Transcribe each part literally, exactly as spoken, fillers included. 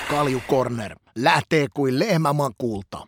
Kalju Corner lähtee kuin lehmä makuulta.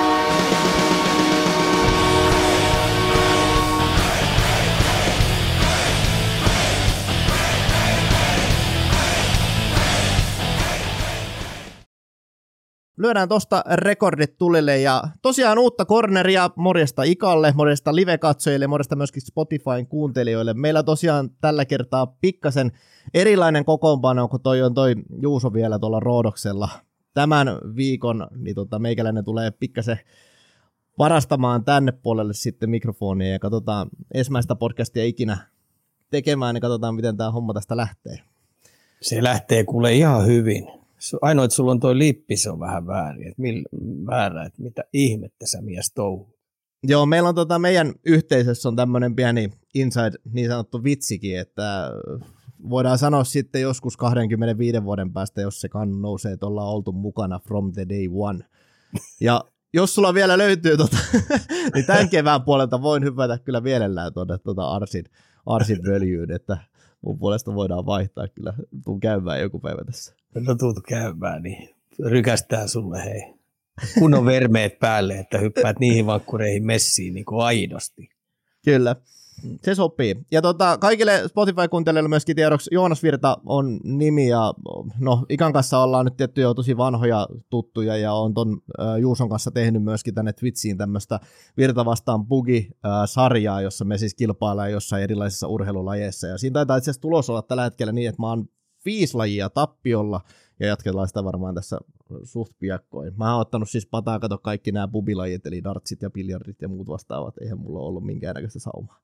Lyödään tosta rekordit tulille ja tosiaan uutta corneria, morjesta Ikalle, morjesta live-katsojille, morjesta myöskin Spotifyn kuuntelijoille. Meillä tosiaan tällä kertaa pikkasen erilainen kokoonpano, kun toi on toi Juuso vielä tuolla Roodoksella. Tämän viikon niin tota, meikäläinen tulee pikkasen varastamaan tänne puolelle sitten mikrofonia ja katsotaan ensimmäistä podcastia ikinä tekemään, niin katsotaan miten tämä homma tästä lähtee. Se lähtee kuule ihan hyvin. Ainoa, että sulla on toi lippi, se on vähän väärin, että millä, väärä, että mitä ihmettä sä mies touhuu. Joo, meillä on tota, meidän yhteisössä on tämmöinen pieni inside, niin sanottu vitsikin, että voidaan sanoa sitten joskus kaksikymmentäviisi vuoden päästä, jos se kannu nousee, että ollaan oltu mukana from the day one. Ja jos sulla vielä löytyy, tota, niin tämän kevään puolelta voin hypätä kyllä mielellään tuonne tota Arsin, Arsin völjyyn, että mun puolesta voidaan vaihtaa kyllä, tuun käymään joku päivä tässä. No tuut käymään, niin rykästää sulle hei. Kunnon vermeet päälle, että hyppäät niihin vankkureihin messiin niin kuin aidosti. Kyllä, se sopii. Ja tota, kaikille Spotify-kuuntelijoille myöskin tiedoksi, Joonas Virta on nimi ja no Ikan kanssa ollaan nyt tietty jo tosi vanhoja tuttuja ja on ton äh, Juuson kanssa tehnyt myöskin tänne Twitchiin tämmöistä Virta vastaan Bugi-sarjaa, jossa me siis kilpaillaan jossain erilaisissa urheilulajeissa ja siinä taitaa itse asiassa tulos olla tällä hetkellä niin, että mä oon viisi lajia tappiolla ja jatketaan sitä varmaan tässä suht piakkoin. Mä oon ottanut siis pataa, kato kaikki nämä bubilajit, eli dartsit ja biljardit ja muut vastaavat. Eihän mulla ollut minkäännäköistä saumaa.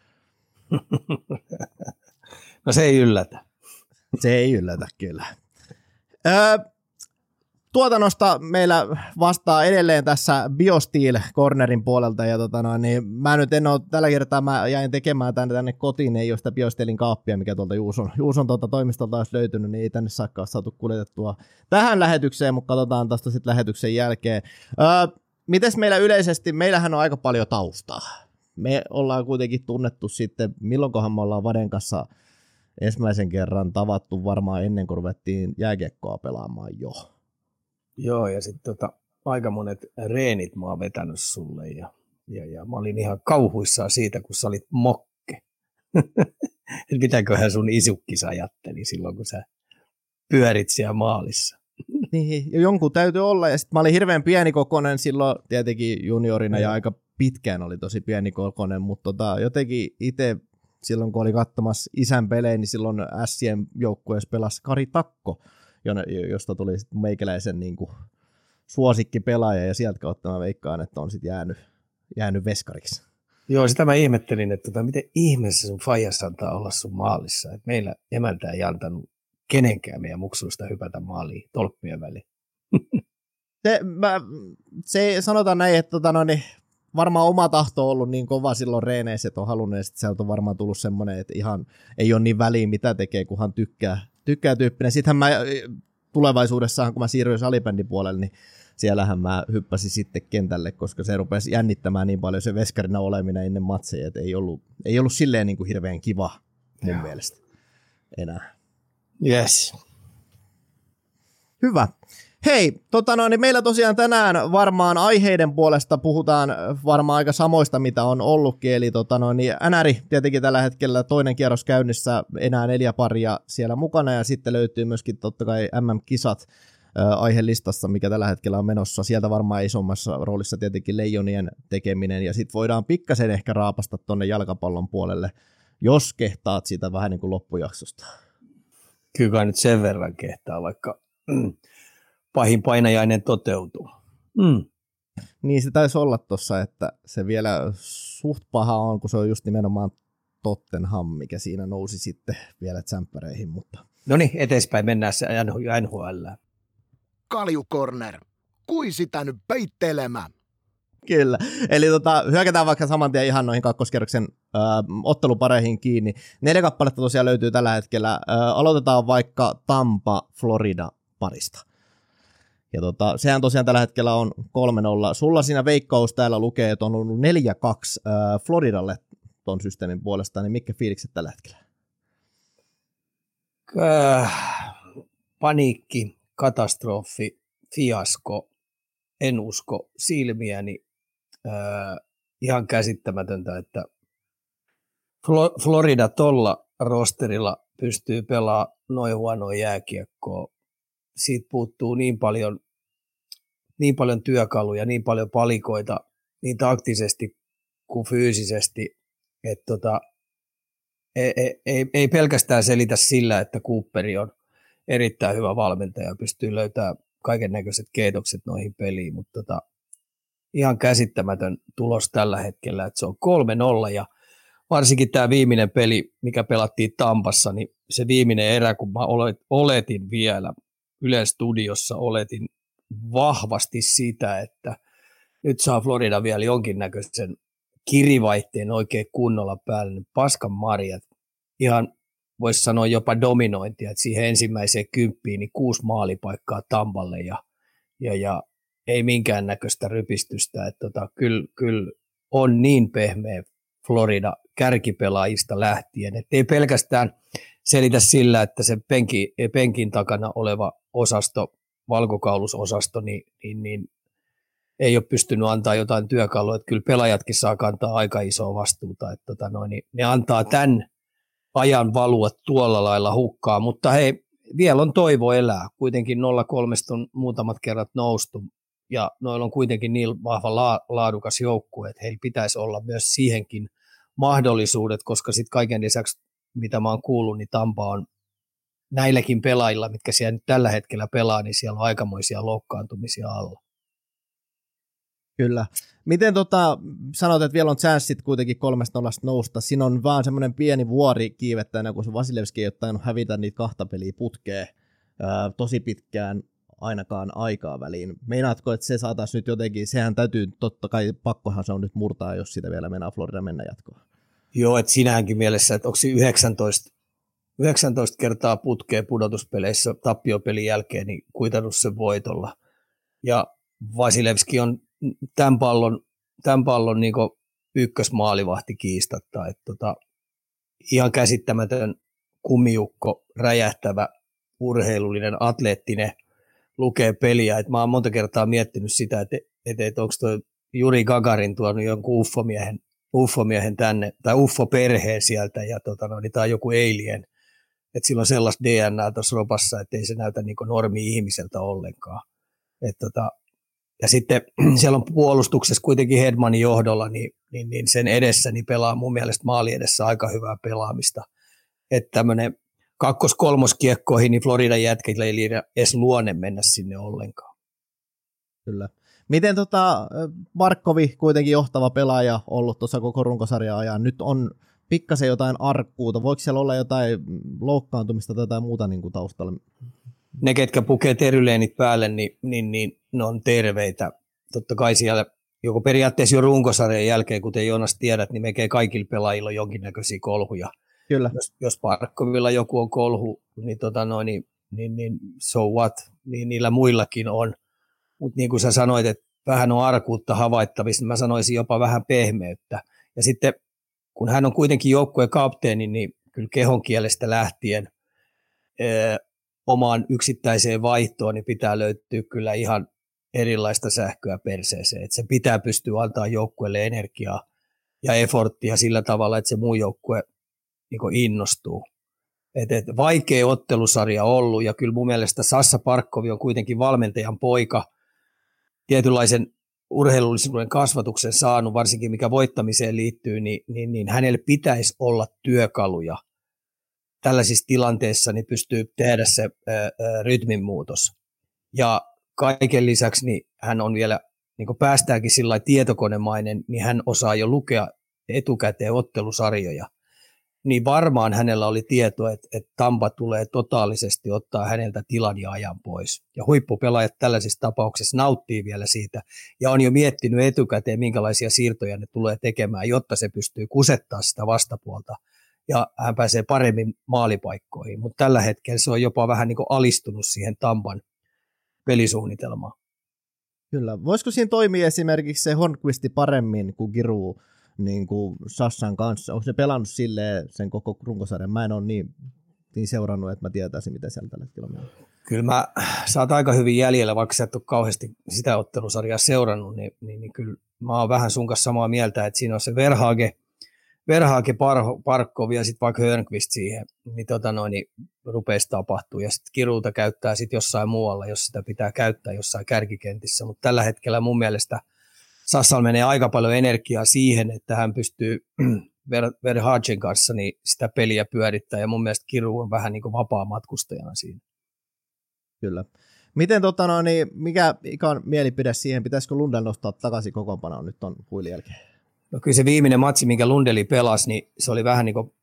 No se ei yllätä. Se ei yllätä kyllä. Öö, tuotannosta meillä vastaa edelleen tässä BioSteel Cornerin puolelta, ja tota noin, niin mä nyt en ole, tällä kertaa mä jäin tekemään tänne, tänne kotiin, ei ole sitä BioSteelin kaappia, mikä tuolta Juuson, Juuson tuolta toimistolta olisi löytynyt, niin ei tänne saakka ole saatu kuljetettua tähän lähetykseen, mutta katsotaan tästä sitten lähetyksen jälkeen. Öö, mites meillä yleisesti, meillähän on aika paljon taustaa. Me ollaan kuitenkin tunnettu sitten, milloinkohan me ollaan Vaden kanssa ensimmäisen kerran tavattu varmaan ennen kuin ruvettiin jääkiekkoa pelaamaan jo. Joo, ja sitten tota, aika monet reenit mä oon vetänyt sulle ja, ja, ja mä olin ihan kauhuissaan siitä, kun sä olit mokke. Mitäköhän sun isukkis ajatteli silloin, kun sä pyörit siellä maalissa. Niin, jonkun täytyy olla, ja sitten mä olin hirveän pienikokoinen silloin tietenkin juniorina ja, ja aika pitkään oli tosi pienikokoinen, mutta tota, jotenkin itse silloin kun oli katsomassa isän pelejä, niin silloin Sien joukkueessa pelasi Kari Takko, josta tuli meikäläisen niin kuin suosikkipelaaja, ja sieltä kautta mä veikkaan, että on sitten jäänyt, jäänyt veskariksi. Joo, sitä mä ihmettelin, että tota, miten ihmeessä sun faijassa antaa olla sun maalissa. Et meillä emältä ei antanut kenenkään meidän muksuista hypätä maaliin tolppien väliin. Se, mä, se sanotaan näin, että tota, no, niin varmaan oma tahto on ollut niin kova silloin reeneissä, että on halunnut, ja sitten sieltä on varmaan tullut semmoinen, että ihan ei ole niin väliä, mitä tekee, kunhan tykkää, tykkää tyyppinen. Sittenhän mä tulevaisuudessahan, kun mä siirryin salibändin puolelle, niin siellähän mä hyppäsin sitten kentälle, koska se rupesi jännittämään niin paljon se veskarina oleminen ennen matseja, että ei ollut, ei ollut silleen niin kuin hirveän kiva mun Joo. mielestä enää. Yes. Hyvä. Hei, tota no, niin meillä tosiaan tänään varmaan aiheiden puolesta puhutaan varmaan aika samoista, mitä on ollutkin, eli tota no, niin N R tietenkin tällä hetkellä toinen kierros käynnissä, enää neljä paria siellä mukana, ja sitten löytyy myöskin totta kai M M-kisat äh, aihelistassa, mikä tällä hetkellä on menossa, sieltä varmaan isommassa roolissa tietenkin Leijonien tekeminen, ja sitten voidaan pikkasen ehkä raapasta tonne jalkapallon puolelle, jos kehtaat sitä vähän niin kuin loppujaksosta. Kyllä kai nyt sen verran kehtaa, vaikka mm, pahin painajainen toteutuu. Mm. Niin se taisi olla tuossa, että se vielä suht paha on, kun se on just nimenomaan Tottenham, mikä siinä nousi sitten vielä tsemppäreihin. Mutta... No niin, eteenpäin mennään se N H L. Kalju Corner, kui sitä nyt peittelemään? Kyllä, eli tota, hyökätään vaikka saman tien ihan noihin kakkoskerroksen ö, ottelupareihin kiinni. Neljä kappaletta tosiaan löytyy tällä hetkellä. Ö, aloitetaan vaikka Tampa Florida parista. Ja tota, sehän tosiaan tällä hetkellä on kolme nolla. Sulla siinä veikkaus täällä lukee, että on ollut neljä kaksi ö, Floridalle ton systeemin puolesta, niin mitkä fiilikset tällä hetkellä? Äh, paniikki, katastrofi, fiasko, en usko silmiäni. Öö, ihan käsittämätöntä, että Florida tolla rosterilla pystyy pelaamaan noin huonoa jääkiekkoa. Siitä puuttuu niin paljon, niin paljon työkaluja, niin paljon palikoita, niin taktisesti kuin fyysisesti, että tota, ei, ei, ei pelkästään selitä sillä, että Cooperi on erittäin hyvä valmentaja ja pystyy löytämään kaiken näköiset keitokset noihin peliin, mutta tota, ihan käsittämätön tulos tällä hetkellä, että se on kolme nolla ja varsinkin tämä viimeinen peli, mikä pelattiin Tampassa, niin se viimeinen erä, kun mä oletin vielä Ylen studiossa, oletin vahvasti sitä, että nyt saa Florida vielä jonkinnäköisen kirivaihteen oikein kunnolla päälle, niin paskan marjat, ihan voisi sanoa jopa dominointia, että siihen ensimmäiseen kymppiin niin kuusi maalipaikkaa Tampalle ja, ja, ja ei minkäännäköistä rypistystä, että tota, kyllä, kyllä on niin pehmeä Florida kärkipelaajista lähtien, että ei pelkästään selitä sillä, että se penki, penkin takana oleva osasto, valkokaulusosasto, niin, niin, niin ei ole pystynyt antaa jotain työkalua, että kyllä pelaajatkin saa kantaa aika isoa vastuuta, että tota noin, niin ne antaa tämän ajan valua tuolla lailla hukkaa, mutta hei, vielä on toivo elää, kuitenkin nolla kolme on muutamat kerrat noustu, ja noilla on kuitenkin niin vahva la- laadukas joukkue, että heillä pitäisi olla myös siihenkin mahdollisuudet, koska sitten kaiken lisäksi, mitä mä oon kuullut, niin Tampa on näilläkin pelaajilla, mitkä siellä nyt tällä hetkellä pelaa, niin siellä on aikamoisia loukkaantumisia alla. Kyllä. Miten tota, sanot, että vielä on chanssit kuitenkin kolmesta nollasta nousta, siinä on vaan semmoinen pieni vuori kiivettäjänä, kun se Vasilevski ei ole tainnut hävitä niitä kahta peliä putkeen ää, tosi pitkään ainakaan aikaa väliin. Meinaatko, että se saataisiin nyt jotenkin, sehän täytyy, totta kai pakkohan se on nyt murtaa, jos sitä vielä mennään Florida mennä jatkoon. Joo, että sinäänkin mielessä, että onko se yhdeksäntoista, yhdeksäntoista kertaa putkeen pudotuspeleissä tappiopelin jälkeen niin kuitannut sen voitolla. Ja Vasilevski on tämän pallon, tämän pallon niin kuin ykkösmaalivahti kiistatta. Että tota, ihan käsittämätön kummijukko, räjähtävä, urheilullinen, atleettinen, lukee peliä. Et mä oon monta kertaa miettinyt sitä, että et, et onko tuo Juri Gagarin tuonut jonkun uffomiehen, uffomiehen tänne, tai uffoperheen sieltä, ja tota, no, niin tämä on joku alien. Että sillä on sellaista D N A tuossa ropassa, että ei se näytä niin kuin normi-ihmiseltä ollenkaan. Et, tota, ja sitten siellä on puolustuksessa kuitenkin Hedmanin johdolla, niin, niin, niin sen edessä niin pelaa mun mielestä maali edessä aika hyvää pelaamista. Että tämmöinen kakkos-kolmoskiekkoihin, niin Floridan jätkillä ei edes luonne mennä sinne ollenkaan. Kyllä. Miten tota, Markkovi, kuitenkin johtava pelaaja, ollut tuossa koko runkosarjan ajan, nyt on pikkasen jotain arkkuuta, voiko siellä olla jotain loukkaantumista tai jotain muuta niin kuin taustalla? Ne, ketkä pukee teryleenit päälle, niin, niin, niin ne on terveitä. Totta kai siellä, joko periaatteessa jo runkosarjan jälkeen, kuten Joonas tiedät, niin melkein kaikilla pelaajilla on jonkinnäköisiä kolhuja. Kyllä. Jos, jos Parkkovilla joku on kolhu, niin, tota noin, niin, niin, niin so what, niin niillä muillakin on. Mutta niin kuin sä sanoit, että vähän on arkuutta havaittavissa, niin mä sanoisin jopa vähän pehmeyttä. Ja sitten kun hän on kuitenkin joukkueen kapteeni, niin kyllä kehon kielestä lähtien ee, omaan yksittäiseen vaihtoon niin pitää löytyä kyllä ihan erilaista sähköä perseeseen. Että se pitää pystyä antaa joukkueelle energiaa ja efforttia sillä tavalla, että se muu joukkue niin innostuu. Et, et vaikea ottelusarja ollut, ja kyllä mun mielestä Sassa Parkkovi on kuitenkin valmentajan poika, tietynlaisen urheilullisuuden kasvatuksen saanut, varsinkin mikä voittamiseen liittyy, niin, niin, niin hänelle pitäisi olla työkaluja tällaisissa tilanteissa, niin pystyy tehdä se ää, ää, rytminmuutos. Ja kaiken lisäksi niin hän on vielä, niin kuin päästäänkin sillä lailla tietokonemainen, niin hän osaa jo lukea etukäteen ottelusarjoja. Niin varmaan hänellä oli tieto, että, että Tampa tulee totaalisesti ottaa häneltä tilan ja ajan pois. Ja huippupelaajat tällaisissa tapauksissa nauttii vielä siitä ja on jo miettinyt etukäteen, minkälaisia siirtoja ne tulee tekemään, jotta se pystyy kusettaa sitä vastapuolta ja hän pääsee paremmin maalipaikkoihin. Mutta tällä hetkellä se on jopa vähän niin kuin alistunut siihen Tampan pelisuunnitelmaan. Kyllä. Voisiko siinä toimia esimerkiksi se Hornquisti paremmin kuin Giroux? Niin kuin Sassan kanssa. Onko se pelannut silleen sen koko runkosarjan? Mä en ole niin niin seurannut, että mä tietäisin, mitä siellä tällä hetkellä on. Kyllä mä, sä oot aika hyvin jäljellä, vaikka sä et ole kauheasti sitä ottelusarjaa seurannut, niin, niin, niin kyllä mä oon vähän sun kanssa samaa mieltä, että siinä on se Verhaage, Verhaage Parkov ja sitten vaikka Hörnqvist siihen, niin, tota noin, niin rupeisi tapahtuu. Ja sitten Kiruuta käyttää sitten jossain muualla, jos sitä pitää käyttää jossain kärkikentissä. Mutta tällä hetkellä mun mielestä Sassalla menee aika paljon energiaa siihen, että hän pystyy Ver- Verhaagen kanssa niin sitä peliä pyörittää. Ja mun mielestä Kiru on vähän niin kuin vapaa matkustajana siinä. Kyllä. Miten, tota no, niin, mikä Ikan mielipide siihen, pitäisikö Lundell nostaa takaisin kokoonpanoon nyt ton huilin jälkeen? No kyllä se viimeinen matsi, minkä Lundeli pelasi, niin se oli vähän niin kuin,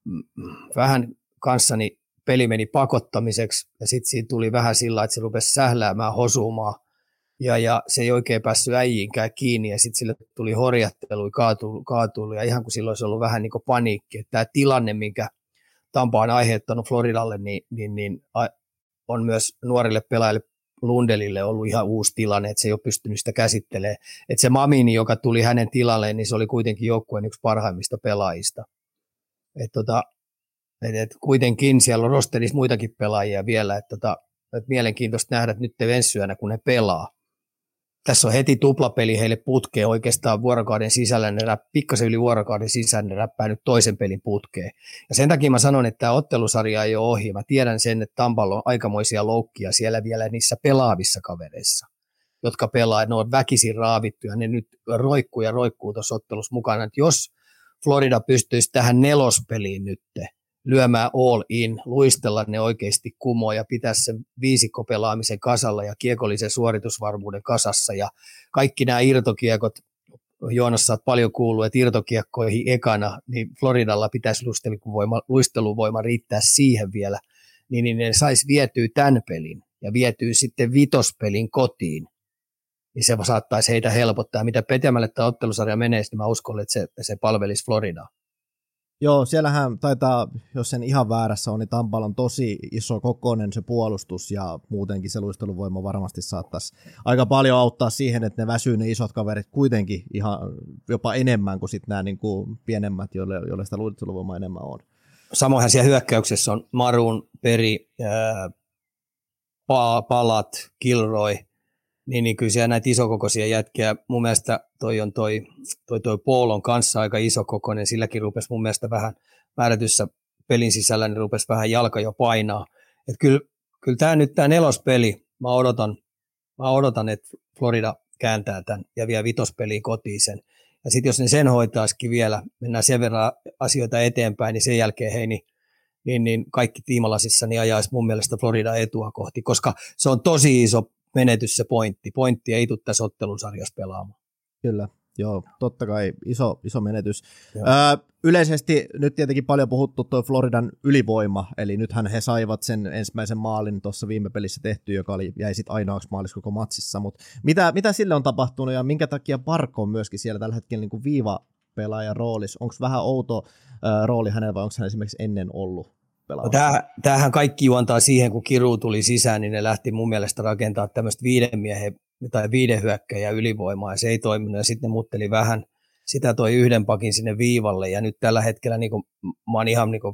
vähän kanssani peli meni pakottamiseksi ja sitten siinä tuli vähän sillä, että se rupesi sähläämään, hosumaan ja, ja se ei oikein päässyt äijiinkään kiinni ja sitten sille tuli horjattelui, kaatui, kaatui ja ihan kuin silloin olisi ollut vähän niin kuin paniikki, että tämä tilanne, minkä Tampa on aiheuttanut Floridalle, niin, niin, niin on myös nuorille pelaajille Lundelille ollut ihan uusi tilanne, että se ei ole pystynyt sitä käsittelemään. Että se Mamini, joka tuli hänen tilalleen, niin se oli kuitenkin joukkueen yksi parhaimmista pelaajista. Että tota, et, et kuitenkin siellä on rosterissa muitakin pelaajia vielä, että tota, et mielenkiintoista nähdä, että nyt ensi yönä, kun ne pelaa. Tässä on heti tuplapeli heille putkeen oikeastaan vuorokauden sisällä, ne rap, pikkasen yli vuorokauden sisällä ne räppää nyt toisen pelin putkeen. Ja sen takia mä sanon, että tämä ottelusarja ei ole ohi. Mä tiedän sen, että Tampalla on aikamoisia loukkia siellä vielä niissä pelaavissa kavereissa, jotka pelaa, ne on väkisin raavittu ja ne nyt roikkuu ja roikkuu tuossa ottelussa mukana. Että jos Florida pystyisi tähän nelospeliin nyt lyömään all in, luistella ne oikeasti kumoon ja pitää sen viisikkopelaamisen kasalla ja kiekollisen suoritusvarmuuden kasassa ja kaikki nämä irtokiekot, Joonas sä oot paljon kuullut, että irtokiekkoihin ekana, niin Floridalla pitäisi luisteluvoima, luisteluvoima riittää siihen vielä, niin, niin ne saisi vietyä tämän pelin ja vietyä sitten vitospelin kotiin, niin se saattaisi heitä helpottaa. Mitä petämälle tämä ottelusarja menee, niin mä uskon, että se, se palvelisi Floridaa. Joo, siellähän taitaa, jos sen ihan väärässä on, niin Tampalla on tosi iso kokoinen se puolustus ja muutenkin se luisteluvoima varmasti saattaisi aika paljon auttaa siihen, että ne väsyy ne isot kaverit kuitenkin ihan jopa enemmän kuin sitten nämä niin kuin pienemmät, joille, joille sitä luisteluvoimaa enemmän on. Samoinhan siellä hyökkäyksessä on Marun, Peri, ää, pa- Palat, Kilroy, niin, niin kyllä siellä näitä isokokoisia jätkiä, mun mielestä toi on toi, toi, toi Paul on kanssa aika isokokoinen, silläkin rupesi mun mielestä vähän määrätyssä pelin sisällä, niin rupesi vähän jalka jo painaa. Et kyllä, kyllä tämä nyt tämä nelospeli, mä odotan, mä odotan, että Florida kääntää tämän ja vie vitospeliin kotiin sen. Ja sitten jos ne sen hoitaisikin vielä, mennään sen verran asioita eteenpäin, niin sen jälkeen hei, niin, niin, niin kaikki tiimalasissa niin ajaisi mun mielestä Florida etua kohti, koska se on tosi iso menetys se pointti. Pointti ei tule tässä ottelusarjassa pelaamaan. Kyllä, joo, totta kai iso, iso menetys. Öö, yleisesti nyt tietenkin paljon puhuttu tuo Floridan ylivoima, eli nythän he saivat sen ensimmäisen maalin tuossa viime pelissä tehty, joka oli, jäi sitten ainoaksi maalissa koko matsissa, mutta mitä, mitä sille on tapahtunut ja minkä takia Parkko on myöskin siellä tällä hetkellä niin kuin viivapelaajan roolissa? Onko vähän outo öö, rooli hänellä vai onko hän esimerkiksi ennen ollut? No tämähän kaikki juontaa siihen, kun Kiru tuli sisään, niin ne lähti mun mielestä rakentaa tämmöistä viiden miehen tai viiden hyökkäjän ylivoimaa, ja se ei toiminut, ja sitten ne muutteli vähän sitä toi yhden pakin sinne viivalle, ja nyt tällä hetkellä niin kuin, mä oon ihan niin kuin,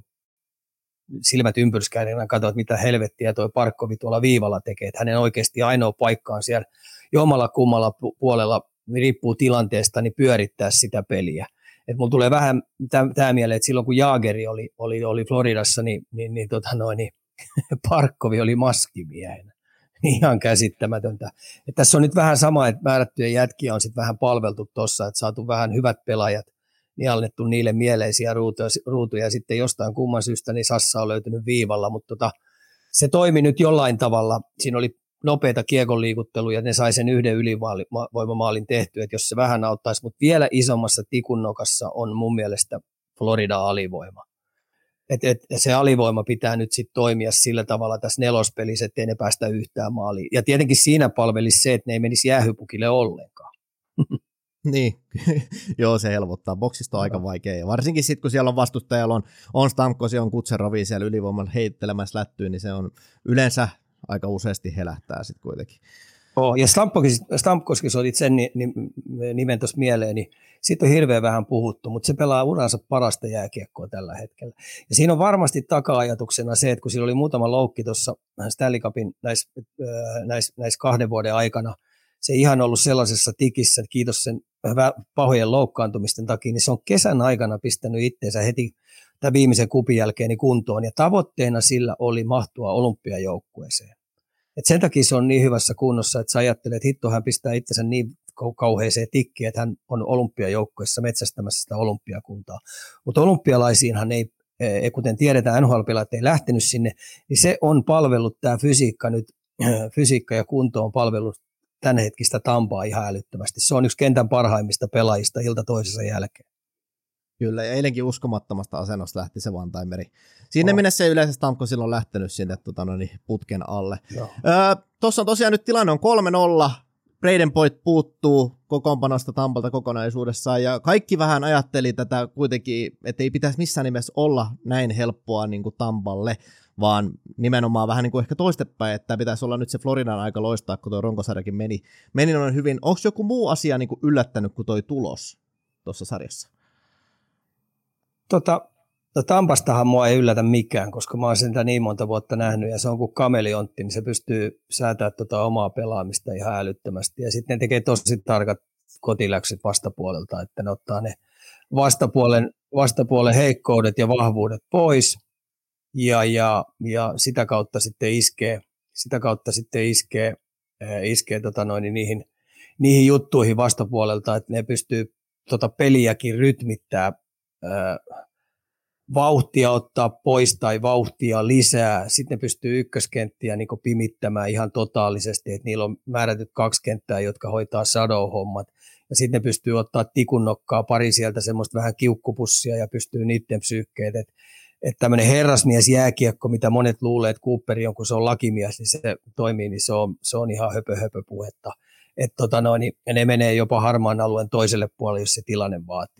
silmät ympyrskäinen ja katsoin, että mitä helvettiä toi Parkkovi tuolla viivalla tekee, että hänen oikeasti ainoa paikka on siellä jommalla kummalla puolella, niin riippuu tilanteesta, niin pyörittää sitä peliä. Että mulla tulee vähän tämä mieleen, että silloin kun Jaageri oli, oli, oli Floridassa, niin, niin, niin, tota noin, niin Parkkovi oli maskimiehenä. Ihan käsittämätöntä. Et tässä on nyt vähän sama, että määrättyjä jätkiä on sitten vähän palveltu tuossa, että saatu vähän hyvät pelaajat, niin annettu niille mieleisiä ruutuja, ruutuja ja sitten jostain kumman syystä niin Sassa on löytynyt viivalla, mutta tota, se toimi nyt jollain tavalla. Siinä oli nopeita kiekon liikutteluja, ne sai sen yhden ylivoimamaalin tehtyä, että jos se vähän auttaisi, mutta vielä isommassa tikunnokassa on mun mielestä Florida alivoima. Et, et, se alivoima pitää nyt sitten toimia sillä tavalla tässä nelospelissä, ettei ne päästä yhtään maaliin. Ja tietenkin siinä palvelisi se, että ne ei menisi jäähypukille ollenkaan. Niin, joo, se helpottaa. Boksista on aika vaikea, ja varsinkin sitten, kun siellä on vastustajalla on, on Stamkos ja on Kutserovi siellä ylivoimalla heittelemässä lättyyn, niin se on yleensä aika useasti helähtää sitten kuitenkin. Oh, ja Stamkoskin otit sen nimen tuossa mieleen, niin siitä on hirveän vähän puhuttu, mutta se pelaa uransa parasta jääkiekkoa tällä hetkellä. Ja siinä on varmasti taka-ajatuksena se, että kun sillä oli muutama loukki tuossa Stanley Cupin näissä näis, näis kahden vuoden aikana, se ei ihan ollut sellaisessa tikissä, että kiitos sen pahojen loukkaantumisten takia, niin se on kesän aikana pistänyt itseensä heti tämän viimeisen kupin jälkeen niin kuntoon, ja tavoitteena sillä oli mahtua olympiajoukkueeseen. Et sen takia se on niin hyvässä kunnossa, että sä ajattelet, että hitto hän pistää itsensä niin kauheeseen tikkiin, että hän on olympiajoukkueessa metsästämässä sitä olympiakuntaa. Mutta olympialaisiinhan ei, kuten tiedetään, N H L-pelaajat ei lähtenyt sinne, niin se on palvellut tämä fysiikka nyt, fysiikka ja kunto on palvellut tämänhetkistä Tampaa ihan älyttömästi. Se on yksi kentän parhaimmista pelaajista ilta toisensa jälkeen. Kyllä, ja eilenkin uskomattomasta asennosta lähti se one-timeri. Sinne oh. minne se yleensä Stamko silloin lähtenyt sinne tota, no niin, putken alle. Öö, Tuossa on tosiaan nyt tilanne on kolme nolla. Bradenpoint puuttuu kokoonpanosta Tampalta kokonaisuudessaan, ja kaikki vähän ajatteli tätä kuitenkin, että ei pitäisi missään nimessä olla näin helppoa niin kuin Tampalle, vaan nimenomaan vähän niin kuin ehkä toistepäin, että pitäisi olla nyt se Floridan aika loistaa, kun tuo Ronkosarjakin meni, meni noin hyvin. Onko joku muu asia niin kuin yllättänyt kuin toi tulos tuossa sarjassa? Tota, no Tampastahan mua ei yllätä mikään, koska mä oon sen niin monta vuotta nähnyt, ja se on kuin kameleontti, niin se pystyy säätämään tota omaa pelaamista ihan älyttömästi, ja sitten ne tekee tosi tarkat kotiläksyt vastapuolelta, että ne ottaa ne vastapuolen, vastapuolen heikkoudet ja vahvuudet pois, ja, ja, ja sitä kautta sitten iskee, sitä kautta sitten iskee, äh, iskee tota noin, niihin, niihin juttuihin vastapuolelta, että ne pystyy tota peliäkin rytmittää, äh, vauhtia ottaa pois tai vauhtia lisää. Sitten ne pystyy ykköskenttiä niin kuin pimittämään ihan totaalisesti, että niillä on määrätyt kaksi kenttää, jotka hoitaa shadow-hommat. Ja sitten ne pystyy ottaa tikunnokkaa pari sieltä semmoista vähän kiukkupussia ja pystyy niiden psyykkeet. Että et tämmöinen herrasmies jääkiekko, mitä monet luulee, että Cooperi on, kun se on lakimies, niin se toimii, niin se on, se on ihan höpö höpö puhetta. Että tota noin, ne menee jopa harmaan alueen toiselle puolelle, jos se tilanne vaatii.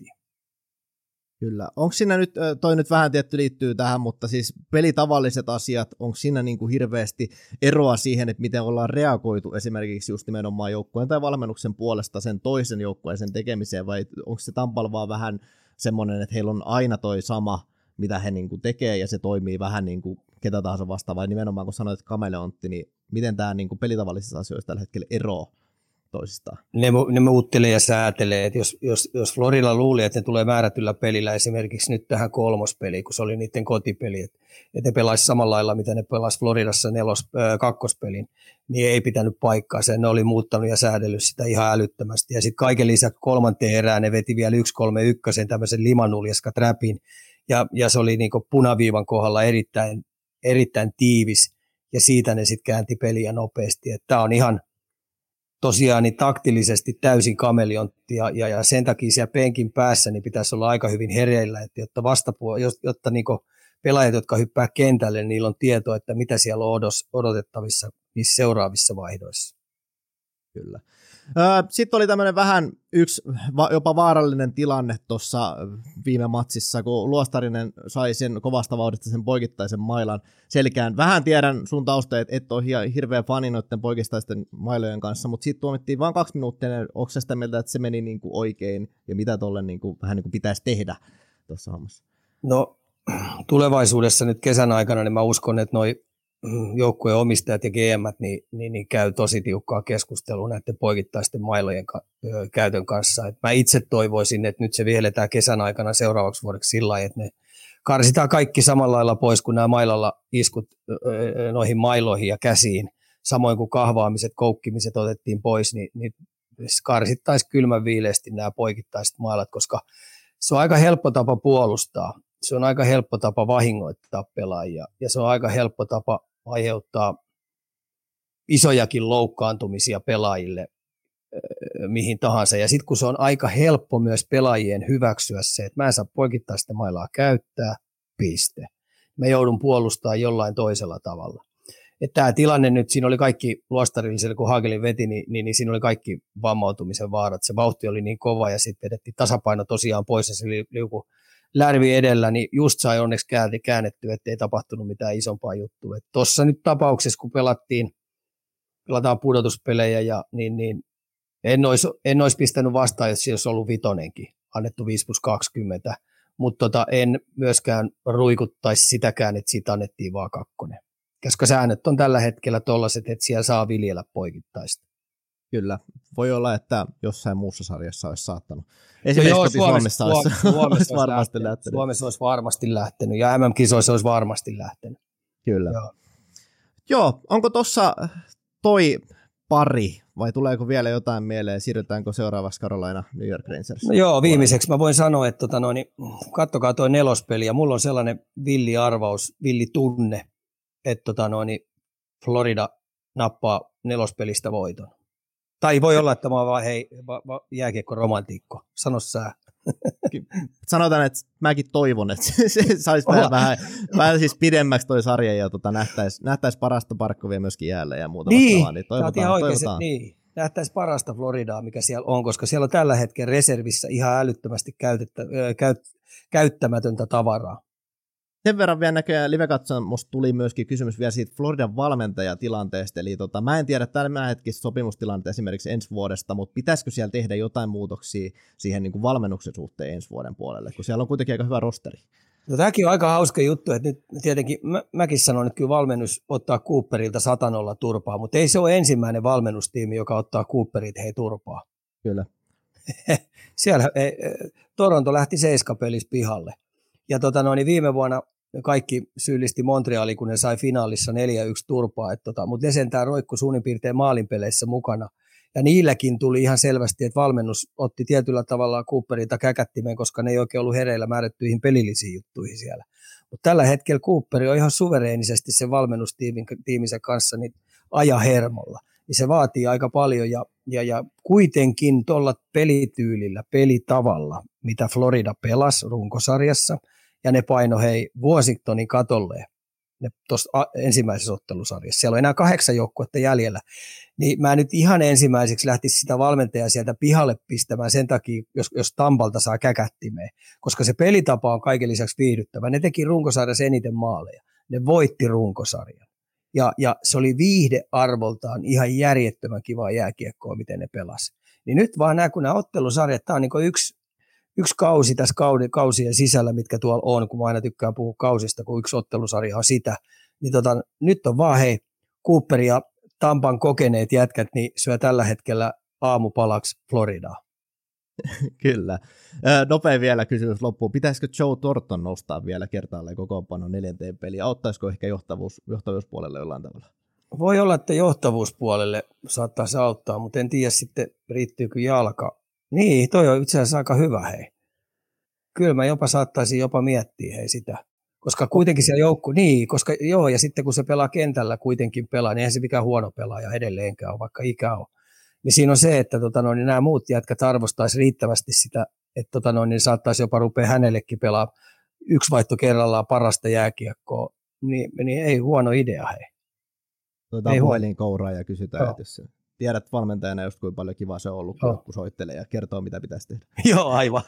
Kyllä. Onko siinä nyt, toi nyt vähän tietty liittyy tähän, mutta siis pelitavalliset asiat, onko siinä niin kuin hirveästi eroa siihen, että miten ollaan reagoitu esimerkiksi just nimenomaan joukkueen tai valmennuksen puolesta sen toisen joukkueen sen tekemiseen, vai onko se Tampalla vaan vähän semmoinen, että heillä on aina toi sama, mitä he niin kuin tekee, ja se toimii vähän niin kuin ketä tahansa vastaan, vai nimenomaan kun sanoit, että kameleontti, niin miten tämä niin kuin pelitavallisissa asioissa tällä hetkellä eroaa toisistaan? Ne, ne muuttelee ja säätelee, että jos, jos, jos Florida luuli, että ne tulee määrätyllä pelillä, esimerkiksi nyt tähän kolmospeliin, kun se oli niiden kotipeli, että, että ne pelaisi samalla lailla, mitä ne pelasi Floridassa nelos, äh, kakkospelin, niin ei pitänyt paikkaa. Se ne oli muuttanut ja säädellyt sitä ihan älyttömästi. Ja sitten kaiken lisäksi kolmanteen erään ne veti vielä yksi kolme yksi tämmöisen limanuljaska trapin, ja, ja se oli niinku punaviivan kohdalla erittäin, erittäin tiivis, ja siitä ne sitten käänti peliä nopeasti. Tämä on ihan tosiaan niin taktillisesti täysin kameleontti, ja, ja, ja sen takia siellä penkin päässä niin pitäisi olla aika hyvin hereillä, että jotta, vastapuol- jotta niin pelaajat, jotka hyppää kentälle, niin niillä on tietoa, että mitä siellä on odotettavissa niissä seuraavissa vaihdoissa. Kyllä. Sitten oli tämmöinen vähän yksi jopa vaarallinen tilanne tuossa viime matsissa, kun Luostarinen sai sen kovasta vauhdista sen poikittaisen mailan selkään. Vähän tiedän sun tausta, että et ole hirveä fani noiden poikittaisten mailojen kanssa, mutta siitä tuomittiin vain kaksi minuuttia. Onko se sitä mieltä, että se meni niin kuin oikein, ja mitä tuolle niin kuin, vähän niin kuin pitäisi tehdä tuossa hommassa? No tulevaisuudessa nyt kesän aikana, niin mä uskon, että noi joukkueen omistajat ja G M:t niin, niin, niin käy tosi tiukkaa keskustelua näiden poikittaisten mailojen ka- ö, käytön kanssa. Et mä itse toivoisin, että nyt se vihelletään kesän aikana seuraavaksi vuodeksi sillä lailla, että ne karsitaan kaikki samalla lailla pois, kun nämä mailalla iskut ö, noihin mailoihin ja käsiin, samoin kuin kahvaamiset, koukkimiset otettiin pois, niin, niin karsittaisiin kylmän viileästi nämä poikittaiset mailat, koska se on aika helppo tapa puolustaa. Se on aika helppo tapa vahingoittaa pelaajia, ja se on aika helppo tapa aiheuttaa isojakin loukkaantumisia pelaajille mihin tahansa. Ja sitten kun se on aika helppo myös pelaajien hyväksyä se, että mä en saa poikittaista mailaa käyttää, piste. Mä joudun puolustamaan jollain toisella tavalla. Tämä tilanne nyt, siinä oli kaikki luostarillisella, kun Hagelin veti, niin, niin, niin siinä oli kaikki vammautumisen vaarat. Se vauhti oli niin kova, ja sitten vedettiin tasapaino tosiaan pois, ja se liuku lärvi edellä, niin just sai onneksi käännettyä, ettei tapahtunut mitään isompaa juttua. Tuossa nyt tapauksessa, kun pelattiin, pelataan pudotuspelejä, ja niin, niin en olisi, en olisi pistänyt vastaan, jos olisi ollut vitonenkin, annettu viisi plus kaksikymmentä, mutta tota, en myöskään ruikuttaisi sitäkään, että siitä annettiin vaan kakkonen. Koska säännöt on tällä hetkellä tollaiset, että siellä saa viljellä poikittaista. Kyllä. Voi olla, että jossain muussa sarjassa olisi saattanut. Esimerkiksi joo, Suomessa, Suomessa, olisi, Suomessa, olisi olisi varmasti lähtenyt. lähtenyt. Suomessa olisi varmasti lähtenyt ja M M-kisoissa olisi varmasti lähtenyt. Kyllä. Joo, joo onko tuossa toi pari vai tuleeko vielä jotain mieleen? Siirrytäänkö seuraavaksi Carolina New York Rangers? no joo, viimeiseksi mä voin sanoa, että tota noin, kattokaa toi nelospeli ja mulla on sellainen villi arvaus, villi tunne, että tota noin, Florida nappaa nelospelistä voiton. Tai voi olla, että mä oon vaan hei, va, va, jääkiekko-romantiikko. Sano sä. Sanotaan, että mäkin toivon, että se saisi vähän, vähän, vähän siis pidemmäksi toi sarja ja tota, nähtäisi nähtäis parasta Parkkovia myöskin jäällä ja muuta niin, vastaavaa. Niin toivotaan, toivotaan. Niin, nähtäisi parasta Floridaa, mikä siellä on, koska siellä on tällä hetkellä reservissä ihan älyttömästi käytettä, käyt, käyttämätöntä tavaraa. Sen verran vielä näköjään live-katsomusta tuli myöskin kysymys vielä siitä Floridan valmentajatilanteesta, eli tota, mä en tiedä tällä hetkistä sopimustilanteesta esimerkiksi ensi vuodesta, mutta pitäisikö siellä tehdä jotain muutoksia siihen niin kuin valmennuksen suhteen ensi vuoden puolelle, kun siellä on kuitenkin aika hyvä rosteri. No, tämäkin on aika hauska juttu, että nyt tietenkin mä, mäkin sanon, että kyllä valmennus ottaa Cooperilta satanolla turpaa, mutta ei se ole ensimmäinen valmennustiimi, joka ottaa Cooperilta hei turpaa. Kyllä. Siellä ei, Toronto lähti seiskapelissä pihalle. Ja tota noin, viime vuonna kaikki syyllisti Montrealiin, kun ne sai finaalissa neljä yksi turpaa, tota, mutta ne sentään roikku suunnin piirtein maalinpeleissä mukana. Ja niilläkin tuli ihan selvästi, että valmennus otti tietyllä tavalla Cooperilta käkättimeen, koska ne ei oikein ollut hereillä määrättyihin pelillisiin juttuihin siellä. Mutta tällä hetkellä Cooperi on ihan suvereenisesti sen valmennustiiminsä kanssa niin aja hermolla. Ja se vaatii aika paljon ja, ja, ja kuitenkin tuolla pelityylillä, pelitavalla, mitä Florida pelasi runkosarjassa, ja ne paino hei Washingtonin katolle tuossa ensimmäisessä ottelusarjassa. Siellä on enää kahdeksan joukkuetta jäljellä. Niin mä nyt ihan ensimmäiseksi lähtisin sitä valmentajaa sieltä pihalle pistämään sen takia, jos, jos Tampalta saa käkättimeen. Koska se pelitapa on kaiken lisäksi viihdyttävä. Ne teki runkosarjassa eniten maaleja. Ne voitti runkosarjan. Ja, ja se oli viihdearvoltaan ihan järjettömän kivaa jääkiekkoa, miten ne pelasi. Niin nyt vaan nämä, kun nämä ottelusarjat, tämä on niin yksi Yksi kausi tässä kausien sisällä, mitkä tuolla on, kun mä aina tykkään puhua kausista, kun yksi ottelusarja on sitä, niin tota, nyt on vaan hei, Cooper ja Tampan kokeneet jätkät, niin syö tällä hetkellä aamupalaksi Floridaa. Kyllä. Nopea vielä kysymys loppuun. Pitäisikö Joe Thornton nostaa vielä kertaalleen kokoonpanon neljänteen peliin? Auttaisiko ehkä johtavuus, johtavuuspuolelle jollain tavalla? Voi olla, että johtavuuspuolelle saattaisi auttaa, mutta en tiedä sitten riittyykö jalka. Niin, toi on itse asiassa aika hyvä, hei. Kyllä mä jopa saattaisin jopa miettiä, hei, sitä. Koska kuitenkin siellä joukku, niin, koska joo, ja sitten kun se pelaa kentällä kuitenkin pelaa, niin eihän se mikään huono pelaaja edelleenkään ole, vaikka ikä on. Niin siinä on se, että tota noin, niin nämä muut jätkät arvostaisi riittävästi sitä, että tota noin, niin saattaisi jopa rupea hänellekin pelaa yksi vaihto kerrallaan parasta jääkiekkoa. Niin, niin ei huono idea, hei. Otetaan puhelin kouraa ja kysytään, no. Että jos tiedät valmentajana just kuinka paljon kivaa se on ollut, kun joku soittelee ja kertoo, mitä pitäisi tehdä. Joo, aivan.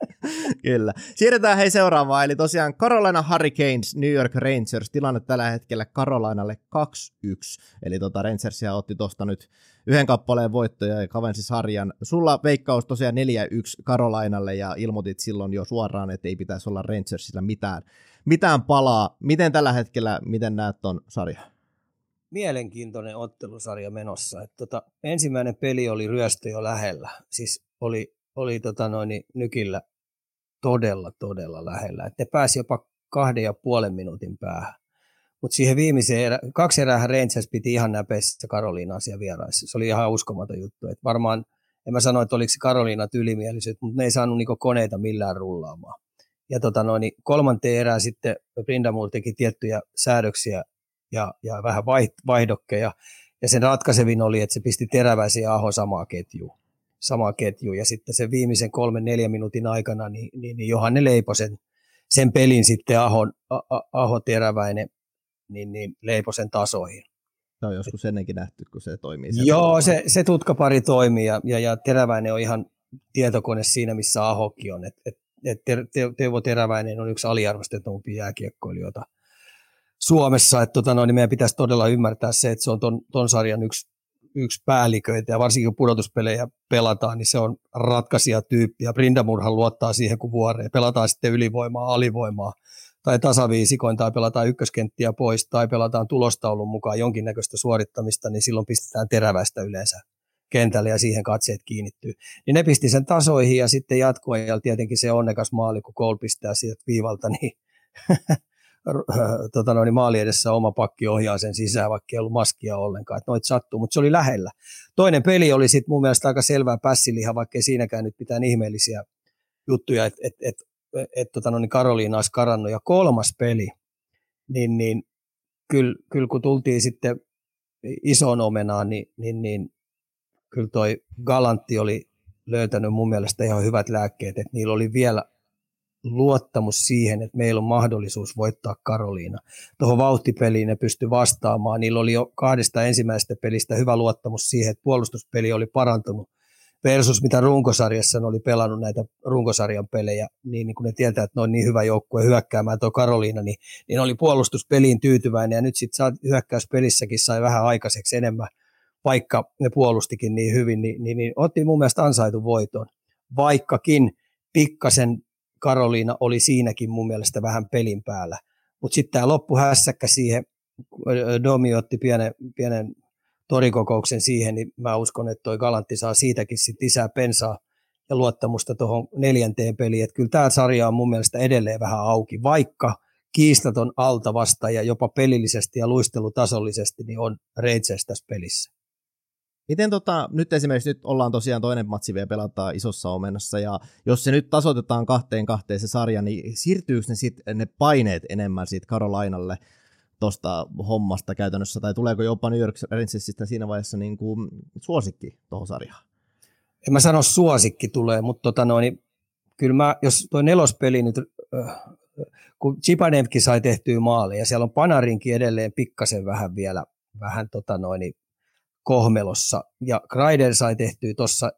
Kyllä. Siirretään hei seuraavaan, eli tosiaan Carolina Hurricanes, New York Rangers, tilanne tällä hetkellä Carolinalle kaksi yksi, eli tota Rangersia otti tuosta nyt yhden kappaleen voittoja ja kavensi sarjan. Sulla veikkaus tosiaan neljä yksi Carolinalle ja ilmoitit silloin jo suoraan, että ei pitäisi olla Rangersilla mitään, mitään palaa. Miten tällä hetkellä, miten näet ton sarjan? Mielenkiintoinen ottelusarja menossa. Et tota, ensimmäinen peli oli ryöstö jo lähellä, siis oli, oli tota noin, nykillä todella, todella lähellä. Et ne pääsi jopa kahden ja puolen minuutin päähän. Mutta siihen viimeiseen erä, kaksi erää Rangers piti ihan näpeissä Carolinaa siellä vieraissa. Se oli ihan uskomaton juttu. Et varmaan, en mä sano, että oliko se Carolinat ylimieliset, mutta ne ei saanut niinku koneita millään rullaamaan. Ja tota noin, kolmanteen erään sitten Brindamore teki tiettyjä säädöksiä ja, ja vähän vaihdokkeja. Ja sen ratkaisevin oli, että se pisti Teräväisen ja Aho samaa ketjuun. Samaa ketjuun. Ja sitten sen viimeisen kolmen, neljän minuutin aikana, niin, niin, niin Johanne leipoi sen, sen pelin sitten Ahon, a, Aho Teräväinen, niin, niin leipoi sen tasoihin. Se on joskus ennenkin nähty, kun se toimii. Joo, se, se tutkapari toimii ja, ja, ja Teräväinen on ihan tietokone siinä, missä Ahokin on. Et, et, et Teuvo Teräväinen on yksi aliarvostetumpia jääkiekkoilijoita Suomessa. Et tota, no, niin meidän pitäisi todella ymmärtää se, että se on ton, ton sarjan yksi yksi päälliköitä, ja varsinkin kun pudotuspelejä pelataan, niin se on ratkaisija tyyppi, ja Brindamurhan luottaa siihen kuin vuoreen. Pelataan sitten ylivoimaa, alivoimaa, tai tasaviisikoin, tai pelataan ykköskenttiä pois, tai pelataan tulostaulun mukaan jonkinnäköistä suorittamista, niin silloin pistetään terävästä yleensä kentälle, ja siihen katseet kiinnittyy. Niin ne pisti sen tasoihin, ja sitten jatkoajalla tietenkin se onnekas maali, kun Cole pistää sieltä viivalta, niin tota noin, maali edessä oma pakki ohjaa sen sisään, vaikka ei ollut maskia ollenkaan, että noit sattuu, mutta se oli lähellä. Toinen peli oli sitten mun mielestä aika selvää pässiliha, vaikka ei siinäkään nyt mitään ihmeellisiä juttuja, että et, et, et, et, tota noin, Karoliina olisi karannut. Ja kolmas peli, niin, niin kyllä, kyllä kun tultiin sitten isoon omenaan, niin, niin, niin kyllä toi Galantti oli löytänyt mun mielestä ihan hyvät lääkkeet, että niillä oli vielä luottamus siihen, että meillä on mahdollisuus voittaa Karoliina. Tuohon vauhtipeliin ne pystyi vastaamaan. Niillä oli jo kahdesta ensimmäisestä pelistä hyvä luottamus siihen, että puolustuspeli oli parantunut versus mitä runkosarjassa ne oli pelannut näitä runkosarjan pelejä, niin, niin kun ne tietää, että ne on niin hyvä joukkue hyökkäämään tuo Karoliina, niin, niin oli puolustuspeliin tyytyväinen, ja nyt sitten hyökkäyspelissäkin sai vähän aikaiseksi enemmän, vaikka ne puolustikin niin hyvin, niin, niin, niin otti mun mielestä ansaitu voiton, vaikkakin pikkasen Karoliina oli siinäkin mun mielestä vähän pelin päällä. Mutta sitten tämä loppuhässäkkä siihen, Domi otti pienen, pienen torikokouksen siihen, niin mä uskon, että toi Galantti saa siitäkin sit lisää pensaa ja luottamusta tuohon neljänteen peliin. Että kyllä tämä sarja on mun mielestä edelleen vähän auki, vaikka kiistaton alta vasta ja jopa pelillisesti ja luistelutasollisesti niin on Rangers tässä pelissä. Miten tota, nyt esimerkiksi nyt ollaan tosiaan toinen matsi vielä pelataan isossa omenassa, ja jos se nyt tasoitetaan kahteen kahteen se sarja, niin siirtyykö ne, sit, ne paineet enemmän siitä Carolinalle tuosta hommasta käytännössä, tai tuleeko jopa New York Rangersista siinä vaiheessa niin kuin suosikki tuohon sarjaan? En mä sano suosikki tulee, mutta tota noin, kyllä mä, jos tuo nelospeli nyt, äh, kun Zibanejkin sai tehtyä maaleja, siellä on Panarinkin edelleen pikkasen vähän vielä, vähän tota noin, kohmelossa, ja Kreider sai tehtyä tuossa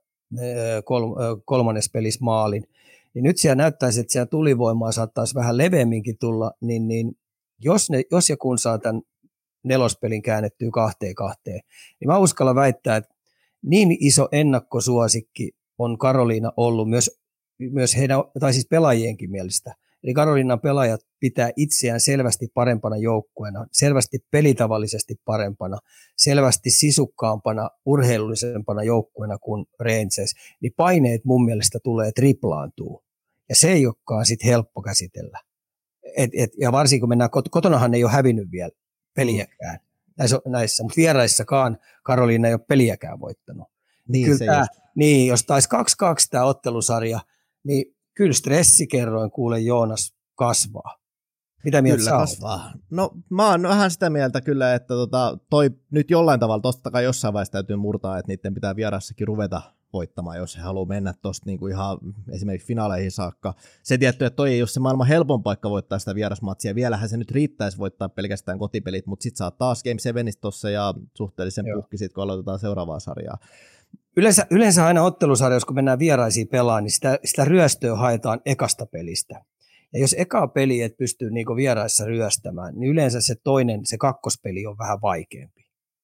kol, kolmannes pelissä maalin, niin nyt siellä näyttäisi, että siellä tulivoimaa saattaisi vähän leveämminkin tulla, niin, niin jos, ne, jos ja kun saa tämän nelospelin käännettyä kahteen kahteen, niin mä uskallan väittää, että niin iso ennakkosuosikki on Karoliina ollut myös, myös heidän, tai siis pelaajienkin mielestä. Eli Karoliinan pelaajat pitää itseään selvästi parempana joukkueena, selvästi pelitavallisesti parempana, selvästi sisukkaampana, urheilullisempana joukkueena kuin Rangers. Niin paineet mun mielestä tulee triplaantuu. Ja se ei olekaan sitten helppo käsitellä. Et, et, ja varsinkin kun mennään, kotonahan ei ole hävinnyt vielä peliäkään. Näissä, näissä mutta vieraissakaan Karoliina ei ole peliäkään voittanut. Niin, kyllä se tämä, niin jos taisi kaksi kaksi tämä ottelusarja, niin kyllä stressikerroin kuule Joonas kasvaa. Mitä mieltä kyllä sä kasvaa. No mä oon vähän sitä mieltä kyllä, että tota, toi nyt jollain tavalla tosta kai jossain vaiheessa täytyy murtaa, että niiden pitää vierassakin ruveta voittamaan, jos he haluaa mennä tosta niinku ihan esimerkiksi finaaleihin saakka. Se tietty, että toi ei ole se maailman helpon paikka voittaa sitä vierasmatsia. Vielähän se nyt riittäisi voittaa pelkästään kotipelit, mutta sit saa taas Game sevenistä tossa ja suhteellisen puhki sit, kun aloitetaan seuraavaa sarjaa. Yleensä, yleensä aina ottelusarjassa, kun mennään vieraisiin pelaamaan, niin sitä, sitä ryöstöä haetaan ekasta pelistä. Ja jos eka peli et pystyy niinku vieraissa ryöstämään, niin yleensä se toinen, se kakkospeli on vähän vaikeampi.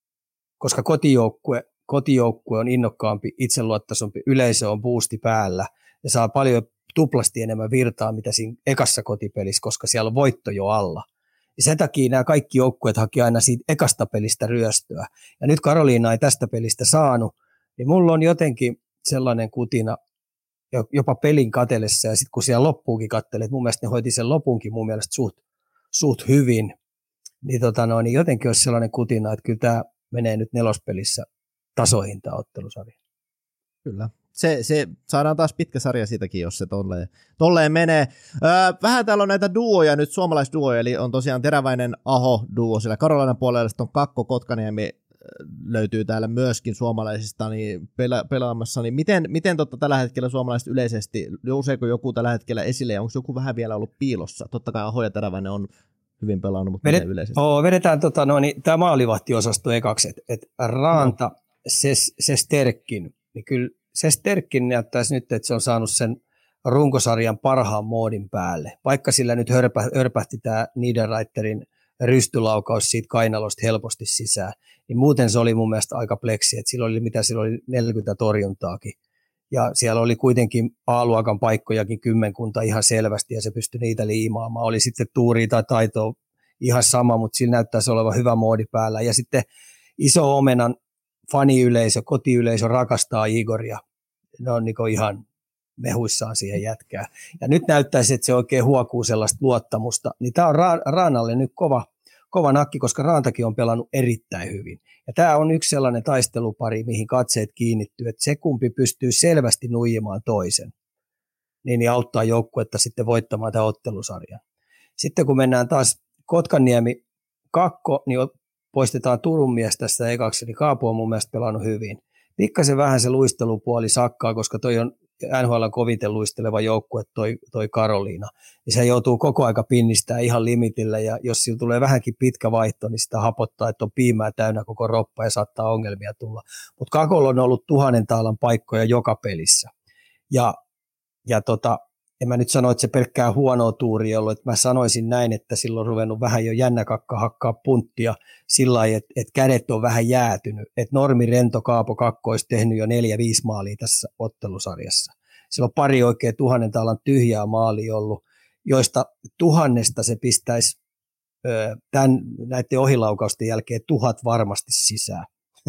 Koska kotijoukkue, kotijoukkue on innokkaampi, itseluottaisumpi, yleisö on boosti päällä ja saa paljon tuplasti enemmän virtaa, mitä siinä ekassa kotipelissä, koska siellä on voitto jo alla. Ja sen takia nämä kaikki joukkueet haki aina siitä ekasta pelistä ryöstöä. Ja nyt Karoliina ei tästä pelistä saanut, niin mulla on jotenkin sellainen kutina, jopa pelin katellessa, ja sitten kun siellä loppuunkin kattelee, mun mielestä ne hoiti sen lopunkin mun mielestä suht, suht hyvin, niin, tota noin, niin jotenkin olisi sellainen kutina, että kyllä tämä menee nyt nelospelissä tasoihin tämä ottelusarja. Kyllä. Se, se saadaan taas pitkä sarja siitäkin, jos se tolleen, tolleen menee. Öö, vähän täällä on näitä duoja nyt, suomalaisduoja, eli on tosiaan Teräväinen Aho-duo siellä Karolainan puolella, sitten on Kakko Kotkaniemi löytyy täällä myöskin suomalaisista niin pela- pelaamassa, niin miten, miten totta tällä hetkellä suomalaiset yleisesti, useako joku tällä hetkellä esille, ja onko joku vähän vielä ollut piilossa? Totta kai Aho ja Teräväinen on hyvin pelannut, mutta Vedet, yleisesti? Oo, vedetään tota, no, niin, tämä maalivahtiosasto ekaksi, että et Raanta, no. Sesterkin, niin kyllä Sesterkin näyttäisi nyt, että se on saanut sen runkosarjan parhaan moodin päälle, vaikka sillä nyt hörpä, hörpähti tämä Niederreiterin rystylaukaus siitä kainalosta helposti sisään. Niin muuten se oli mun mielestä aika pleksi, että silloin oli, mitä silloin oli neljäkymmentä torjuntaakin. Ja siellä oli kuitenkin A-luokan paikkojakin kymmenkunta ihan selvästi, ja se pystyi niitä liimaamaan. Oli sitten tuuria tai taitoa ihan sama, mutta sillä näyttäisi olevan hyvä moodi päällä. Ja sitten iso omenan faniyleisö, kotiyleisö rakastaa Igoria. Ne on niin ihan mehuissaan siihen jätkään. Ja nyt näyttäisi, että se oikein huokuu sellaista luottamusta. Niin tämä on Ra- Raanalle nyt kova, kova nakki, koska Raantakin on pelannut erittäin hyvin. Ja tämä on yksi sellainen taistelupari, mihin katseet kiinnittyy, että se kumpi pystyy selvästi nuijimaan toisen, niin, niin auttaa joukkuetta sitten voittamaan tämän ottelusarjan. Sitten kun mennään taas Kotkaniemi kakko, niin poistetaan Turun mies tästä ekaksi, niin Kaapo on mun mielestä pelannut hyvin. Pikkasen vähän se luistelupuoli sakkaa, koska toi on N H L:n koviten luisteleva joukkue, toi, toi Karoliina. Ja se joutuu koko aika pinnistää ihan limitillä, ja jos sillä tulee vähänkin pitkä vaihto, niin sitä hapottaa, että on piimää täynnä koko roppa ja saattaa ongelmia tulla. Mutta Kakolla on ollut tuhannen taalan paikkoja joka pelissä. Ja, ja tota, en mä nyt sano, että se pelkkää huonoa tuuria ollut, että mä sanoisin näin, että silloin on ruvennut vähän jo jännä kakka hakkaa punttia sillä lailla, että, että kädet on vähän jäätynyt, että normi Rento Kaapo Kakko olisi tehnyt jo neljä, viisi maalia tässä ottelusarjassa. Sillä on pari oikein tuhannen taalan tyhjää maalia ollut, joista tuhannesta se pistäisi tämän, näiden ohilaukausten jälkeen tuhat varmasti sisään.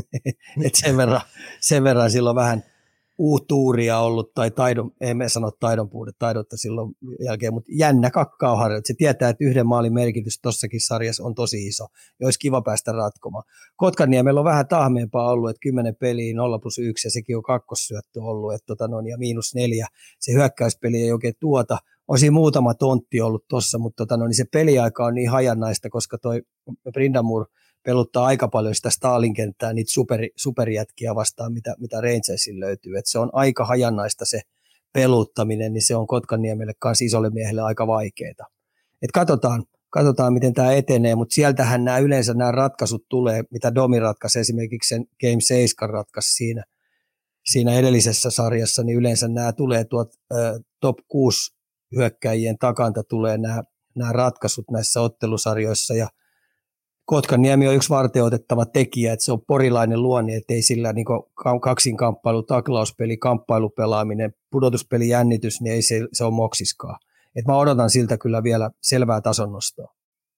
että sen verran, sen verran silloin vähän uutuuria ollut, tai taidon, ei me sano taidon puute, taidotta silloin jälkeen, mutta jännä kakkaa on harjoittu. Se tietää, että yhden maalin merkitys tossakin sarjassa on tosi iso, ja olisi kiva päästä ratkomaan. Kotkaniemellä on vähän tahmeempaa ollut, että kymmenen peliä, nolla plus yksi, ja sekin on kakkossyöttö ollut, että tota noin, ja miinus neljä. Se hyökkäyspeli ei oikein tuota. On siinä muutama tontti ollut tossa, mutta tota noin, niin se peliaika on niin hajannaista, koska toi Brindamur peluttaa aika paljon sitä Stalin kenttää, niitä super, superjätkiä vastaan, mitä, mitä Rangersin löytyy. Et se on aika hajannaista se peluttaminen, niin se on Kotkaniemelle kanssa isolle miehelle aika vaikeaa. Et katsotaan, katsotaan, miten tämä etenee, mutta sieltähän nämä yleensä nämä ratkaisut tulee, mitä Domi ratkaisi, esimerkiksi sen Game seitsemän ratkaisi siinä, siinä edellisessä sarjassa, niin yleensä nämä tulee tuot äh, top kuusi hyökkäjien takanta tulee nämä, nämä ratkaisut näissä ottelusarjoissa, ja Kotkaniemi on yksi varteenotettava tekijä, että se on porilainen luonne, että ei sillä niin kaksinkamppailu, taklauspeli, kamppailupelaaminen, pudotuspeli, jännitys, niin ei se, se ole moksiskaan. Et mä odotan siltä kyllä vielä selvää tasonnostoa.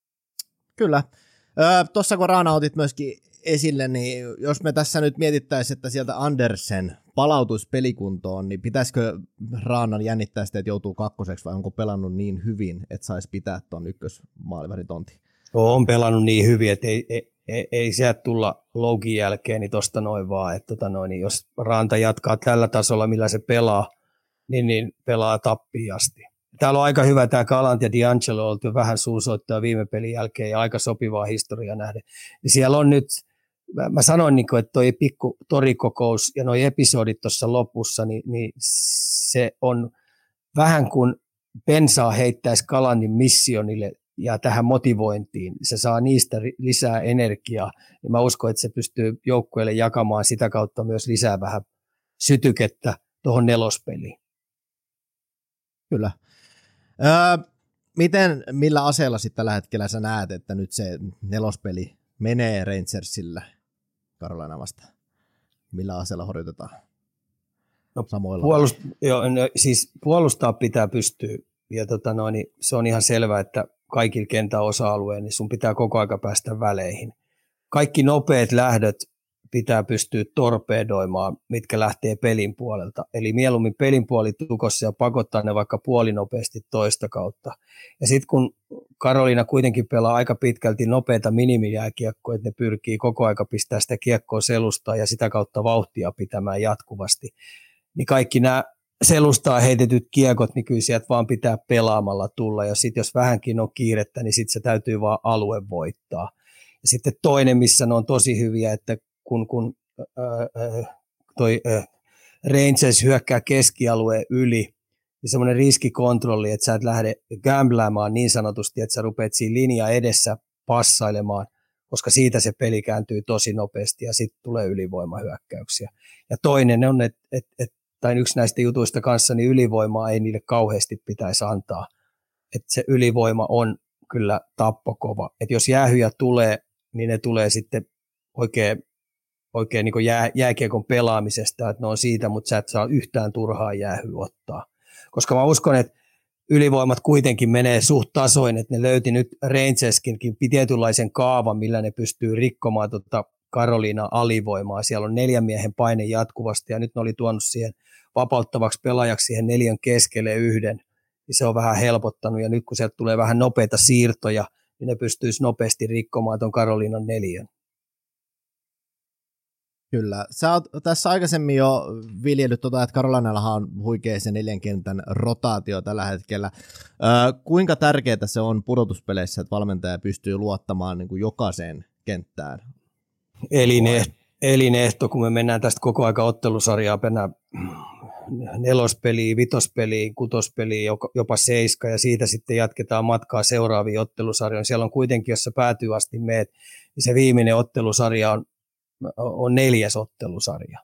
Kyllä. Tuossa kun Raana otit myöskin esille, niin jos me tässä nyt mietittäisiin, että sieltä Andersen palautuisi pelikuntoon, niin pitäisikö Raanan jännittää sitä, että joutuu kakkoseksi, vai onko pelannut niin hyvin, että saisi pitää tuon ykkösmaaliväritontin? On pelannut niin hyvin, että ei, ei, ei, ei sieltä tulla loukin jälkeen niin tosta noin vaan, että tota noin, niin jos Ranta jatkaa tällä tasolla, millä se pelaa, niin, niin pelaa tappiin asti. Täällä on aika hyvä tämä Galant ja D'Angelo on oltu vähän suusoittaa viime pelin jälkeen ja aika sopivaa historiaa nähden. Niin siellä on nyt, mä sanoin, niin kuin, että toi pikku torikokous ja nuo episodit tuossa lopussa, niin, niin se on vähän kuin bensaa heittäisi Galantin missionille ja tähän motivointiin, se saa niistä lisää energiaa, niin mä uskon, että se pystyy joukkueelle jakamaan sitä kautta myös lisää vähän sytykettä tuohon nelospeliin. Kyllä. Öö, miten, millä aseella sitten tällä hetkellä sä näet, että nyt se nelospeli menee Rangersille Carolina vastaan? Millä aseella horjutetaan? No, Samoilla puolust- joo, no, siis puolustaa pitää pystyä, ja tota noin, niin se on ihan selvä, että kaikilla kentän osa-alueilla, niin sun pitää koko aika päästä väleihin. Kaikki nopeat lähdöt pitää pystyä torpedoimaan, mitkä lähtee pelin puolelta. Eli mieluummin pelin puoli tukossa ja pakottaa ne vaikka puolinopeasti toista kautta. Ja sitten kun Karoliina kuitenkin pelaa aika pitkälti nopeita minimijääkiekkoa, että ne pyrkii koko aika pistää sitä kiekkoa selustaa ja sitä kautta vauhtia pitämään jatkuvasti, niin kaikki nämä selustaa heitetyt kiekot, niin kyllä sieltä vaan pitää pelaamalla tulla, ja sitten jos vähänkin on kiirettä, niin sitten se täytyy vaan alue voittaa. Ja sitten toinen, missä ne on tosi hyviä, että kun, kun äh, toi äh, Rangers hyökkää keskialueen yli, niin semmoinen riskikontrolli, että sä et lähde gamblaamaan niin sanotusti, että sä rupeat siinä linja edessä passailemaan, koska siitä se peli kääntyy tosi nopeasti, ja sitten tulee ylivoimahyökkäyksiä. Ja toinen on, että et, et tai yksi näistä jutuista kanssa, niin ylivoimaa ei niille kauheasti pitäisi antaa. Että se ylivoima on kyllä tappokova. Et jos jäähyjä tulee, niin ne tulee sitten oikein, oikein niin kuin jää, jääkiekon pelaamisesta, että ne on siitä, mutta sä et saa yhtään turhaa jäähyä ottaa. Koska mä uskon, että ylivoimat kuitenkin menee suht tasoin, että ne löyti nyt Rangerskinkin tietynlaisen kaavan, millä ne pystyy rikkomaan tota Carolina alivoimaa. Siellä on neljän miehen paine jatkuvasti ja nyt ne oli tuonut siihen vapauttavaksi pelaajaksi siihen neljän keskelle yhden, niin se on vähän helpottanut ja nyt kun sieltä tulee vähän nopeita siirtoja, niin ne pystyisi nopeasti rikkomaan tuon Carolinan neljän. Kyllä. Sä oot tässä aikaisemmin jo viljellyt, tota, että Carolinallahan on huikea se neljän kentän rotaatio tällä hetkellä. Öö, kuinka tärkeää se on pudotuspeleissä, että valmentaja pystyy luottamaan niin kuin jokaiseen kenttään? Elinehto, elinehto, kun me mennään tästä koko aika ottelusarjaa penää nelospeliin, vitospeliin, kutospeliin, jopa seiska, ja siitä sitten jatketaan matkaa seuraaviin ottelusarjoihin. Siellä on kuitenkin, jos sä päätyy asti meet, niin se viimeinen ottelusarja on on neljäs ottelusarja.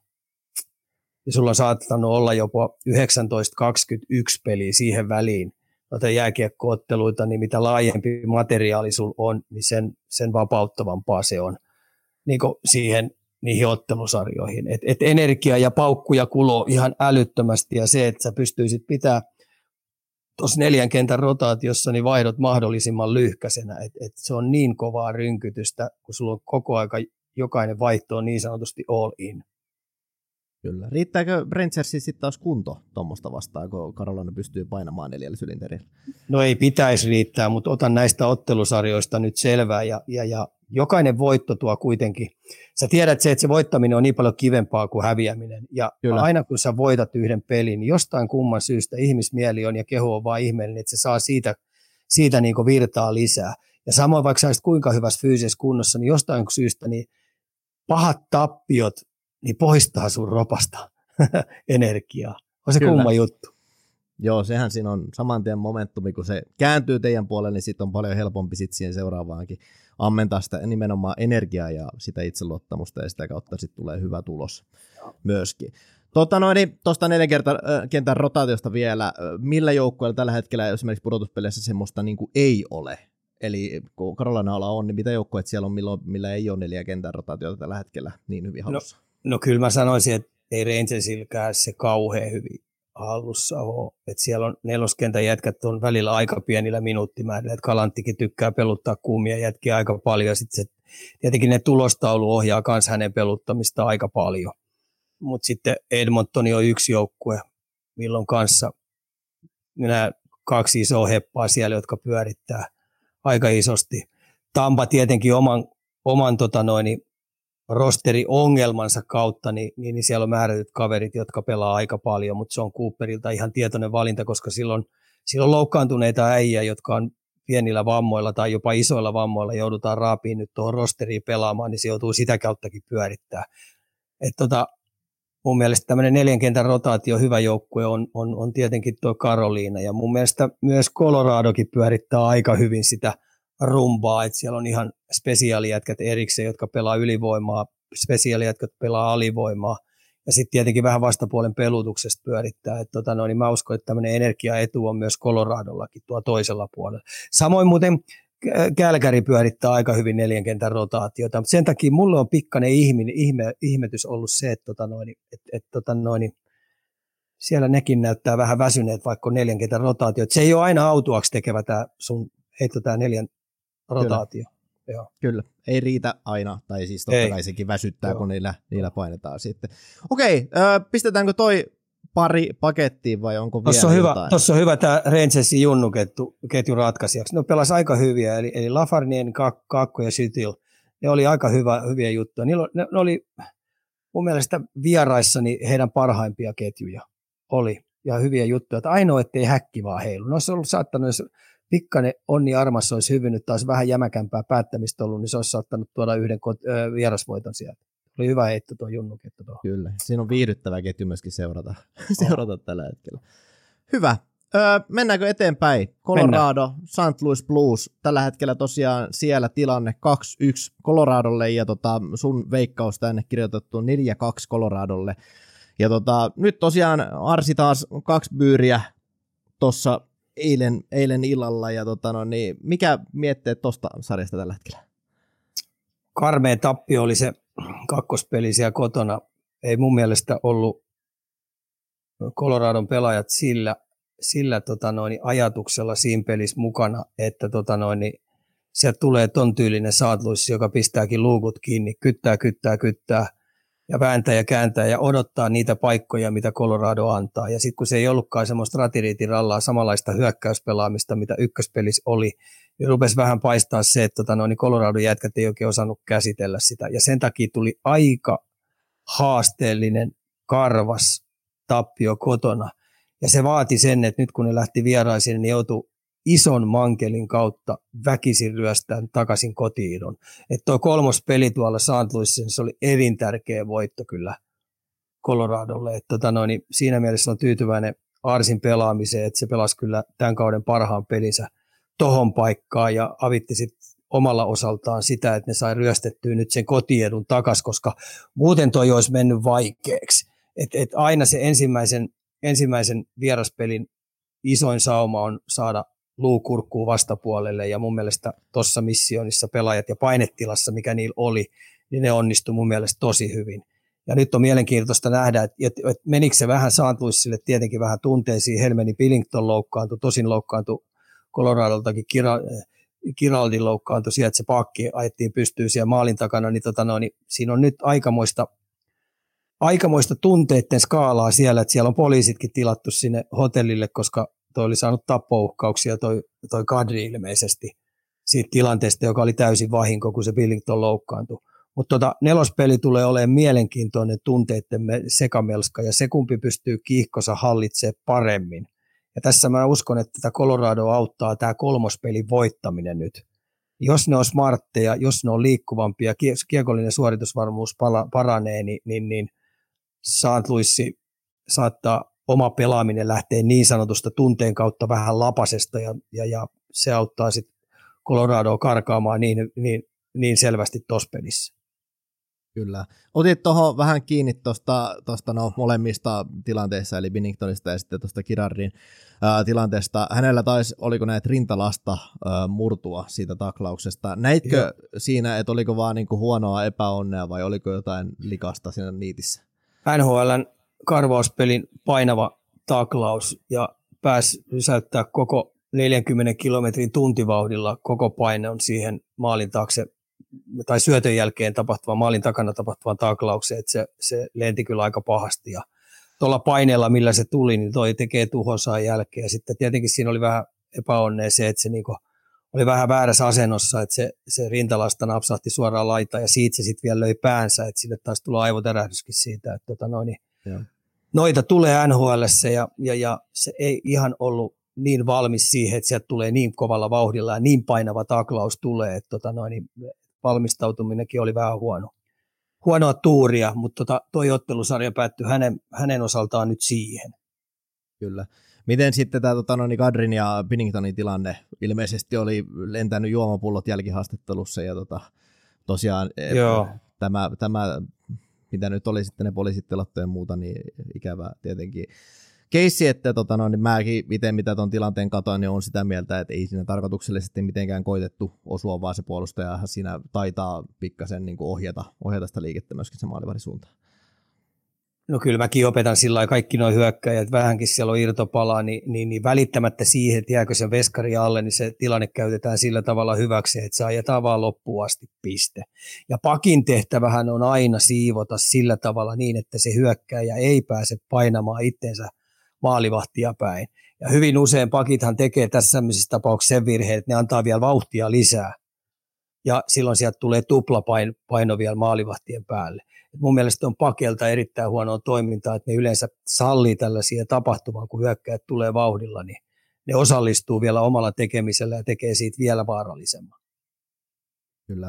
Ja sulla on saattanut olla jopa yhdeksäntoista kaksikymmentäyksi peliä siihen väliin noita jääkiekko-otteluita, niin mitä laajempi materiaali sulla on, niin sen, sen vapauttavampaa se on niin siihen, niihin ottelusarjoihin. Et, et energia ja paukkuja kuloo ihan älyttömästi, ja se, että sä pystyisit pitää tuossa neljän kentän rotaatiossa niin vaihdot mahdollisimman lyhkäisenä, että et se on niin kovaa rynkytystä, kun sulla on koko aika jokainen vaihto on niin sanotusti all in. Kyllä. Riittääkö Rangersin sitten taas kunto tuommoista vastaan, kun Carolina pystyy painamaan neljällä sylinterillä? No ei pitäisi riittää, mutta otan näistä ottelusarjoista nyt selvää. Ja, ja, ja jokainen voitto tuo kuitenkin. Sä tiedät se, että se voittaminen on niin paljon kivempaa kuin häviäminen. Ja Kyllä. aina kun sä voitat yhden pelin, niin jostain kumman syystä ihmismieli on ja keho on vaan ihmeellinen, että se saa siitä, siitä niin kuin virtaa lisää. Ja samoin vaikka sä olisit kuinka hyvässä fyysisessä kunnossa, niin jostain syystä niin pahat tappiot niin poistaa sun ropasta energiaa. On se Kyllä. kumma juttu. Joo, sehän siinä on saman tien momentumi, kun se kääntyy teidän puolelle, niin sitten on paljon helpompi sit siihen seuraavaankin ammentaa sitä nimenomaan energiaa ja sitä itseluottamusta, ja sitä kautta sitten tulee hyvä tulos myöskin. Tuosta tota neljän kentän rotaatiosta vielä, millä joukkueella tällä hetkellä esimerkiksi pudotuspeleissä semmoista niin kuin ei ole? Eli kun Carolinalla on, niin mitä joukkueet siellä on, milloin, millä ei ole neljä kentän rotaatiota tällä hetkellä niin hyvin hallussa? No, no kyllä mä sanoisin, että ei Rangersilkään se kauhean hyvin hallussa ole. Että siellä on neloskentän jätkät on välillä aika pienillä minuuttimäärillä, että Kalanttikin tykkää peluttaa kuumia jätkiä aika paljon. Sitten se, tietenkin ne tulostaulu ohjaa myös hänen peluttamista aika paljon. Mutta sitten Edmontoni on yksi joukkue, milloin kanssa nämä kaksi isoa heppaa siellä, jotka pyörittää aika isosti. Tampa tietenkin oman, oman tota noin, rosteriongelmansa kautta, niin, niin, niin siellä on määrätyt kaverit, jotka pelaa aika paljon, mutta se on Cooperilta ihan tietoinen valinta, koska silloin, silloin loukkaantuneita äijä, jotka on pienillä vammoilla tai jopa isoilla vammoilla, joudutaan raapiin nyt tuohon rosteriin pelaamaan, niin se joutuu sitä kauttakin pyörittää. Et tota, mun mielestä tämmöinen neljän kentän rotaatio hyvä joukkue on, on, on tietenkin tuo Carolina, ja mun mielestä myös Coloradokin pyörittää aika hyvin sitä rumbaa, että siellä on ihan spesiaalijätkät erikseen, jotka pelaa ylivoimaa, spesiaalijätkät pelaa alivoimaa, ja sitten tietenkin vähän vastapuolen pelutuksesta pyörittää. Et tota, no, niin mä uskon, että tämmöinen energiaetu on myös Coloradollakin tuo toisella puolella. Samoin muuten Calgary pyörittää aika hyvin neljän kentän rotaatiota, mutta sen takia mulle on pikkainen ihme, ihme, ihmetys ollut se, että tota, no, et, et, tota, no, niin siellä nekin näyttää vähän väsyneet, vaikka on neljän kentän rotaatio. Et se ei ole aina autuaksi tekevä tämä sun heitto, tämä neljän rotaatio. Kyllä. Joo. Kyllä, ei riitä aina, tai siis totta kai sekin väsyttää, Joo. kun niillä, niillä painetaan sitten. Okei, äh, pistetäänkö toi pari pakettiin vai onko vielä tossa on jotain? Hyvä, tuossa on hyvä tämä Rangersin junnuketjun ratkaisijaksi. Ne pelasi aika hyviä, eli, eli Lafarnien, Kakko ja Sytil, ne oli aika hyvä, hyviä juttuja. Niillä, ne, ne oli mun mielestä vieraissa niin heidän parhaimpia ketjuja oli, ja hyviä juttuja. Että ainoa, ettei häkki vaan heilu. Ne olisi ollut saattanut, jos pikkainen onni armassa olisi hyvinnyt, taas vähän jämäkämpää päättämistä ollut, niin se olisi saattanut tuoda yhden äh, vierasvoiton sieltä. Oli hyvä heitto tuo junnukettu tuohon. Kyllä, siinä on viihdyttävä ketju myöskin seurata, seurata tällä hetkellä. Hyvä. Öö, mennäänkö eteenpäin? Colorado, Saint Louis Blues. Tällä hetkellä tosiaan siellä tilanne kaksi yksi Coloradolle, ja tota, sun veikkaus tänne kirjoitettu neljä kaksi Coloradolle. Ja tota, nyt tosiaan Arsi taas kaksi byyriä tuossa eilen, eilen illalla. Ja tota, no, niin mikä mietteet tuosta sarjasta tällä hetkellä? Karmea tappio oli se kakkospeli siellä kotona. Ei mun mielestä ollut Coloradon pelaajat sillä, sillä tota noin, ajatuksella siinä pelissä mukana, että tota noin, sieltä tulee ton tyylinen Saint Louis, joka pistääkin luukut kiinni, kyttää, kyttää, kyttää ja vääntää ja kääntää ja odottaa niitä paikkoja, mitä Colorado antaa. Ja sitten kun se ei ollutkaan semmoista ratiriitirallaa, samanlaista hyökkäyspelaamista, mitä ykköspelissä oli, niin rupesi vähän paistaa se, että tota noin, Colorado jätkät ei oikein osannut käsitellä sitä. Ja sen takia tuli aika haasteellinen, karvas tappio kotona. Ja se vaati sen, että nyt kun ne lähti vieraisiin, niin joutui ison mankelin kautta väkisin ryöstään takaisin kotiidon. Että tuo kolmos peli tuolla Saint Louisissa, se oli elintärkeä voitto kyllä Coloradolle. Että tota noin, siinä mielessä on tyytyväinen Arsin pelaamiseen, että se pelasi kyllä tämän kauden parhaan pelinsä tohon paikkaan ja avitti sitten omalla osaltaan sitä, että ne sai ryöstettyä nyt sen kotiedun takas, koska muuten toi olisi mennyt vaikeaksi. Et, et aina se ensimmäisen, ensimmäisen vieraspelin isoin sauma on saada luukurkkuu vastapuolelle, ja mun mielestä tuossa missionissa pelaajat ja painetilassa, mikä niillä oli, niin ne onnistui mun mielestä tosi hyvin. Ja nyt on mielenkiintoista nähdä, että, että, että menikö se vähän Saint Louisille tietenkin vähän tunteisiin. Helmeni Billington loukkaantui, tosin loukkaantui Coloradoltakin Kira, Kiraldin loukkaantui sieltä, että se pakki ajettiin pystyyn siellä maalin takana, niin, tota no, niin siinä on nyt aikamoista, aikamoista tunteiden skaalaa siellä, että siellä on poliisitkin tilattu sinne hotellille, koska toi oli saanut tappouhkauksia toi, toi Kadri ilmeisesti siitä tilanteesta, joka oli täysin vahinko, kun se Billington loukkaantui. Mutta tota, nelospeli tulee olemaan mielenkiintoinen tunteiden sekamelska, ja se kumpi pystyy kiihkonsa hallitsemaan paremmin. Ja tässä mä uskon, että tätä Colorado auttaa tämä kolmospelin voittaminen nyt. Jos ne on smartteja, jos ne on liikkuvampia, kiekollinen suoritusvarmuus pala, paranee, niin, niin, niin Saint Louis saattaa oma pelaaminen lähteä niin sanotusta tunteen kautta vähän lapasesta, ja, ja, ja se auttaa sitten Coloradoa karkaamaan niin, niin, niin selvästi tuossa pelissä. Kyllä. Otit tuohon vähän kiinni tuosta no, molemmista tilanteissa, eli Binningtonista ja sitten tuosta Girardin ää, tilanteesta. Hänellä taisi, oliko näitä rintalasta ää, murtua siitä taklauksesta. Näitkö Joo. siinä, että oliko vaan niinku huonoa epäonnea vai oliko jotain likasta siinä niitissä? N H L:n karvauspelin painava taklaus ja pääsi rysäyttää koko neljänkymmenen kilometrin tuntivauhdilla koko paine on siihen maalin taakse tai syötön jälkeen tapahtuvan, maalin takana tapahtuvan taklaukseen, että se, se lenti kyllä aika pahasti. Ja tuolla paineella, millä se tuli, niin toi tekee tuhonsa jälkeen. Ja sitten tietenkin siinä oli vähän epäonnea se, että se niinku oli vähän väärässä asennossa, että se, se rintalasta napsahti suoraan laitaan, ja siitä se sitten vielä löi päänsä, että sille taisi tulla aivotärähdyskin siitä. Että tota noin, noita tulee N H L:ssä, ja, ja, ja se ei ihan ollut niin valmis siihen, että sieltä tulee niin kovalla vauhdilla ja niin painava taklaus tulee, että tota noin, valmistautuminenkin oli vähän huono. Huonoa tuuria, mutta tota, toi ottelusarja päättyi hänen, hänen osaltaan nyt siihen. Kyllä. Miten sitten tämä tota, no, Kadrin ja Binningtonin tilanne? Ilmeisesti oli lentänyt juomapullot jälkihaastattelussa, ja tota, tosiaan Joo. Tämä, tämä, mitä nyt oli sitten ne poliisittelottu ja muuta, niin ikävä tietenkin keissi, että tota, no, niin mäkin itse mitä tuon tilanteen katoin, niin on sitä mieltä, että ei siinä tarkoituksellisesti mitenkään koitettu osua, vaan se puolustaja siinä taitaa pikkasen niin kuin ohjata, ohjata sitä liikettä myöskin se maalivahdin suuntaan. No kyllä mäkin opetan sillä lailla kaikki nuo hyökkäjät, vähänkin siellä on irtopalaa, niin, niin, niin välittämättä siihen, että jääkö sen veskari alle, niin se tilanne käytetään sillä tavalla hyväksi, että se ajetaan vaan loppuun asti piste. Ja pakin tehtävähän on aina siivota sillä tavalla niin, että se hyökkäjä ei pääse painamaan itsensä maalivahtia päin. Ja hyvin usein pakithan tekee tässä sellaisissa tapauksissa sen virheen, että ne antaa vielä vauhtia lisää. Ja silloin sieltä tulee tuplapaino vielä maalivahtien päälle. Et mun mielestä on pakelta erittäin huonoa toimintaa, että ne yleensä sallii tällaisia tapahtumaan, kun hyökkäjät tulee vauhdilla, niin ne osallistuu vielä omalla tekemisellä ja tekee siitä vielä vaarallisemman. Kyllä.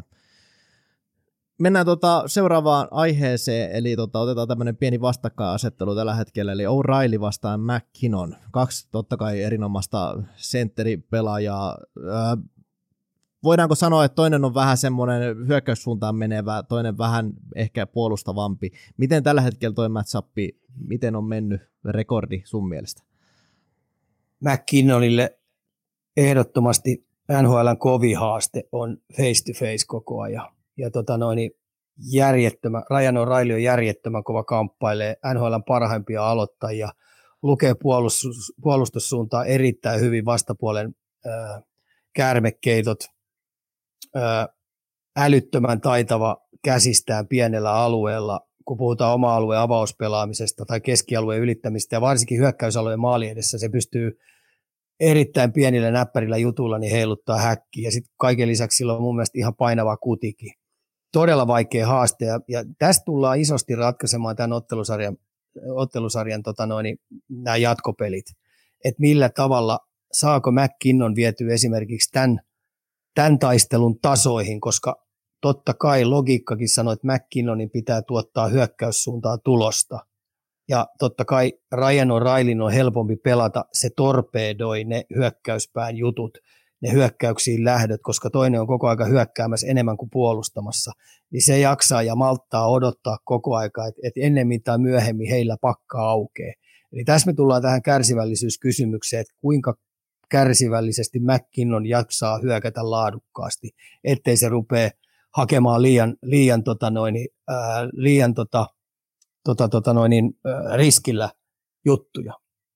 Mennään tota seuraavaan aiheeseen, eli tota, otetaan tämmöinen pieni vastakkainasettelu tällä hetkellä, eli O'Reilly vastaan McKinnon. Kaksi totta kai erinomaista sentteripelaajaa. Ää, voidaanko sanoa, että toinen on vähän semmoinen hyökkäyssuuntaan menevä, toinen vähän ehkä puolustavampi. Miten tällä hetkellä toi match-up, miten on mennyt rekordi sun mielestä? McKinnonille ehdottomasti N H L:n kovin haaste on face to face koko ajan. Ja tota noin, järjettömän, Ryan O'Reilly on järjettömän kova kamppailee N H L:n parhaimpia aloittajia, lukee puolustus, puolustussuuntaan erittäin hyvin vastapuolen ää, käärmekeitot, ää, älyttömän taitava käsistään pienellä alueella, kun puhutaan oma-alueen avauspelaamisesta tai keskialueen ylittämistä ja varsinkin hyökkäysalueen maali edessä, se pystyy erittäin pienillä näppärillä jutuilla niin heiluttaa häkkiä ja sitten kaiken lisäksi sillä on mun mielestä ihan painava kutikin. Todella vaikea haaste ja, ja tästä tullaan isosti ratkaisemaan tämän ottelusarjan, ottelusarjan tota noin, nämä jatkopelit, että millä tavalla saako McKinnon vietyä esimerkiksi tämän, tämän taistelun tasoihin, koska totta kai logiikkakin sanoo, että McKinnonin pitää tuottaa hyökkäyssuuntaan tulosta. Ja totta kai Ryan O'Reillyn on helpompi pelata, se torpedoi ne hyökkäyspään jutut, ne hyökkäyksiin lähdöt, koska toinen on koko aika hyökkäämässä enemmän kuin puolustamassa. Niin se jaksaa ja malttaa odottaa koko aika, että, että ennemmin tai myöhemmin heillä pakka aukeaa. Eli tässä me tullaan tähän kärsivällisyyskysymykseen, että kuinka kärsivällisesti McKinnon jaksaa hyökätä laadukkaasti, ettei se rupea hakemaan liian, liian, tota noin, ää, liian tota, tota, tota noin, ää, riskillä juttuja.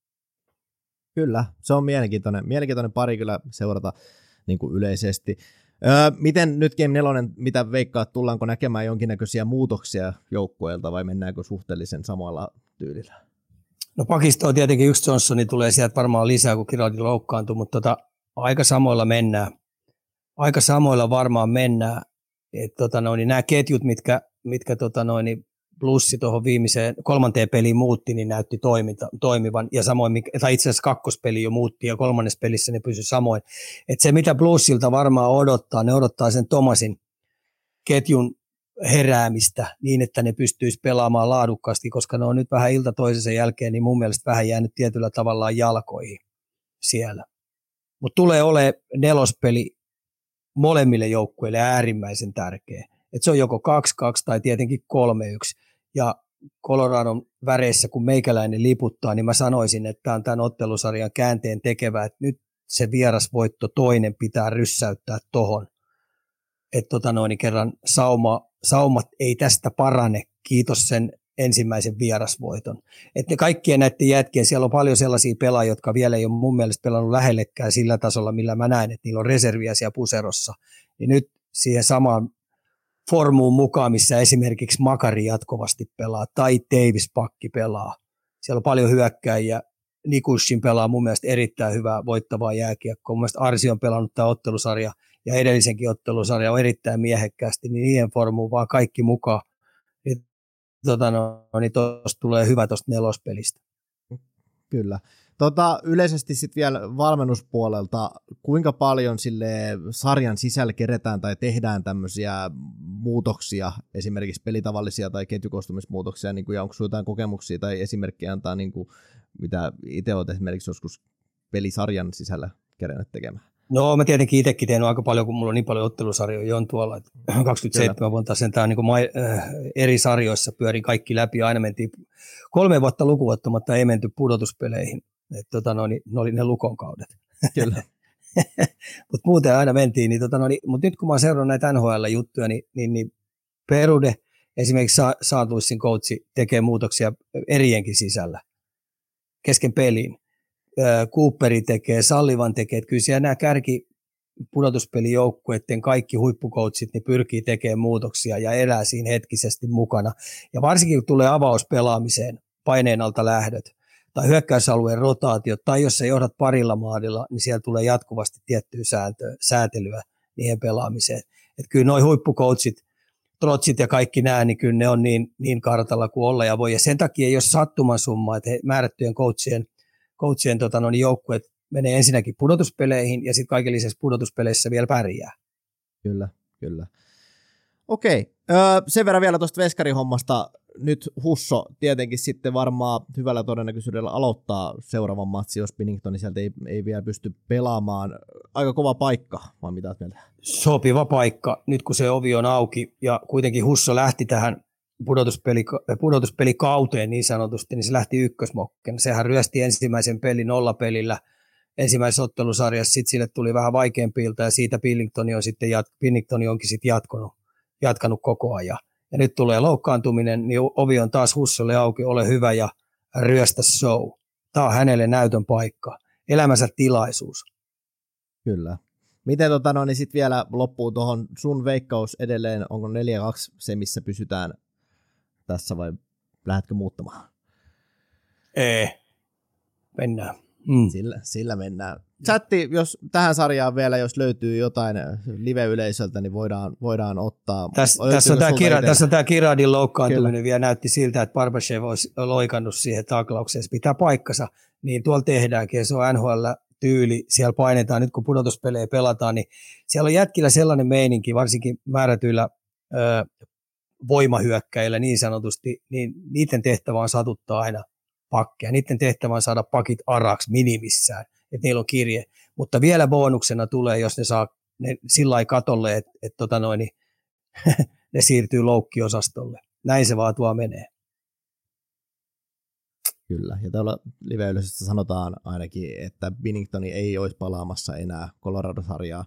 Kyllä, se on mielenkiintoinen, mielenkiintoinen pari kyllä seurata niin kuin yleisesti. Öö, miten nyt Game neljä, mitä veikkaat, tullaanko näkemään jonkinnäköisiä muutoksia joukkueelta vai mennäänkö suhteellisen samalla tyylillä? No pakisto on tietenkin yksi Johnsoni, tulee sieltä varmaan lisää, kun Girardi loukkaantuu, mutta tota, aika samoilla mennään. Aika samoilla varmaan mennään. Et, tota noin, nämä ketjut, mitkä, mitkä tota noin, plussi tuohon viimeiseen kolmanteen peliin muutti, niin näytti toiminta, toimivan. Ja samoin, tai itse asiassa kakkospeli jo muutti ja kolmannessa pelissä ne pysyi samoin. Et se, mitä plussilta varmaan odottaa, ne odottaa sen Thomasin ketjun heräämistä niin, että ne pystyisi pelaamaan laadukkaasti, koska ne on nyt vähän ilta toisensa jälkeen, niin mun mielestä vähän jäänyt tietyllä tavallaan jalkoihin siellä. Mutta tulee olemaan nelospeli molemmille joukkueille äärimmäisen tärkeä. Et se on joko kaksi kaksi tai tietenkin kolme yksi. Ja Coloradon väreissä, kun meikäläinen liputtaa, niin mä sanoisin, että tämä on tämän ottelusarjan käänteen tekevä, että nyt se vierasvoitto toinen pitää ryssäyttää tohon. Että tota noin, kerran sauma, saumat ei tästä parane, kiitos sen ensimmäisen vierasvoiton. Että kaikkien näiden jätkien, siellä on paljon sellaisia pelaajia, jotka vielä ei ole mun mielestä pelannut lähellekään sillä tasolla, millä mä näen, että niillä on reserviä siellä puserossa. Niin nyt siihen samaan formuun mukaan, missä esimerkiksi Makari jatkuvasti pelaa tai Davis pakki pelaa. Siellä on paljon hyökkäjiä. Nikushin pelaa mun mielestä erittäin hyvää voittavaa jääkiekkoa. Mun mielestä Arsi on pelannut tämä ottelusarja ja edellisenkin ottelusarja on erittäin miehekkäästi, niin niiden formuun vaan kaikki mukaan. Niin, tota no, niin tuosta tulee hyvä tuosta nelospelistä. Kyllä. Tota, yleisesti sitten vielä valmennuspuolelta, kuinka paljon sille sarjan sisällä keretään tai tehdään tämmöisiä muutoksia, esimerkiksi pelitavallisia tai ketjukostumismuutoksia, niin kuin, ja onko sinulla jotain kokemuksia tai esimerkkejä antaa, niin kuin, mitä itse olet esimerkiksi joskus pelisarjan sisällä kerennyt tekemään? No mä tietenkin itsekin tehnyt aika paljon, kun mulla on niin paljon ottelusarjoja on tuolla, että kaksikymmentäseitsemän vuotta sentään niin kuin äh, eri sarjoissa pyörin kaikki läpi, aina mentiin kolme vuotta lukuottamatta, ei menty pudotuspeleihin. Että tota, no, niin, ne oli ne Lukon kaudet. Kyllä. Mutta muuten aina mentiin. Niin, tota, no, niin, mutta nyt kun mä oon seurannut näitä N H L-juttuja, niin, niin, niin Perude, esimerkiksi Sa- Saatuissin coachi, tekee muutoksia erienkin sisällä kesken peliin. Cooperi tekee, Sullivan tekee. Että kyllä siellä nämä kärki pudotuspelijoukkueiden kaikki huippukoutsit niin pyrkii tekemään muutoksia ja elää siinä hetkisesti mukana. Ja varsinkin kun tulee avauspelaamiseen, paineen alta lähdöt, tai hyökkäysalueen rotaatiot, tai jos sä johdat parilla maadilla, niin siellä tulee jatkuvasti tiettyä sääntöä, säätelyä niihin pelaamiseen. Että kyllä noi huippukoutsit, trotsit ja kaikki nämä, niin kyllä ne on niin, niin kartalla kuin olla ja voi. Ja sen takia ei ole sattuman summa, että he, määrättyjen coachien, coachien tota, no, niin joukkueet menee ensinnäkin pudotuspeleihin, ja sitten kaiken lisäksi pudotuspeleissä vielä pärjää. Kyllä, kyllä. Okei, öö, sen verran vielä tuosta veskarihommasta. Nyt Husso tietenkin sitten varmaan hyvällä todennäköisyydellä aloittaa seuraavan matsin, jos Binnington sieltä ei, ei vielä pysty pelaamaan. Aika kova paikka, vai mitä mieltä? Sopiva paikka, nyt kun se ovi on auki, ja kuitenkin Husso lähti tähän pudotuspeli, pudotuspelikauteen niin sanotusti, niin se lähti ykkösmokkena. Sehän ryösti ensimmäisen pelin nollapelillä ensimmäisessä ottelusarjassa, sitten sille tuli vähän vaikeampi ilta ja siitä Billington on sitten jat, Billington onkin sitten jatkanut, jatkanut koko ajan. Ja nyt tulee loukkaantuminen, niin ovi on taas Hussolle auki, ole hyvä ja ryöstä show. Tämä on hänelle näytön paikka, elämänsä tilaisuus. Kyllä. Miten tota, no, niin sitten vielä loppuu tuohon sun veikkaus edelleen, onko neljä kaksi se, missä pysytään tässä vai lähdetkö muuttamaan? Ei, mennään. Mm. Sillä, sillä mennään. Chatti, jos tähän sarjaan vielä, jos löytyy jotain live-yleisöltä, niin voidaan, voidaan ottaa. Täs, tässä, on tämä Kira, tässä on tämä Kiradin loukkaantuminen. Kyllä. Vielä näytti siltä, että Barbashev olisi loikannut siihen taklaukseen. Se pitää paikkansa, niin tuolla tehdäänkin. Se on N H L-tyyli. Siellä painetaan, nyt kun pudotuspelejä pelataan, niin siellä on jätkillä sellainen meininki, varsinkin määrätyillä ö, voimahyökkäillä niin sanotusti, niin niiden tehtävä on satuttaa aina pakkeja. Niiden tehtävä on saada pakit araksi minimissään, että niillä on kirje. Mutta vielä bonuksena tulee, jos ne saa ne sillä lailla katolle, että et, tota noin, ne siirtyy loukkiosastolle. Näin se vaan tuo menee. Kyllä, ja täällä live-yleisössä sanotaan ainakin, että Binnington ei olisi palaamassa enää Colorado-sarjaa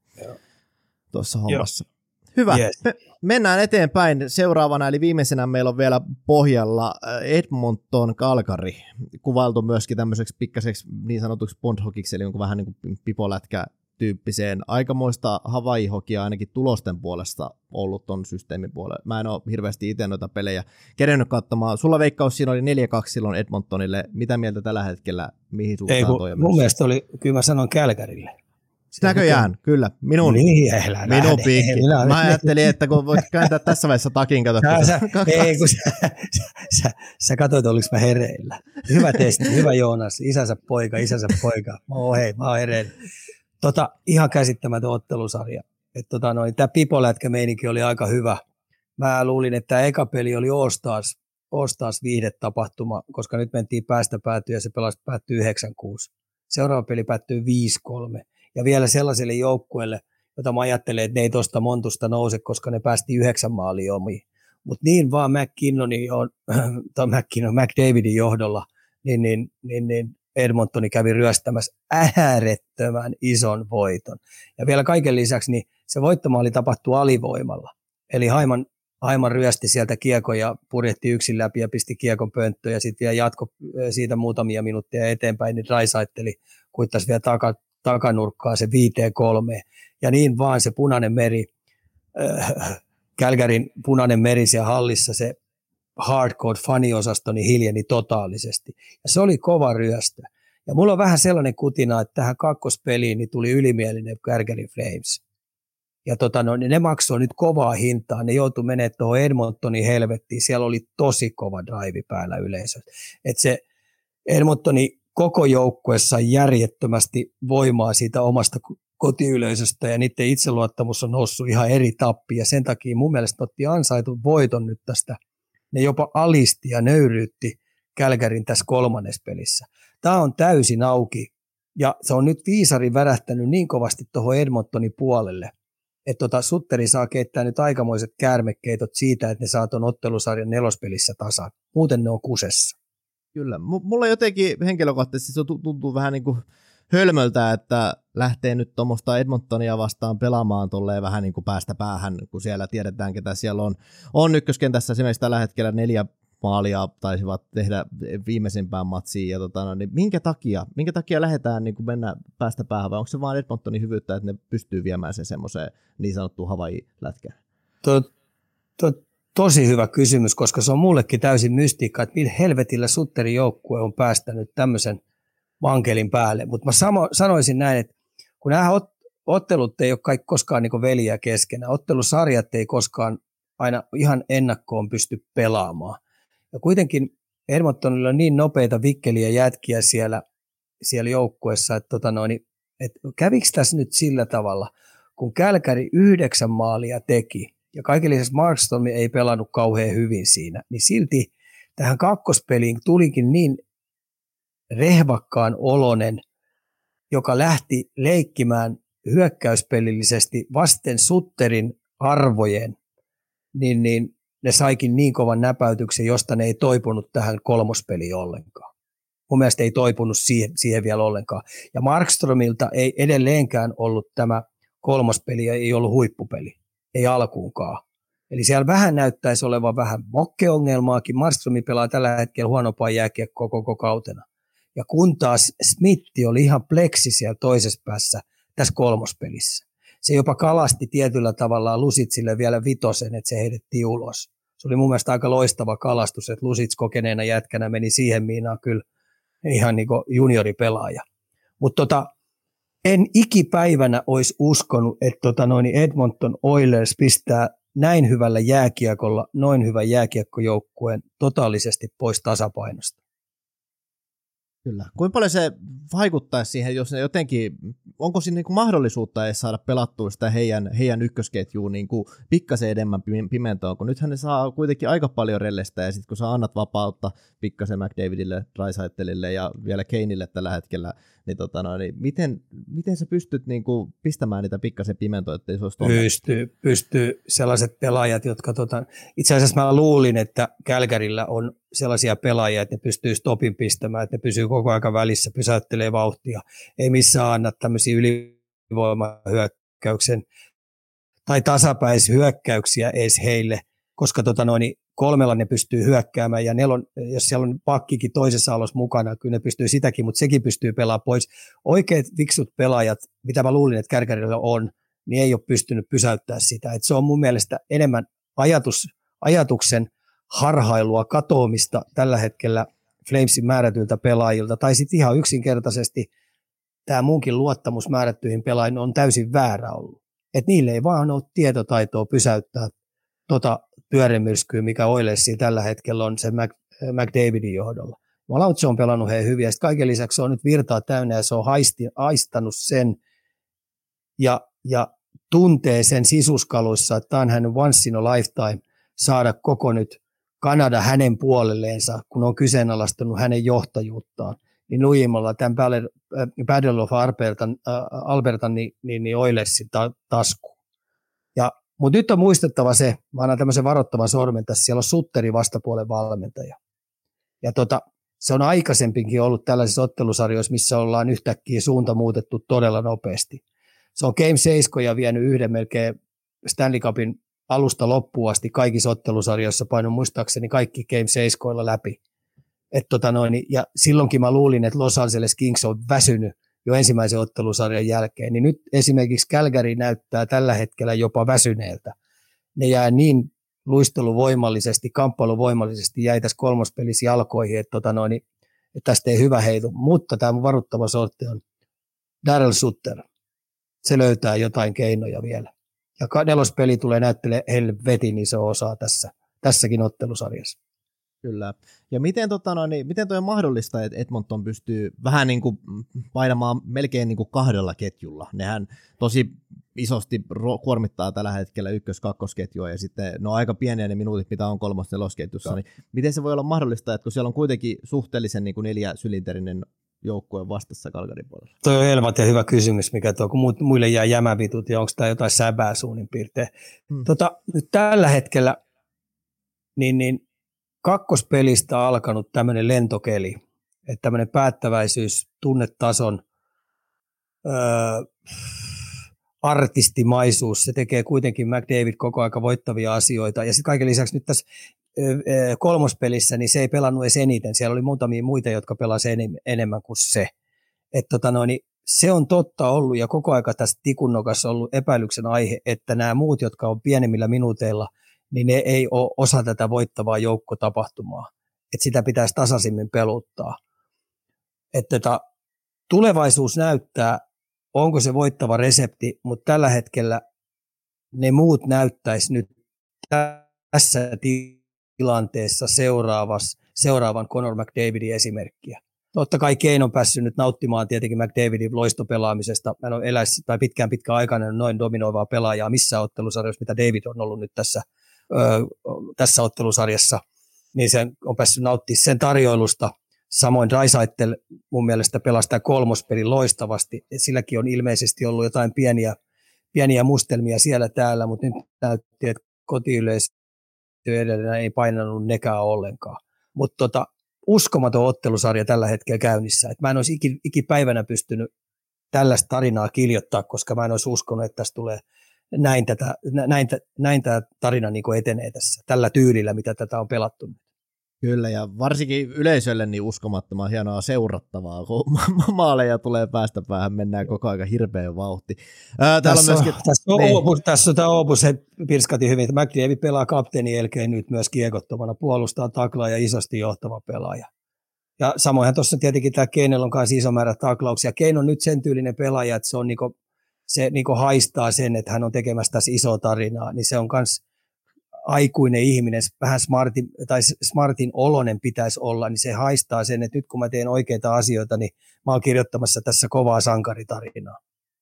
tuossa hommassa. Joo. Hyvä. Yes. Me mennään eteenpäin. Seuraavana, eli viimeisenä meillä on vielä pohjalla Edmonton Calgary, kuvailtu myöskin tämmöiseksi pikkaseksi niin sanotuksi bondhokiksi, eli onko vähän niin kuin pipolätkä-tyyppiseen. Aikamoista Hawaii-hokia ainakin tulosten puolesta ollut ton systeemin puolella. Mä en ole hirveästi itse noita pelejä kerennyt katsomaan. Sulla veikkaus siinä oli neljä kaksi silloin Edmontonille. Mitä mieltä tällä hetkellä, mihin suuntaan toi on? Mun mielestä oli, kyllä mä sanon Calgarylle. Näköjään, kyllä. Minun, niin, minun piikki. Minä, mä ajattelin, että kun voit kääntää tässä vaiheessa takin, kato. Sä, sä, ei, kun sä, sä, sä, sä katsoit, oliko mä hereillä. Hyvä testi, hyvä Joonas, isänsä poika, isänsä poika. Mä oon, hei, mä oon hereillä. Tota, ihan käsittämätön ottelusarja. Tota, tämä pipolätkä-meininki oli aika hyvä. Mä luulin, että tämä eka peli oli All Stars, All Stars viihdetapahtuma, koska nyt mentiin päästä päätyä ja se pelasi päättyy yhdeksän kuusi. Seuraava peli päättyy viisi kolme. Ja vielä sellaiselle joukkueelle, jota mä ajattelen, että ne ei tuosta montusta nouse, koska ne päästi yhdeksän maalia omiin. Mutta niin vaan McKinnonin on, tai McKinnon, McDavidin johdolla, niin, niin, niin, niin Edmontoni kävi ryöstämässä äärettömän ison voiton. Ja vielä kaiken lisäksi niin se voittomaali tapahtui alivoimalla. Eli Haiman, Haiman ryösti sieltä kiekon ja purjetti yksin läpi ja pisti kiekon pönttöön ja sitten vielä jatko siitä muutamia minuuttia eteenpäin, niin Draisaitteli kuittasi vielä takaa takanurkkaa se viiteen kolmeen. Ja niin vaan se punainen meri, äh, Calgaryn punainen meri siellä hallissa, se hardcore faniosasto niin hiljeni totaalisesti. Ja se oli kova ryöstö. Ja mulla on vähän sellainen kutina, että tähän kakkospeliin niin tuli ylimielinen Calgary Flames. Ja tota, no, ne maksoi nyt kovaa hintaa. Ne joutui menemään tuohon Edmontonin helvettiin. Siellä oli tosi kova drive päällä yleisö. Että se Edmontoni koko joukkueessa järjettömästi voimaa siitä omasta kotiyleisöstä ja niiden itseluottamus on noussut ihan eri tappiin ja sen takia mun mielestä otti ansaitun voiton nyt tästä. Ne jopa alisti ja nöyryytti Calgaryn tässä kolmannessa pelissä. Tämä on täysin auki ja se on nyt viisari värähtänyt niin kovasti tuohon Edmontonin puolelle, että tota Sutteri saa keittää nyt aikamoiset käärmekeitot siitä, että ne saa tuon ottelusarjan nelospelissä tasan. Muuten ne on kusessa. Kyllä. M- mulla jotenkin henkilökohtaisesti se tuntuu vähän niin kuin hölmöltä, että lähtee nyt tuommoista Edmontonia vastaan pelaamaan tolleen vähän niin kuin päästä päähän, kun siellä tiedetään, ketä siellä on. On ykköskentässä esimerkiksi tällä hetkellä neljä maalia taisivat tehdä viimeisimpään matsiin. Ja tota, no, niin minkä takia, minkä takia lähdetään niin kuin mennä päästä päähän, vai onko se vaan Edmontonin hyvyyttä, että ne pystyy viemään sen semmoiseen niin sanottuun Hawaii-lätkään? To, to, tosi hyvä kysymys, koska se on mullekin täysin mystiikka, että millä helvetillä Sutterin joukkue on päästänyt tämmöisen vankelin päälle. Mutta mä samo, sanoisin näin, että kun nämä ot, ottelut ei ole kaikki koskaan niin veljiä keskenään, ottelusarjat ei koskaan aina ihan ennakkoon pysty pelaamaan. Ja kuitenkin Edmontonilla on niin nopeita vikkeliä jätkiä siellä, siellä joukkueessa, että, tota noin, että kävikö tässä nyt sillä tavalla, kun Calgary yhdeksän maalia teki, ja kaiken lisäksi Markström ei pelannut kauhean hyvin siinä, niin silti tähän kakkospeliin tulikin niin rehvakkaan olonen, joka lähti leikkimään hyökkäyspelillisesti vasten Sutterin arvojen, niin, niin ne saikin niin kovan näpäytyksen, josta ne ei toipunut tähän kolmospeliin ollenkaan. mun mielestä ei toipunut siihen, siihen vielä ollenkaan. Ja Markströmiltä ei edelleenkään ollut tämä kolmospeli, ei ollut huippupeli, ei alkuunkaan. Eli siellä vähän näyttäisi olevan vähän mokkeongelmaakin. Markström pelaa tällä hetkellä huonompaa jääkiekkoa koko kautena. Ja kun taas Smith oli ihan pleksi siellä toisessa päässä tässä kolmospelissä. Se jopa kalasti tietyllä tavalla Lusitsille vielä vitosen, että se heitettiin ulos. Se oli mun mielestä aika loistava kalastus, että Lusits kokeneena jätkänä meni siihen miinaan kyllä ihan niin kuin junioripelaaja. Mutta tota, en ikipäivänä olisi uskonut, että tota noin Edmonton Oilers pistää näin hyvällä jääkiekolla, noin hyvän jääkiekkojoukkueen totaalisesti pois tasapainosta. Kyllä. Kuinka paljon se vaikuttaisi siihen, jos ne jotenkin, onko siinä niin kuin mahdollisuutta edes saada pelattua sitä heidän, heidän ykkösketjuun niin kuin pikkasen enemmän pimentoon, kun nythän ne saa kuitenkin aika paljon rellestä, ja sitten kun sä annat vapautta pikkasen McDavidille, Draisaitlille ja vielä Kaneille tällä hetkellä, niin, tota no, niin miten, miten sä pystyt niin kuin pistämään niitä pikkasen pimentoa, ettei se olisi tuonne? Pystyy, pystyy sellaiset pelaajat, jotka tota, itse asiassa mä luulin, että Calgaryllä on sellaisia pelaajia, että ne pystyy stopin pistämään, että ne pysyy koko ajan välissä, pysäyttelee vauhtia, ei missään anna tämmöisiä ylivoimahyökkäyksen tai tasapäishyökkäyksiä edes heille, koska tota noin, kolmella ne pystyy hyökkäämään, ja nelon, jos siellä on pakkikin toisessa alussa mukana, kyllä ne pystyy sitäkin, mutta sekin pystyy pelaamaan pois. Oikeat fiksut pelaajat, mitä mä luulin, että Calgarylla on, niin ei ole pystynyt pysäyttämään sitä. Et se on mun mielestä enemmän ajatus, ajatuksen harhailua, katoamista tällä hetkellä Flamesin määrätyiltä pelaajilta, tai sitten ihan yksinkertaisesti tämä munkin luottamus määrättyihin pelaajiin on täysin väärä ollut. Että niille ei vaan ole tietotaitoa pysäyttää tota pyörämyrskyä, mikä Oilersia tällä hetkellä on sen McDavidin johdolla. Malaut se on pelannut heidän hyvin, ja kaiken lisäksi se on nyt virtaa täynnä, ja se on haisti, haistanut sen, ja, ja tuntee sen sisuskaluissa, että tämä on hänen once in a lifetime saada koko nyt Kanada hänen puolelleensa, kun on kyseenalaistanut hänen johtajuuttaan, niin lujimalla tämän Battle of Albertan, äh, Albertan niin, niin, niin Oilersin ta- taskuun. Ja mutta nyt on muistettava se, mä annan tämmöisen varoittavan sormen tässä, siellä on Sutteri vastapuolen valmentaja. Ja tota, se on aikaisempinkin ollut tällaisissa ottelusarjoissa, missä ollaan yhtäkkiä suunta muutettu todella nopeasti. Se on Game seitsemän vienyt yhden melkein Stanley Cupin alusta loppuun asti kaikissa ottelusarjoissa, painun muistaakseni kaikki Game seitsemän läpi. Et tota noin, ja silloinkin mä luulin, että Los Angeles Kings on väsynyt jo ensimmäisen ottelusarjan jälkeen, niin nyt esimerkiksi Calgary näyttää tällä hetkellä jopa väsyneeltä. Ne jää niin luisteluvoimallisesti, kamppailuvoimallisesti jäi tässä kolmospelissä jalkoihin, että, tota noin, että tästä ei hyvä heitu. Mutta tämä mun varuttava sortti on Daryl Sutter. Se löytää jotain keinoja vielä. Ja nelospeli tulee näyttelee helvetin iso osa tässä, tässäkin ottelusarjassa. Kyllä. Ja miten, tota, no, niin, miten toi on mahdollista, että Edmonton pystyy vähän niin kuin painamaan melkein niin kuin kahdella ketjulla? Nehän tosi isosti kuormittaa tällä hetkellä ykkös-kakkosketjua, ja sitten no aika pieniä ne minuutit, mitä on kolmos-nelosketjussa. Niin miten se voi olla mahdollista, että kun siellä on kuitenkin suhteellisen niin kuin neljäsylinterinen joukkue vastassa Calgaryn puolella? Toi on helmat ja hyvä kysymys, mikä tuo, kun muille jää jämävitut, ja onko tämä jotain säbää suunnin piirtein. Hmm. Tota, nyt tällä hetkellä niin, niin kakkospelistä on alkanut tämmöinen lentokeli, että tämmöinen päättäväisyys, tunnetason, öö, artistimaisuus, se tekee kuitenkin McDavid koko aika voittavia asioita, ja sitten kaiken lisäksi nyt tässä öö, kolmospelissä, niin se ei pelannut edes eniten, siellä oli muutamia muita, jotka pelasivat enemmän kuin se. Et tota noin, niin se on totta ollut, ja koko aika tässä tikunnokassa ollut epäilyksen aihe, että nämä muut, jotka on pienemmillä minuuteilla, niin ne ei ole osa tätä voittavaa joukkotapahtumaa. Että sitä pitäisi tasaisimmin peluttaa. Että tota, tulevaisuus näyttää, onko se voittava resepti, mutta tällä hetkellä ne muut näyttäisi nyt tässä tilanteessa seuraavan Connor McDavidin esimerkkiä. Totta kai Kane on päässyt nyt nauttimaan tietenkin McDavidin loistopelaamisesta. Hän on eläisi, tai pitkään pitkään aikana noin dominoivaa pelaajaa missään ottelusarjassa, mitä David on ollut nyt tässä tässä ottelusarjassa, niin se on päässyt nauttimaan sen tarjoilusta. Samoin Draisaitl mun mielestä pelastaa kolmospelin loistavasti. Silläkin on ilmeisesti ollut jotain pieniä, pieniä mustelmia siellä täällä, mutta nyt näytti, että kotiyleisö edelleen ei painanut nekään ollenkaan. Mutta tota, uskomaton ottelusarja tällä hetkellä käynnissä. Et mä en olisi iki, ikipäivänä pystynyt tällaista tarinaa kirjoittaa, koska mä en olisi uskonut, että tässä tulee näin, tätä, näin, näin tämä tarina niin kuin etenee tässä, tällä tyylillä, mitä tätä on pelattu. Kyllä, ja varsinkin yleisölle niin uskomattoman hienoa seurattavaa, kun maaleja tulee päästä päähän, mennään koko ajan hirveän vauhti. Ää, tässä, on myöskin, tässä, on niin. Opus, tässä on tämä Opus, he pirskati hyvin, että McDavid pelaa kapteenin jälkeen nyt myös kiekottomana, puolustaa taklaa ja isosti johtava pelaaja. Ja samoinhan tuossa tietenkin tämä Keinellä on myös iso määrä taklauksia. Keino on nyt sen tyylinen pelaaja, että se, on niinku, se niinku haistaa sen, että hän on tekemässä tässä isoa tarinaa, niin se on myös aikuinen ihminen, vähän smartin, tai smartin olonen pitäisi olla, niin se haistaa sen, että nyt kun mä teen oikeita asioita, niin mä oon kirjoittamassa tässä kovaa sankaritarinaa.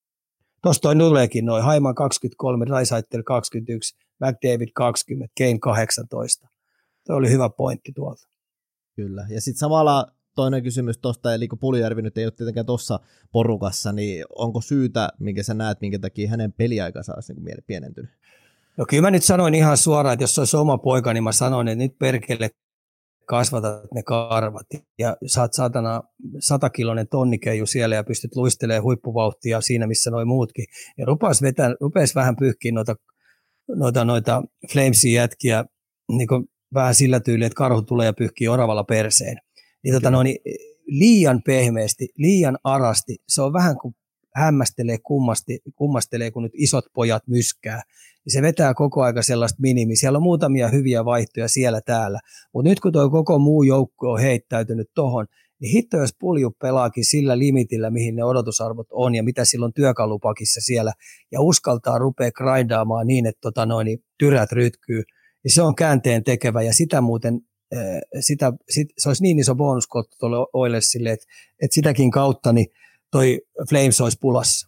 Tuossa toi tuleekin noin, Haiman kaksikymmentäkolme, Draisaitl kaksikymmentäyksi, McDavid kaksikymmentä, Kane kahdeksantoista. Tuo oli hyvä pointti tuolta. Kyllä, ja sitten samalla toinen kysymys tuosta, eli kun Puljujärvi nyt ei ole tietenkään tuossa porukassa, niin onko syytä, minkä sä näet, minkä takia hänen peliaikansa olisi niin pienentynyt? No kyllä mä nyt sanoin ihan suoraan, että jos se olisi oma poika, niin mä sanoin, että nyt perkele kasvatat ne karvat ja saat saatana satakiloinen tonnikeiju siellä ja pystyt luistelemaan huippuvauhtia siinä, missä noi muutkin. Ja rupeasi, vetää, rupeasi vähän pyyhkiä noita, noita, noita Flamesin jätkiä niin kuin vähän sillä tyyliin, että karhu tulee ja pyyhkii oravalla perseen. Niin, tota, no, niin liian pehmeästi, liian arasti, se on vähän kuin hämmästelee, kummasti, kummastelee, kun nyt isot pojat myskää. Ja se vetää koko aika sellaista minimi. Siellä on muutamia hyviä vaihtoja siellä täällä. Mutta nyt kun tuo koko muu joukko on heittäytynyt tohon, niin hitto jos Pulju pelaakin sillä limitillä, mihin ne odotusarvot on ja mitä silloin työkalupakissa siellä, ja uskaltaa rupea grindaamaan niin, että tota noin, niin tyrät rytkyy, niin se on käänteen tekevä ja sitä muuten sitä, sit, se olisi niin iso bonuskohta tuolle Oilersille, että, että sitäkin kautta niin toi Flames olisi pulassa.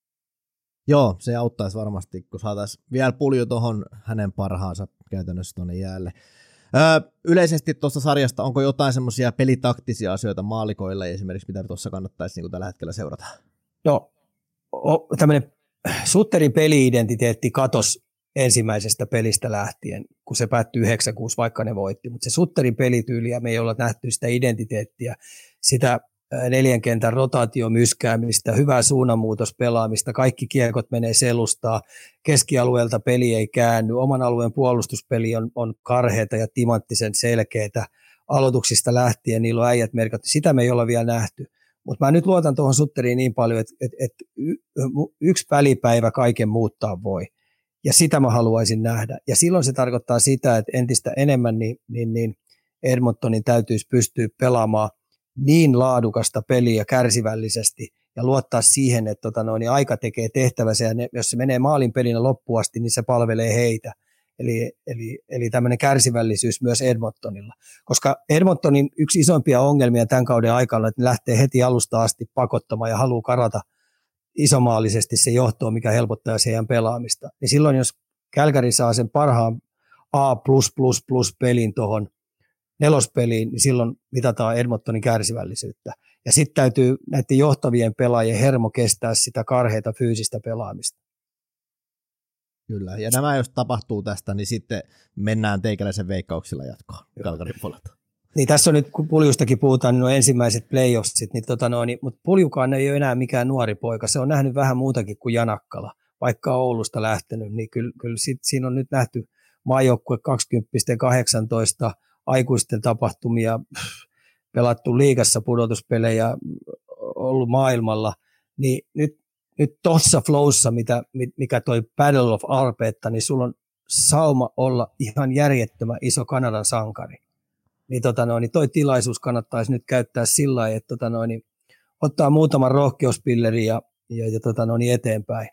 Joo, se auttaisi varmasti, kun saataisiin vielä Pulju tuohon hänen parhaansa käytännössä tuonne jäälle. Öö, yleisesti tuosta sarjasta, onko jotain semmoisia pelitaktisia asioita maalikoilla esimerkiksi, mitä tuossa kannattaisi niin kuin tällä hetkellä seurata? No, tämmöinen Sutterin peli-identiteetti katosi ensimmäisestä pelistä lähtien, kun se päättyi yhdeksän kuusi, vaikka ne voitti, mutta se Sutterin pelityyliä me ei olla nähty sitä identiteettiä, sitä neljän kentän rotaatiomyskäämistä, hyvää suunnanmuutospelaamista, kaikki kiekot menee selustaa, keskialueelta peli ei käänny, oman alueen puolustuspeli on, on karheata ja timanttisen selkeätä, aloituksista lähtien niillä on äijät merkattu, sitä me ei olla vielä nähty, mutta mä nyt luotan tuohon Sutteriin niin paljon, että et, et yksi välipäivä kaiken muuttaa voi. Ja sitä mä haluaisin nähdä. Ja silloin se tarkoittaa sitä, että entistä enemmän niin, niin, niin Edmontonin täytyisi pystyä pelaamaan niin laadukasta peliä kärsivällisesti ja luottaa siihen, että tota noin, niin aika tekee tehtävänsä ja ne, jos se menee maalin pelinä loppuun asti, niin se palvelee heitä. Eli, eli, eli tämmöinen kärsivällisyys myös Edmontonilla. Koska Edmontonin yksi isompia ongelmia tämän kauden aikana, että ne lähtee heti alusta asti pakottamaan ja haluaa karata isomaalisesti se johtoon, mikä helpottaa heidän pelaamista. Niin silloin, jos Calgary saa sen parhaan A plus plus plus pelin tuohon nelospeliin, niin silloin mitataan Edmontonin kärsivällisyyttä. Ja sitten täytyy näiden johtavien pelaajien hermo kestää sitä karheita fyysistä pelaamista. Kyllä, ja nämä jos tapahtuu tästä, niin sitten mennään teikäläisen veikkauksilla jatkoon Calgaryn puolelta. Niin tässä on nyt, kun Puljustakin puhutaan, niin on ensimmäiset playoffsit, niin tota no, niin, mutta Puljukaan ei ole enää mikään nuori poika. Se on nähnyt vähän muutakin kuin Janakkala, vaikka on Oulusta lähtenyt, niin kyllä, kyllä sit, siinä on nyt nähty maajoukkue kaksikymmentä kahdeksantoista aikuisten tapahtumia, pelattu liigassa pudotuspelejä, ollut maailmalla, niin nyt, nyt tuossa flowssa, mitä, mikä toi Battle of Alberta, niin sulla on sauma olla ihan järjettömän iso Kanadan sankari. Niin, tota noin, niin toi tilaisuus kannattaisi nyt käyttää sillä lailla, että tota noin, niin ottaa muutaman rohkeuspillerin ja, ja, ja tota noin, niin eteenpäin.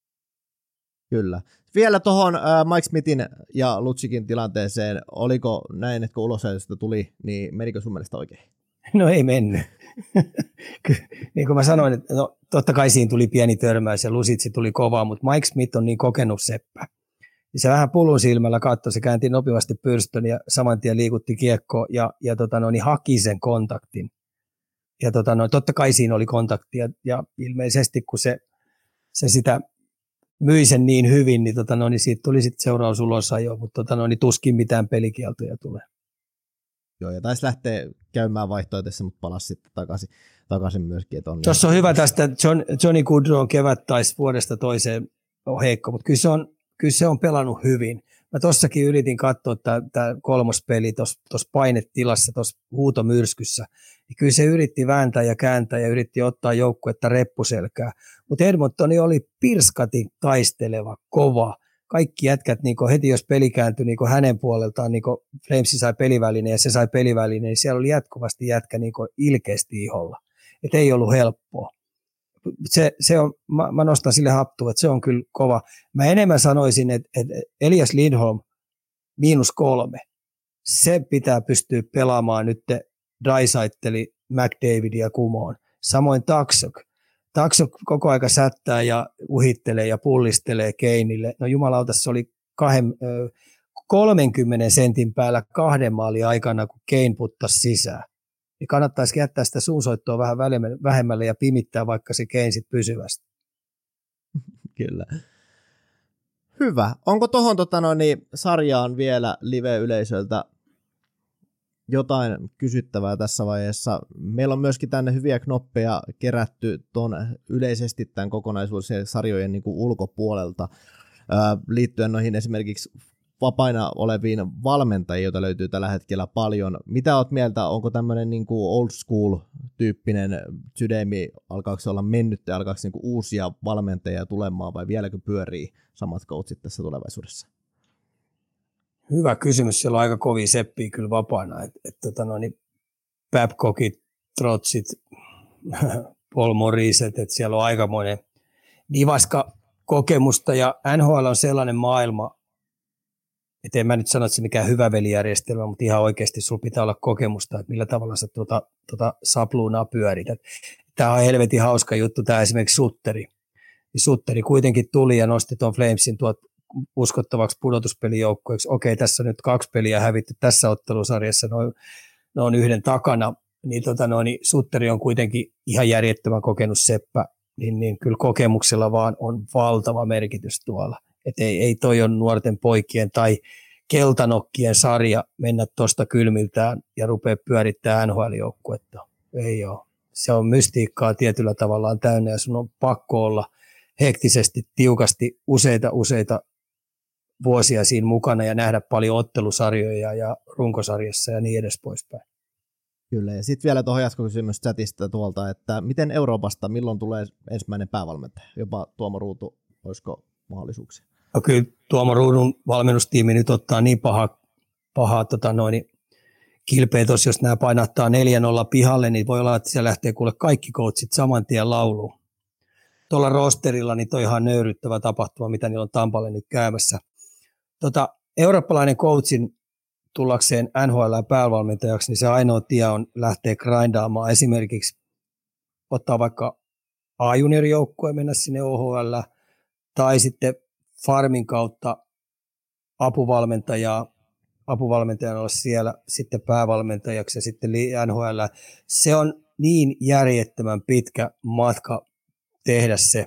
Kyllä. Vielä tuohon äh, Mike Smithin ja Lutsikin tilanteeseen, oliko näin, että kun ulosajosta tuli, niin menikö sun mielestä oikein? No ei mennyt. Niin kuin mä sanoin, että no, totta kai siinä tuli pieni törmäys ja Lusitsi tuli kovaa, mutta Mike Smith on niin kokenut seppä. Se vähän pulun silmällä katsoi, se käänti nopeasti pyrstön ja saman tien liikutti kiekko ja, ja tota no, niin haki sen kontaktin. Ja tota no, totta kai siinä oli kontaktia ja ilmeisesti kun se, se sitä myi sen niin hyvin, niin, tota no, niin siitä tuli sitten seuraus ulos ajo, mutta tota no, niin tuskin mitään pelikieltoja tulee. Joo, ja taisi lähteä käymään vaihtoehtoissa, mutta palasi sitten takaisin, takaisin myöskin. Tuossa on hyvä tästä, John, Johnny Gaudreau kevät taisi vuodesta toiseen on heikko, mutta kyllä se on, kyllä se on pelannut hyvin. Mä tossakin yritin katsoa tämä kolmospeli tuossa painetilassa, tuossa huutomyrskyssä. Ja kyllä se yritti vääntää ja kääntää ja yritti ottaa joukkuetta reppuselkää. Mutta Edmontoni oli pirskatin taisteleva, kova. Kaikki jätkät, niin heti jos peli kääntyi niin hänen puoleltaan, niin Flames sai pelivälineen ja se sai pelivälineen, niin siellä oli jatkuvasti jätkä niin ilkeästi iholla. Et ei ollut helppoa. Se, se on, mä, mä nostan sille hattua, että se on kyllä kova. Mä enemmän sanoisin, että, että Elias Lindholm miinus kolme, se pitää pystyä pelaamaan nyt Draisaitteli, McDavid ja kumoon. Samoin Taksok. Taksok koko aika sättää ja uhittelee ja pullistelee Keinille. No jumalauta, se oli kahden, kolmenkymmenen sentin päällä kahden maalin aikana, kun Kane puttasi sisään. Niin kannattaisi jättää sitä suunsoittoa vähän vähemmälle ja pimittää vaikka se Kane sit pysyvästi. Kyllä. Hyvä. Onko tuohon tota no, niin, sarjaan vielä live-yleisöltä jotain kysyttävää tässä vaiheessa? Meillä on myöskin tänne hyviä knoppeja kerätty ton yleisesti tämän kokonaisuuden sarjojen niin kuin ulkopuolelta ää, liittyen noihin esimerkiksi vapaina oleviin valmentajia, joita löytyy tällä hetkellä paljon. Mitä olet mieltä, onko tämmöinen niin kuin old school-tyyppinen systeemi, alkaako se olla mennyt ja alkaako niin kuin uusia valmentajia tulemaan vai vieläkö pyörii samat coachit tässä tulevaisuudessa? Hyvä kysymys. Siellä on aika kovia seppiä kyllä vapaana. Et, et, tota no, niin Babcockit, Trotsit, Paul Morriset, että siellä on aikamoinen nivaska kokemusta ja N H L on sellainen maailma, että en mä nyt sano, että se mikään hyvä velijärjestelmä, mutta ihan oikeasti sulla pitää olla kokemusta, että millä tavalla sä tuota, tuota sapluunaa pyörität. Tämä on helvetin hauska juttu, tämä esimerkiksi Sutteri. Niin Sutteri kuitenkin tuli ja nosti tuon Flamesin tuot uskottavaksi pudotuspelijoukkueeksi. Okei, tässä on nyt kaksi peliä hävitty tässä ottelusarjassa, noin ne on yhden takana. Niin, tota, no, niin Sutteri on kuitenkin ihan järjettömän kokenut seppä, niin, niin kyllä kokemuksella vaan on valtava merkitys tuolla. Että ei, ei toi on nuorten poikien tai keltanokkien sarja mennä tuosta kylmiltään ja rupea pyörittämään N H L-joukkuetta. Ei ole. Se on mystiikkaa tietyllä tavallaan täynnä ja sun on pakko olla hektisesti, tiukasti useita useita vuosia siinä mukana ja nähdä paljon ottelusarjoja ja runkosarjassa ja niin edes poispäin. Kyllä, ja sitten vielä tuohon jatkokysymys chatista tuolta, että miten Euroopasta, milloin tulee ensimmäinen päävalmentaja? Jopa Tuomo Ruutu, olisiko mahdollisuuksia? No kyllä Tuomo Ruudun valmennustiimi nyt ottaa niin paha, paha tota noin, kilpeä tuossa, jos nämä painattaa neljä nolla pihalle, niin voi olla, että siellä lähtee kuule kaikki coachit saman tien lauluun. Tuolla rosterilla niin toi ihan nöyryttävä tapahtuma, mitä niillä on Tampalle nyt käymässä. Tota, eurooppalainen coachin tullakseen N H L-päävalmentajaksi, niin se ainoa tie on lähteä grindaamaan. Esimerkiksi ottaa vaikka A-juniorijoukkueen, mennä sinne O H L, tai sitten farmin kautta apuvalmentajaa, apuvalmentajana olla siellä sitten päävalmentajaksi ja sitten N H L. Se on niin järjettömän pitkä matka tehdä se,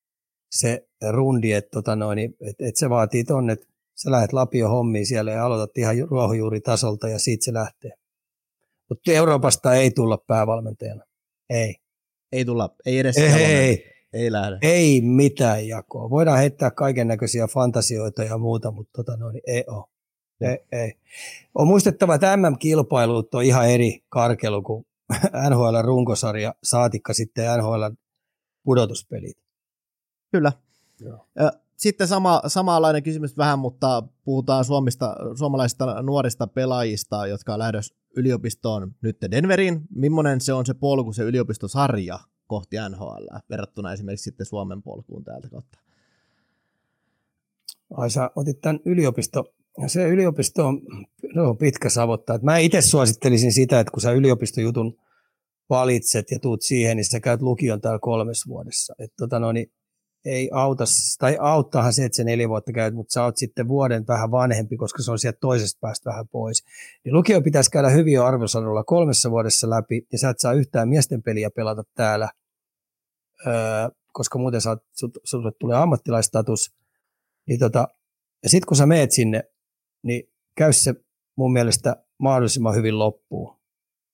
se rundi, että tota noin, et, et se vaatii tonne, että sä lähdet Lapio hommiin siellä ja aloitat ihan ruohonjuuritasolta ja siitä se lähtee. Mutta Euroopasta ei tulla päävalmentajana. Ei. Ei tulla, ei edes ei, ei, ei lähde. Ei mitään jakoa. Voidaan heittää kaiken näköisiä fantasioita ja muuta, mutta tota noin, ei ole. Ei, ei. On muistettava, että M M-kilpailut on ihan eri karkelu kuin N H L-runkosarja, saatikka sitten N H L-pudotuspelit. Kyllä. Joo. Sitten sama, samanlainen kysymys vähän, mutta puhutaan Suomista, suomalaisista nuorista pelaajista, jotka on lähdössä yliopistoon nyt Denveriin. Millainen se on se polku, se yliopistosarja kohti N H L verrattuna esimerkiksi sitten Suomen polkuun täältä kautta? Ai sä otit tämän yliopisto. Se yliopisto on, no, pitkä savottaa. Mä itse suosittelisin sitä, että kun sä yliopistojutun valitset ja tuut siihen, niin sä käyt lukion täällä kolmessa vuodessa. Että tota no, niin ei auta, tai auttaahan se, että se neljä vuotta käyt, mutta sä oot sitten vuoden vähän vanhempi, koska se on sieltä toisesta päästä vähän pois. Niin lukio pitäisi käydä hyvin arvosanolla kolmessa vuodessa läpi, ja sä et saa yhtään miesten peliä pelata täällä, öö, koska muuten sä oot, sut, sulle tulee ammattilaistatus. Niin tota, ja sitten kun sä meet sinne, niin käy se mun mielestä mahdollisimman hyvin loppuun.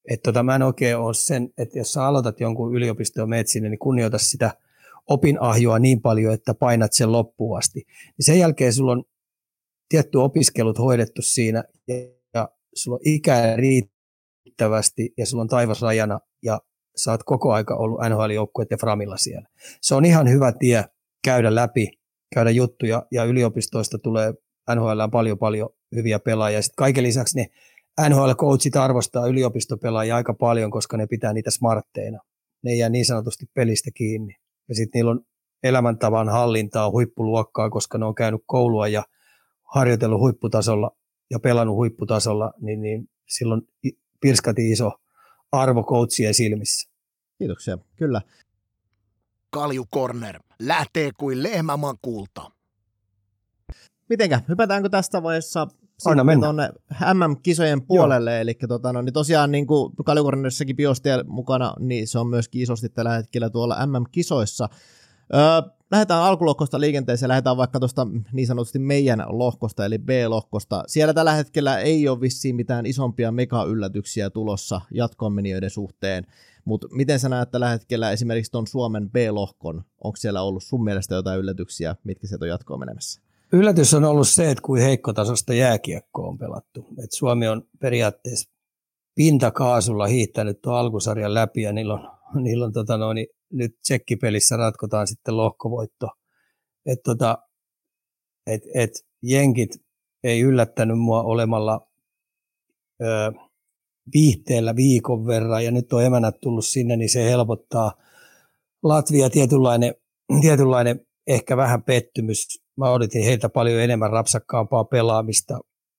Et tota, mä en oikein ole sen, että jos sä aloitat jonkun yliopistoon meet sinne, niin kunnioita sitä opinahjoa niin paljon, että painat sen loppuun asti. Niin sen jälkeen sulla on tietty opiskelut hoidettu siinä ja sulla on ikää riittävästi ja sulla on taivas rajana ja sä oot koko aika ollut N H L-joukkueet ja Framilla siellä. Se on ihan hyvä tie käydä läpi, käydä juttuja ja yliopistoista tulee N H L paljon paljon hyviä pelaajia. Sitten kaiken lisäksi ne N H L-coachit arvostaa yliopistopelaajia aika paljon, koska ne pitää niitä smartteina. Ne ei jää niin sanotusti pelistä kiinni. Ja sitten niillä on elämäntavan hallintaa, huippuluokkaa, koska ne on käynyt koulua ja harjoitellut huipputasolla ja pelannut huipputasolla, niin, niin silloin pirskati iso arvo coachien silmissä. Kiitoksia, kyllä. Kalju Corner lähtee kuin lehmämakuulta. Mitenkä, hypätäänkö tästä vaiheessa tuonne M M-kisojen puolelle? Joo. Eli tota, no, niin tosiaan niin kuin Kalju Cornerissakin Biostil mukana, niin se on myöskin isosti tällä hetkellä tuolla M M-kisoissa. Öö, lähdetään alkulohkosta liikenteeseen, lähdetään vaikka tuosta niin sanotusti meidän lohkosta, eli B-lohkosta. Siellä tällä hetkellä ei ole vissiin mitään isompia mega-yllätyksiä tulossa jatkoonmenijöiden suhteen, mutta miten sä näet tällä hetkellä esimerkiksi tuon Suomen B-lohkon? Onko siellä ollut sun mielestä jotain yllätyksiä, mitkä sieltä on jatkoon menemässä? Yllätys on ollut se, että kuin heikkotasosta jääkiekkoa on pelattu. Et Suomi on periaatteessa pintakaasulla hiihtänyt tuon alkusarjan läpi ja niillä on, niillä on tota noin, nyt tsekkipelissä ratkotaan sitten lohkovoitto. Et tota, et, et jenkit ei yllättänyt mua olemalla ö, viihteellä viikon verran ja nyt on emänät tullut sinne, niin se helpottaa. Latvia tietynlainen, tietynlainen ehkä vähän pettymys. Mä odotin heiltä paljon enemmän rapsakkaampaa pelaamista.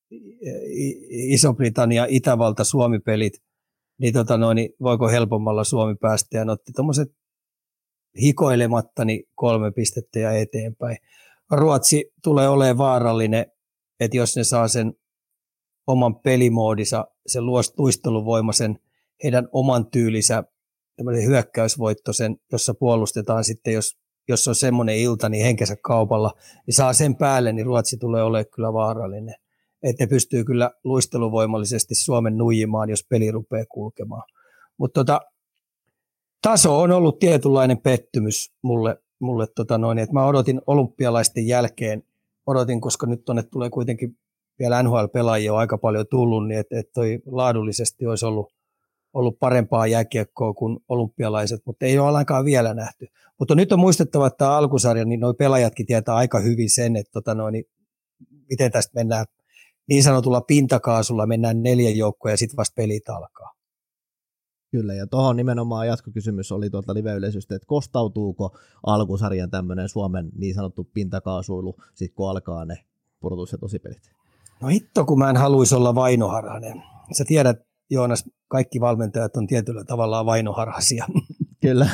Iso-Britannia, Itävalta, Suomi-pelit, niin, tota noin, niin voiko helpommalla Suomi päästä ja ne otti tuommoiset hikoilematta niin kolme pistettä ja eteenpäin. Ruotsi tulee olemaan vaarallinen, että jos ne saa sen oman pelimoodissa, sen luisteluvoimaisen, heidän oman tyylisä hyökkäysvoittoisen, jossa puolustetaan sitten, jos, jos on semmoinen ilta, niin henkensä kaupalla, niin saa sen päälle, niin Ruotsi tulee olemaan kyllä vaarallinen. Että ne pystyy kyllä luisteluvoimallisesti Suomen nuijimaan, jos peli rupeaa kulkemaan. Mutta tota, taso on ollut tietynlainen pettymys mulle, mulle tota noin, että mä odotin olympialaisten jälkeen, odotin, koska nyt tuonne tulee kuitenkin vielä N H L-pelaajia on aika paljon tullut, niin että et toi laadullisesti olisi ollut, ollut parempaa jääkiekkoa kuin olympialaiset, mutta ei ole ainakaan vielä nähty. Mutta nyt on muistettava, että tämä alkusarja, niin nuo pelaajatkin tietää aika hyvin sen, että tota noin, miten tästä mennään niin sanotulla pintakaasulla, mennään neljän joukkoon ja sitten vasta pelit alkaa. Kyllä, ja tuohon nimenomaan jatkokysymys oli tuolta live-yleisöstä, että kostautuuko alkusarjan tämmöinen Suomen niin sanottu pintakaasuilu, sitten kun alkaa ne pudotus- ja tosipelit? No hitto, kun mä en haluaisi olla vainoharhainen. Sä tiedät, Joonas, kaikki valmentajat on tietyllä tavalla vainoharhaisia. Kyllä.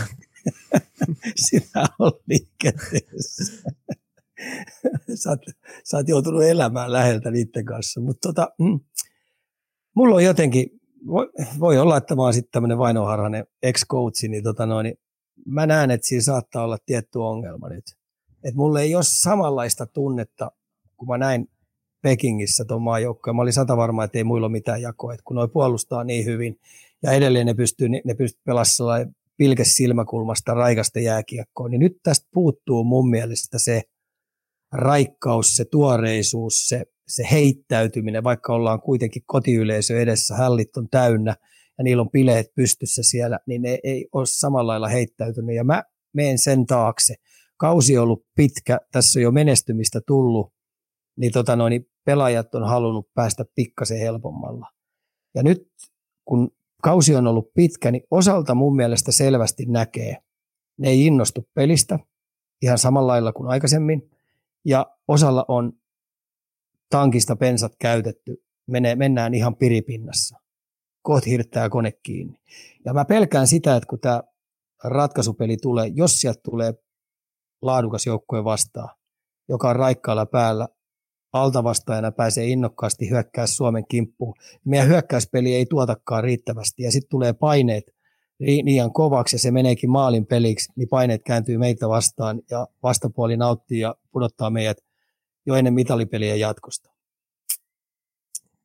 Sinä on liikenteessä. Sä oot, sä oot joutunut elämään läheltä niiden kanssa, mutta tota, mm, mulla on jotenkin, voi, voi olla, että mä oon sitten tämmöinen vainoharhainen ex-coachi, niin, tota noin, niin mä näen, että siinä saattaa olla tietty ongelma nyt. Että mulla ei ole samanlaista tunnetta, kun mä näin Pekingissä tuon maajoukkoon. Mä olin sata varma, että ei muilla ole mitään jakoa, että kun noi puolustaa niin hyvin ja edelleen ne pystyy, ne pystyy pelaamaan pilkäs silmäkulmasta raikasta jääkiekkoa, niin nyt tästä puuttuu mun mielestä se raikkaus, se tuoreisuus, se, se heittäytyminen, vaikka ollaan kuitenkin kotiyleisö edessä, hallit on täynnä ja niillä on bileet pystyssä siellä, niin ne ei ole samalla lailla heittäytynyt ja mä menen sen taakse. Kausi on ollut pitkä, tässä on jo menestymistä tullut, niin, tota noin, niin pelaajat on halunnut päästä pikkasen helpommalla. Ja nyt kun kausi on ollut pitkä, niin osalta mun mielestä selvästi näkee, ne ei innostu pelistä ihan samalla lailla kuin aikaisemmin, ja osalla on tankista pensat käytetty, menee, mennään ihan piripinnassa. Kohta hirttää kone kiinni. Ja mä pelkään sitä, että kun tämä ratkaisupeli tulee, jos sieltä tulee laadukas joukkue vastaan, joka on raikkaalla päällä, altavastaajana pääsee innokkaasti hyökkää Suomen kimppuun. Meidän hyökkäyspeli ei tuotakaan riittävästi ja sitten tulee paineet liian kovaksi ja se meneekin maalin peliksi, niin paineet kääntyy meitä vastaan ja vastapuoli nauttii ja pudottaa meidät jo ennen mitalipeliä jatkosta.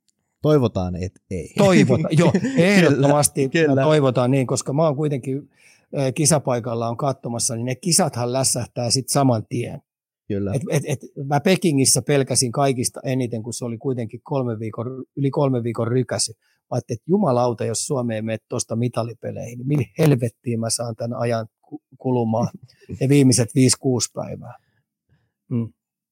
Toivotaan, että ei. Toivotaan, joo, ehdottomasti kyllä, kyllä. toivotaan niin, koska mä oon kuitenkin kisapaikalla on katsomassa, niin ne kisathan lässähtää sitten saman tien. Kyllä. Et, et, et, mä Pekingissä pelkäsin kaikista eniten, kun se oli kuitenkin kolme viikon, yli kolme viikon rykäsy. Mä ajattelin, että jumalauta, jos Suomeen menet tuosta mitalipeleihin, niin millä helvettiin mä saan tämän ajan kulumaan ne viimeiset viisi kuusi päivää. Mm.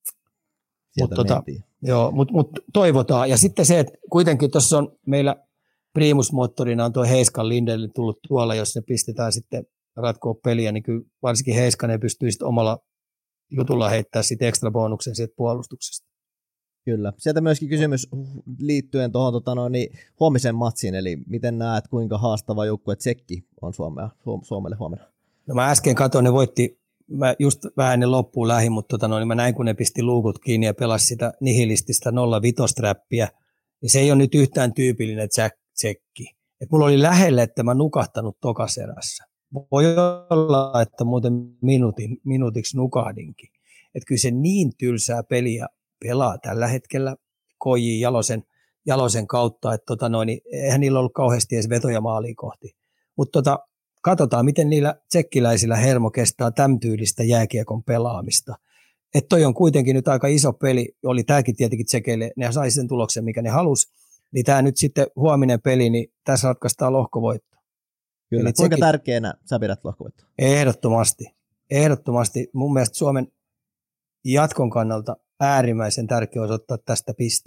Mutta tota, mut, mut toivotaan. Ja sitten se, että kuitenkin tuossa on meillä primusmoottorina on tuo Heiskan Lindell tullut tuolla, jos ne pistetään sitten ratkoa peliä, niin kyllä varsinkin Heiskanen pystyy sitten omalla jutulla heittää sitten ekstra bonuksen siitä puolustuksesta. Kyllä. Sieltä myöskin kysymys liittyen tuohon tota no, niin, huomisen matsiin, eli miten näet, kuinka haastava joukkue Tsekki on Suomea, Suomelle huomenna? No mä äsken katsoin, ne voitti, mä just vähän ennen loppuun lähin, mutta tota no, niin mä näin, kun ne pisti luukut kiinni ja pelasi sitä nihilististä nolla viisi -träppiä, niin se ei ole nyt yhtään tyypillinen Tsekki. Et mulla oli lähellä, että mä nukahtanut tokaserässä. Voi olla, että muuten minuutin, minuutiksi nukahdinkin. Että kyllä se niin tylsää peliä pelaa tällä hetkellä K J Jalosen, Jalosen kautta, että tota noin, eihän niillä ollut kauheasti edes vetoja maaliin kohti. Mutta tota, katsotaan, miten niillä tsekkiläisillä hermo kestää tämän tyylistä jääkiekon pelaamista. Että toi on kuitenkin nyt aika iso peli, oli tämäkin tietenkin tsekeille, ne sai sen tuloksen, mikä ne halusi, niin tämä nyt sitten huominen peli, niin tässä ratkaistaan lohkovoitto. Kyllä. Eli kuinka tsekki... tärkeänä sä pidät lohkovoittoa? Ehdottomasti. Ehdottomasti. Mun mielestä Suomen jatkon kannalta äärimmäisen tärkeää olisi ottaa tästä piste.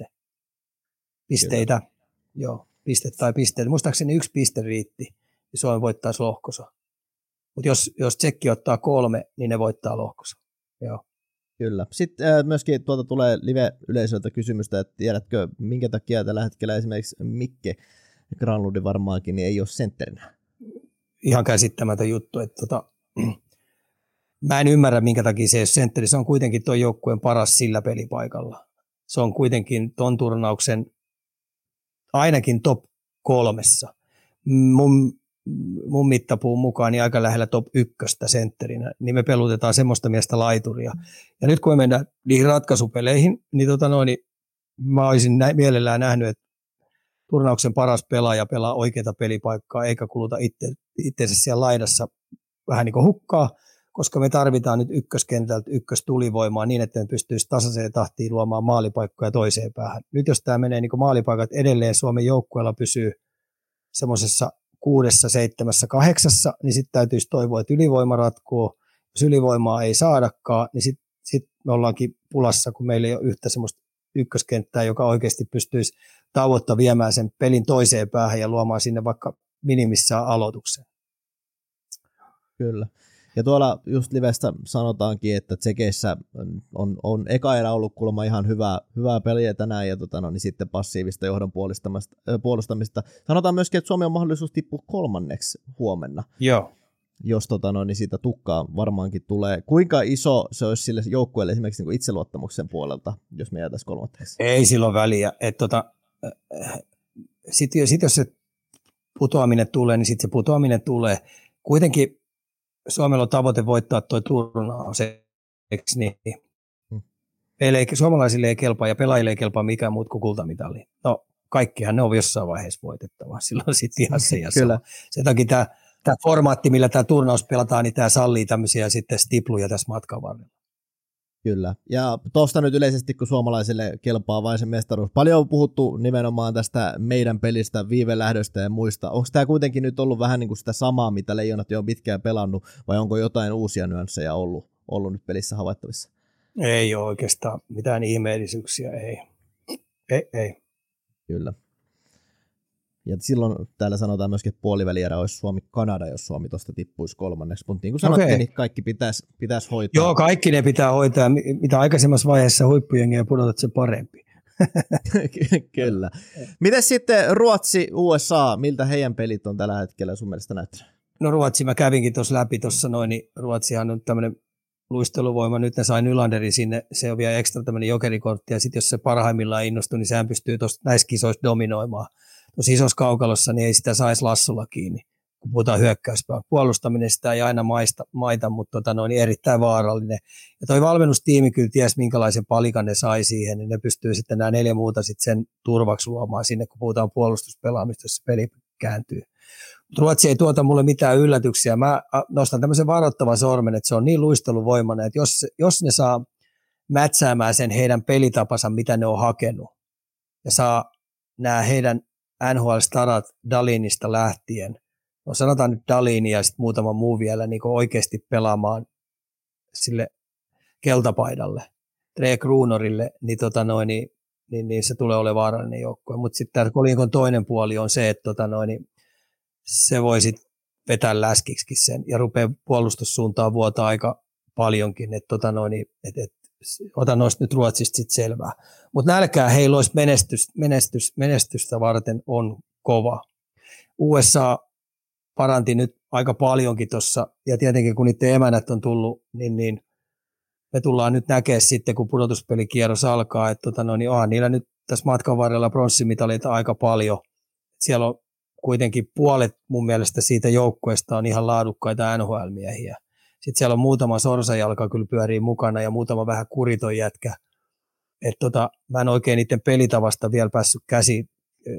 Pisteitä. Kyllä. Joo, piste tai pisteitä. Muistaakseni yksi piste riitti, niin Suomi voittaisi lohkosa. Mutta jos, jos tsekki ottaa kolme, niin ne voittaa lohkosa. Joo. Kyllä. Sitten äh, myöskin tuolta tulee live-yleisöltä kysymystä, että tiedätkö, minkä takia tällä hetkellä esimerkiksi Mikke Granlundin varmaankin niin ei ole sentterinä? Ihan käsittämätön juttu. Että tota, mä en ymmärrä, minkä takia se ei ole sentteri. Se on kuitenkin tuon joukkueen paras sillä pelipaikalla. Se on kuitenkin ton turnauksen ainakin top kolmessa. Mun, mun mittapuun mukaan niin aika lähellä top ykköstä sentterinä. Niin me pelutetaan semmoista miestä laituria. Ja nyt kun me mennään niihin ratkaisupeleihin, niin, tota noin, niin mä olisin nä- mielellään nähnyt, että turnauksen paras pelaaja pelaa oikeita pelipaikkaa, eikä kuluta itse, itseensä siellä laidassa vähän niin kuin hukkaa, koska me tarvitaan nyt ykköskentältä ykköstulivoimaa niin, että me pystyisi tasaiseen tahtiin luomaan maalipaikkoja toiseen päähän. Nyt jos tämä menee niin kuin maalipaikat edelleen Suomen joukkueella pysyy semmoisessa kuudessa, seitsemässä, kahdeksassa, niin sitten täytyisi toivoa, että ylivoima ratkoo. Jos ylivoimaa ei saadakaan, niin sitten sit me ollaankin pulassa, kun meillä ei ole yhtä semmoista ykköskenttää, joka oikeasti pystyisi tauotta viemään sen pelin toiseen päähän ja luomaan sinne vaikka minimissään aloituksen. Kyllä. Ja tuolla just livestä sanotaankin, että Tsekeissä on, on eka erä ollut kuulemma ihan hyvää, hyvää peliä tänään ja tota, no, niin sitten passiivista johdon puolustamista. Sanotaan myöskin, että Suomi on mahdollisuus tippua kolmanneksi huomenna. Joo. Jos tota, no, niin siitä tukkaa varmaankin tulee. Kuinka iso se olisi sille joukkueelle esimerkiksi niin itseluottamuksen puolelta, jos me jäätäisiin kolmanneksi? Ei silloin väliä. Tota, sitten sit jos se putoaminen tulee, niin sitten se putoaminen tulee. Kuitenkin Suomella on tavoite voittaa tuo turnaus, eikö niin? Hmm. Ei, suomalaisille ei kelpaa ja pelaajille ei kelpaa mikään muut kuin kultamitali. No kaikkihan ne on jossain vaiheessa voitettava. Silloin sitten ihan se ja Kyllä. Sen takia tämä, tämä formaatti, millä tämä turnaus pelataan, niin tämä sallii tämmöisiä sitten stipluja tässä matkan varrella. Kyllä. Ja tuosta nyt yleisesti, kun suomalaisille kelpaa vain se mestaruus. Paljon on puhuttu nimenomaan tästä meidän pelistä, viivelähdöstä ja muista. Onko tämä kuitenkin nyt ollut vähän niin kuin sitä samaa, mitä Leijonat jo on pitkään pelannut, vai onko jotain uusia nyansseja ollut, ollut nyt pelissä havaittavissa? Ei ole oikeastaan mitään ihmeellisyyksiä, ei. Ei, ei. Kyllä. Ja silloin täällä sanotaan myöskin, että puolivälierä olisi Suomi-Kanada, jos Suomi tuosta tippuisi kolmanneksi. Mutta niin kuin sanottiin, okay. Niin kaikki pitäisi, pitäisi hoitaa. Joo, kaikki ne pitää hoitaa. Mitä aikaisemmassa vaiheessa huippujengiä pudotat, se parempi. Kyllä. Miten sitten Ruotsi, U S A, miltä heidän pelit on tällä hetkellä sun mielestä näyttänyt? No Ruotsi, mä kävinkin tuossa läpi tuossa noin, niin Ruotsihan on tämmöinen luisteluvoima. Nyt ne sai Nylanderin sinne, se on vielä ekstra tämmöinen jokerikortti. Ja sitten jos se parhaimmillaan innostuu, niin sehän pystyy tuossa näissä kisoissa dominoimaan. Tuossa isossa kaukalossa niin ei sitä saisi lassulla kiinni. kun puhutaan hyökkäyspää. Puolustaminen sitä ei aina maista, maita, mutta tota, no, niin erittäin vaarallinen. Ja toi valmennustiimi kyllä ties, minkälaisen palikan ne sai siihen, niin ne pystyy sitten nämä neljä muuta sitten sen turvaksi luomaan sinne, kun puhutaan puolustuspelaamista, jos se peli kääntyy. Ruotsi ei tuota mulle mitään yllätyksiä. Mä nostan tämmöisen varoittavan sormen, että se on niin luisteluvoimainen, että jos, jos ne saa mätsäämään sen heidän pelitapansa, mitä ne on hakenut, ja saa nämä heidän N H L-starat Dalinista lähtien, no sanotaan nyt Dalini ja sitten muutama muu vielä niin oikeasti pelaamaan sille keltapaidalle, Tre Kruunorille, niin, tota noin, niin, niin, niin se tulee olemaan vaarallinen joukkue. Mutta sitten tämä kolikon toinen puoli on se, että tota noin, niin se voi sitten vetää läskiksi sen ja rupeaa puolustussuuntaan vuotaa aika paljonkin. Et, tota noin, et, et, otan noista nyt Ruotsista sitten selvää. Mutta nälkää heillä olisi menestys, menestys, menestystä varten on kova. U S A paranti nyt aika paljonkin tuossa, ja tietenkin kun niiden emänät on tullut, niin, niin me tullaan nyt näkemään sitten, kun pudotuspelikierros alkaa, että tota noin, niin onhan niillä nyt tässä matkan varrella pronssimitaleita aika paljon. Siellä on kuitenkin puolet mun mielestä siitä joukkueesta on ihan laadukkaita N H L-miehiä. Sitten siellä on muutama sorsajalka kyllä pyörii mukana ja muutama vähän kuriton jätkä. Et tota, mä en oikein niiden pelitavasta vielä päässyt käsi, äh,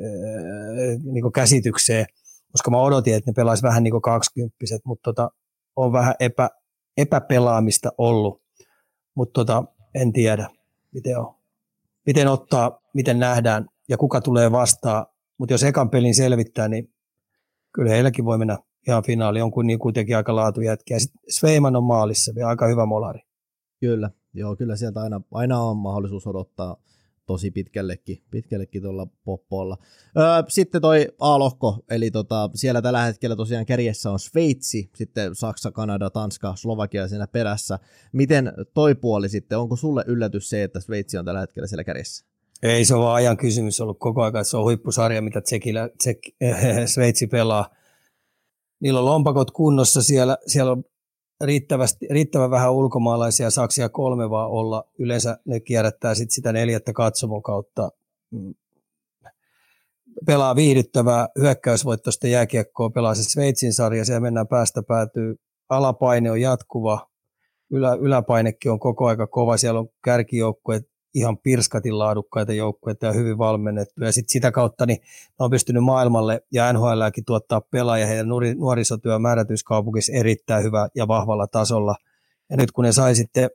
niin käsitykseen, koska mä odotin, että ne pelaisi vähän niin kuin kaksikymppiset, mutta tota, on vähän epä, epäpelaamista ollut. Mutta tota, en tiedä, miten on. Miten ottaa, miten nähdään ja kuka tulee vastaan. Mutta jos ekan pelin selvittää, niin kyllä heilläkin voi mennä ihan finaali. On niin kuitenkin aika laatujätkiä. Sitten Sveiman on maalissa, vielä aika hyvä molari. Kyllä, joo, kyllä sieltä aina, aina on mahdollisuus odottaa tosi pitkällekin, pitkällekin tuolla poppolla. Öö, sitten toi A-lohko, eli tota, siellä tällä hetkellä tosiaan kärjessä on Sveitsi, sitten Saksa, Kanada, Tanska, Slovakia siinä perässä. Miten toi puoli sitten, onko sulle yllätys se, että Sveitsi on tällä hetkellä siellä kärjessä? Ei, se on vaan ajan kysymys ollut koko ajan, että se on huippusarja, mitä Tsekillä, Tsek, äh, Sveitsi pelaa. Niillä on lompakot kunnossa, siellä, siellä on riittävästi, riittävän vähän ulkomaalaisia, saksia kolme vaan olla. Yleensä ne kierrättää sit sitä neljättä katsomon kautta. Pelaa viihdyttävää hyökkäysvoittoista jääkiekkoa, pelaa se Sveitsin sarja, siellä mennään päästä päätyy. Alapaine on jatkuva, Ylä, yläpainekin on koko aika kova, siellä on kärkijoukkueet, ihan pirskatin laadukkaita joukkueita ja hyvin valmennettu. Ja sitten sitä kautta niin ne on pystynyt maailmalle ja N H L:äkin tuottaa pelaajia heidän nuorisotyö määrätyiskaupungissa erittäin hyvä ja vahvalla tasolla. Ja nyt kun ne sai sitten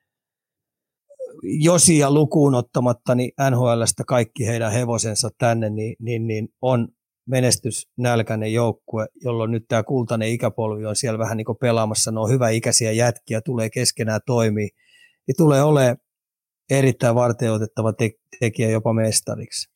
Josia lukuun ottamatta niin N H L:stä kaikki heidän hevosensa tänne, niin, niin, niin on menestysnälkäinen joukkue, jolloin nyt tämä kultainen ikäpolvi on siellä vähän niin kuin pelaamassa. Ne on hyväikäisiä jätkiä, tulee keskenään toimii. Ja tulee olemaan erittäin varteenotettava te- tekijä jopa mestariksi.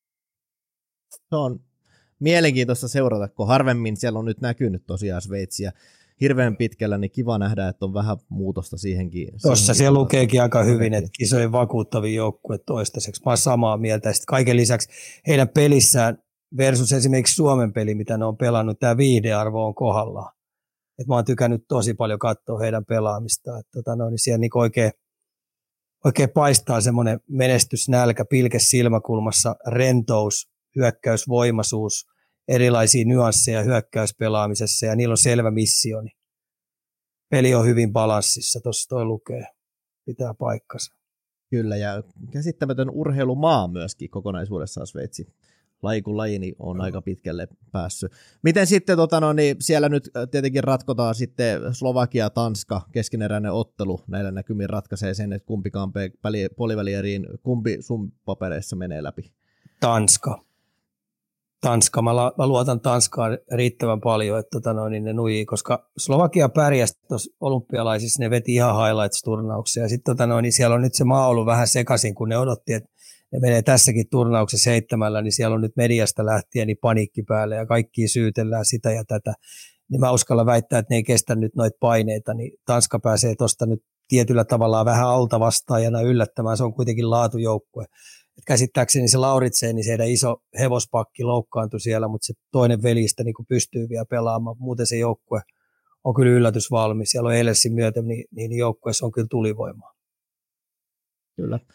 Se on mielenkiintoista seurata, kun harvemmin siellä on nyt näkynyt tosiaan Sveitsiä hirveän pitkällä, niin kiva nähdä, että on vähän muutosta siihenkin. Tuossa siellä lukeekin aika hyvin, että kisojen vakuuttavia joukkue toistaiseksi. Mä oon samaa mieltä. Ja sitten kaiken lisäksi heidän pelissään versus esimerkiksi Suomen peli, mitä ne on pelannut, tämä viihdearvo on kohdallaan. Et mä oon tykännyt tosi paljon katsoa heidän pelaamista. Että tota, no, niin siellä niin oikein Oikein paistaa semmoinen menestysnälkä, pilke silmäkulmassa, rentous, hyökkäysvoimaisuus, erilaisia nyansseja hyökkäyspelaamisessa ja niillä on selvä missio. Niin peli on hyvin balanssissa, tuossa toi lukee, pitää paikkansa. Kyllä ja käsittämätön urheilumaa myöskin kokonaisuudessaan Sveitsi. Laji kuin laji niin on aika pitkälle päässyt. Miten sitten tota, no, niin siellä nyt tietenkin ratkotaan sitten Slovakia, Tanska, keskeneräinen ottelu. Näillä näkymin ratkaisee sen, että kumpikaan puolivälieriin, kumpi sun papereissa menee läpi? Tanska. Tanska. Mä, la, mä luotan Tanskaan riittävän paljon, että tota, no, niin ne nuijii, koska Slovakia pärjäsi tuossa olympialaisissa, ne veti ihan highlights-turnauksia. Ja sitten tota, no, niin siellä on nyt se maa ollut vähän sekaisin, kun ne odotti, että ne menee tässäkin turnauksessa seitsemällä, niin siellä on nyt mediasta lähtien niin paniikki päälle ja kaikki syytellään sitä ja tätä. Niin mä uskallan väittää, että ne ei kestä nyt noita paineita, niin Tanska pääsee tuosta nyt tietyllä tavalla vähän alta vastaajana yllättämään. Se on kuitenkin laatujoukkue. Et käsittääkseni se Lauritsen, niin se iso hevospakki loukkaantui siellä, mutta se toinen velistä niin pystyy vielä pelaamaan. Muuten se joukkue on kyllä yllätysvalmis. Siellä on Eilersin myötä, niin, niin joukkueessa on kyllä tulivoimaa. Kyllä.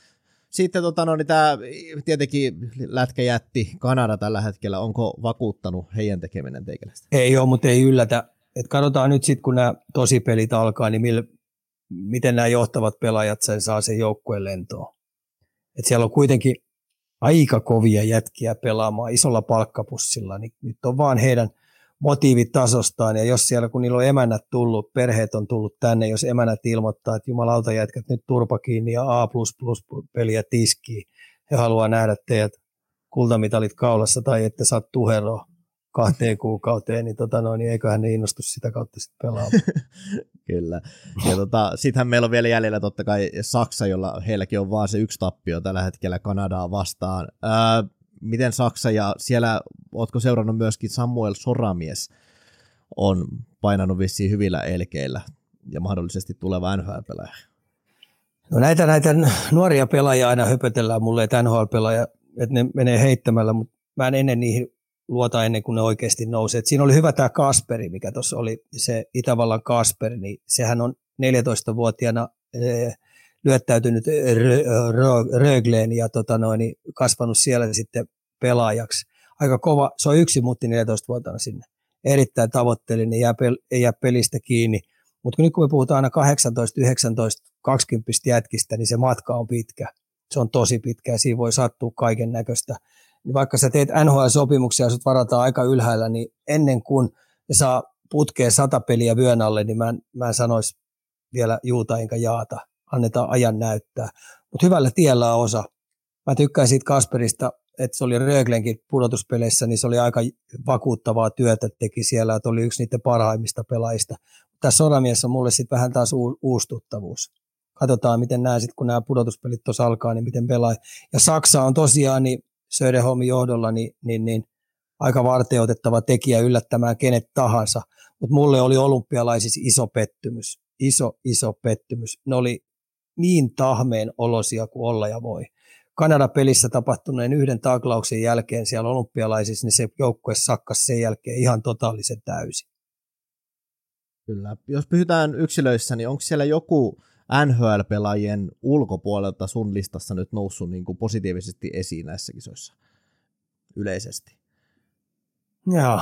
Sitten tota, no, niin tämä tietenkin lätkäjätti Kanada tällä hetkellä, onko vakuuttanut heidän tekeminen teikäläistä? Ei ole, mutta ei yllätä. Et katsotaan nyt sitten, kun nämä tosipelit alkaa, niin millä, miten nämä johtavat pelaajat sen saa sen joukkueen lentoon. Et siellä on kuitenkin aika kovia jätkiä pelaamaan isolla palkkapussilla, niin nyt on vaan heidän motiivit tasostaan, ja jos siellä, kun niillä on emännät tullut, perheet on tullut tänne, jos emännät ilmoittaa, että jumalauta jätkät nyt turpa kiinni ja A plus plus peliä tiskiin, he haluaa nähdä teidät kultamitalit kaulassa tai ette saa tuheroa kahteen kuukauteen, niin, tota noin, niin eiköhän ne innostu sitä kautta sitten pelaamaan. Kyllä. Ja tota, sittenhän meillä on vielä jäljellä totta kai Saksa, jolla heilläkin on vaan se yksi tappio tällä hetkellä Kanadaa vastaan. Ää, miten Saksa, ja siellä ootko seurannut myöskin Samuel Soramies on painanut vissiin hyvillä elkeillä ja mahdollisesti tuleva N H L-pelaaja? No näitä, näitä nuoria pelaajia aina höpötellään mulle, että N H L-pelaaja, että ne menee heittämällä, mutta mä en ennen niihin luota ennen kuin ne oikeasti nousee. Et siinä oli hyvä tämä Kasperi, mikä tuossa oli, se Itävallan Kasperi, niin sehän on neljätoistavuotiaana eh, lyöttäytynyt Rögleen ja tota noin, kasvanut siellä sitten pelaajaksi. Aika kova, se on yksi mutti neljätoistavuotiaana sinne. Erittäin tavoitteellinen, jää pel, ei jää pelistä kiinni. Mutta nyt kun me puhutaan aina kahdeksantoista, yhdeksäntoista, kaksikymmentä jätkistä, niin se matka on pitkä. Se on tosi pitkä ja siinä voi sattua kaiken näköistä. Vaikka sä teet N H L-sopimuksia ja sut varataan aika ylhäällä, niin ennen kuin ne saa putkeen sata peliä vyön alle, niin mä en, mä en sanoisi vielä juuta enkä jaata. Annetaan ajan näyttää. Mutta hyvällä tiellä on osa. Mä tykkään siitä Kasperista, että se oli Röglenkin pudotuspeleissä, niin se oli aika vakuuttavaa työtä teki siellä, että oli yksi niiden parhaimmista pelaajista. Tässä Soramies on mulle sitten vähän taas u- uustuttavuus. Katsotaan, miten nämä sitten, kun nämä pudotuspelit tuossa alkaa, niin miten pelaa. Ja Saksa on tosiaan niin Söderholmin johdolla niin, niin, niin aika varteenotettava tekijä yllättämään kenet tahansa. Mutta mulle oli olympialaisissa iso pettymys. Iso, iso pettymys. Ne oli niin tahmeen olosia kuin olla ja voi. Kanada-pelissä tapahtuneen yhden taklauksen jälkeen siellä olympialaisissa, niin se joukkue sakkasi sen jälkeen ihan totaalisen täysin. Kyllä. Jos pysytään yksilöissä, niin onko siellä joku N H L-pelaajien ulkopuolelta sun listassa nyt noussut niin kuin positiivisesti esiin näissä kisoissa yleisesti? Joo.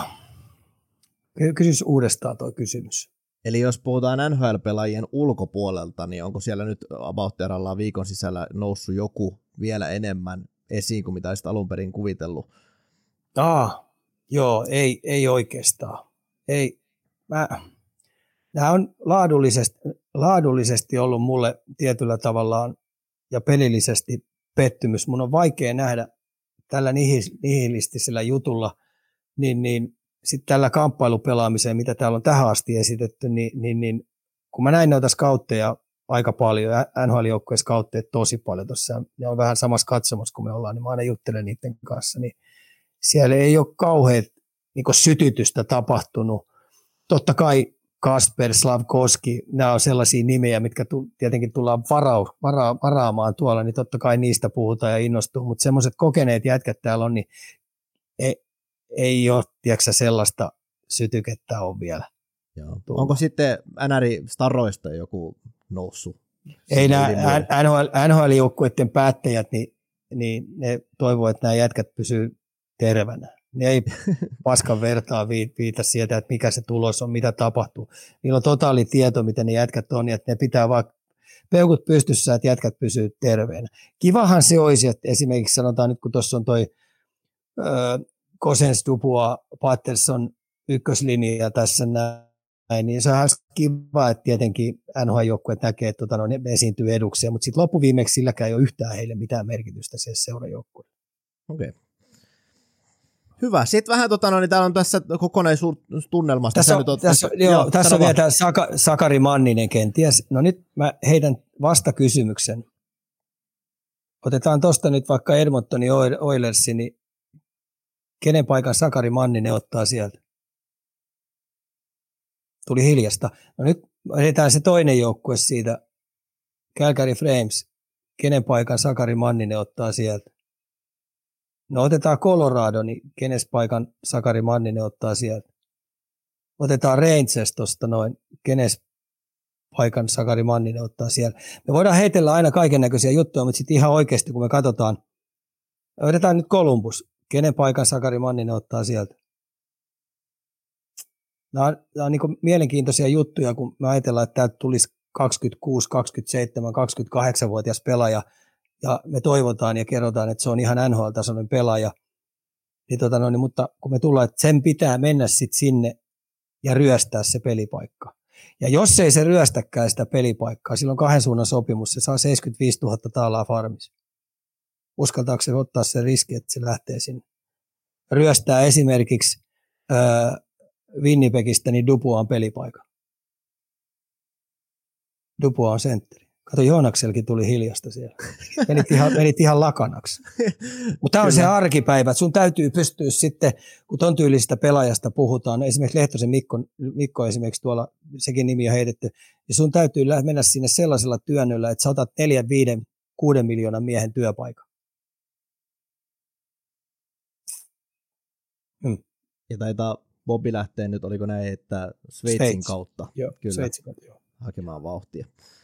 Kysys uudestaan tuo kysymys. Eli jos puhutaan N H L-pelaajien ulkopuolelta, niin onko siellä nyt about erallaan viikon sisällä noussut joku vielä enemmän esiin kuin mitä olisit alun perin kuvitellut? Ah, joo, ei, ei oikeastaan. Ei. Mä, nämä on laadullisesti, laadullisesti ollut mulle tietyllä tavallaan ja pelillisesti pettymys. Mun on vaikea nähdä tällä nihilistisellä jutulla, niin, niin sitten tällä kamppailupelaamiseen, mitä täällä on tähän asti esitetty, niin, niin, niin kun mä näin noita skautteja aika paljon, N H L-joukkueen skautteja tosi paljon tuossa, ne on vähän samassa katsomassa kuin me ollaan, niin mä aina juttelen niiden kanssa, niin siellä ei ole kauhean niin sytytystä tapahtunut. Totta kai Kasper, Slavkovski, nämä on sellaisia nimejä, mitkä tu, tietenkin tullaan varau, vara, varaamaan tuolla, niin totta kai niistä puhutaan ja innostuu, mutta semmoiset kokeneet jätkät täällä on, niin ei, ei ole, tiedätkö, sellaista sytykettä on vielä. Joo. Onko sitten N R-staroista joku noussut? Ei nämä N H L-joukkueiden päättäjät, niin, niin ne toivoo, että nämä jätkät pysyy tervänä. Ne ei paskan vertaa viita sieltä, että mikä se tulos on, mitä tapahtuu. Niillä on totaali tieto, miten ne jätkät on, että ne pitää vaan peukut pystyssä, että jätkät pysyy terveenä. Kivahan se olisi, että esimerkiksi sanotaan nyt, kun tuossa on toi äh, Cosens, Dubois, Patterson ykköslinja tässä näin, niin se on ihan kiva, että tietenkin N H L-joukkueet näkee, että tota, no, ne esiintyy edukseen, mutta sitten loppuviimeksi silläkään ei ole yhtään heille mitään merkitystä siellä seurajoukkueelle. Okei. Okay. Hyvä. Sitten vähän, tota, no, niin täällä on tässä kokonaisuustunnelmasta. Tässä on, on, tässä, joo, joo, tässä on vielä tämä Saka, Sakari Manninen kenties. No nyt mä heidän vastakysymyksen. Otetaan tuosta nyt vaikka Edmontonin Oilersi, niin kenen paikan Sakari Manninen ottaa sieltä? Tuli hiljasta. No nyt edetään se toinen joukkue siitä, Calgary Flames. Kenen paikan Sakari Manninen ottaa sieltä? No otetaan Colorado, niin kenes paikan Sakari Manninen ottaa sieltä? Otetaan Rangers tuosta noin, kenes paikan Sakari Manninen ottaa siellä. Me voidaan heitellä aina kaiken näköisiä juttuja, mutta sitten ihan oikeasti, kun me katsotaan, otetaan nyt Columbus, kenen paikan Sakari Manninen ottaa sieltä. Nämä on, nämä on niin kuin mielenkiintoisia juttuja, kun me ajatellaan, että täältä tulisi kaksikymmentäkuusi, kaksikymmentäseitsemän, kaksikymmentäkahdeksanvuotias pelaaja, ja me toivotaan ja kerrotaan, että se on ihan N H L-tasoinen pelaaja. Niin tota no, niin, mutta kun me tullaan, että sen pitää mennä sitten sinne ja ryöstää se pelipaikka. Ja jos ei se ryöstäkään sitä pelipaikkaa, silloin kahden suunnan sopimus, se saa seitsemänkymmentäviisituhatta taalaa farmissa. Uskaltaako se ottaa sen riski, että se lähtee sinne? Ryöstää esimerkiksi äh, Winnipegistä niin Dupuan pelipaikan. Dupua on sentteri. Kato, Joonakselkin tuli hiljasta siellä. Menit ihan, menit ihan lakanaksi. Mutta tämä on se arkipäivä. Sun täytyy pystyä sitten, kun ton tyylisistä pelaajasta puhutaan, esimerkiksi Lehtosen Mikko, Mikko esimerkiksi tuolla, sekin nimi on heitetty, ja sun täytyy mennä sinne sellaisella työnnöllä, että sä otat neljän, viiden, kuuden miljoonan miehen työpaikan. Hmm. Ja taitaa Bobi lähteä nyt, oliko näin, että Sveitsin Sveits. kautta. Joo, Kyllä. Sveitsin kautta, joo. Hakemaan vauhtia.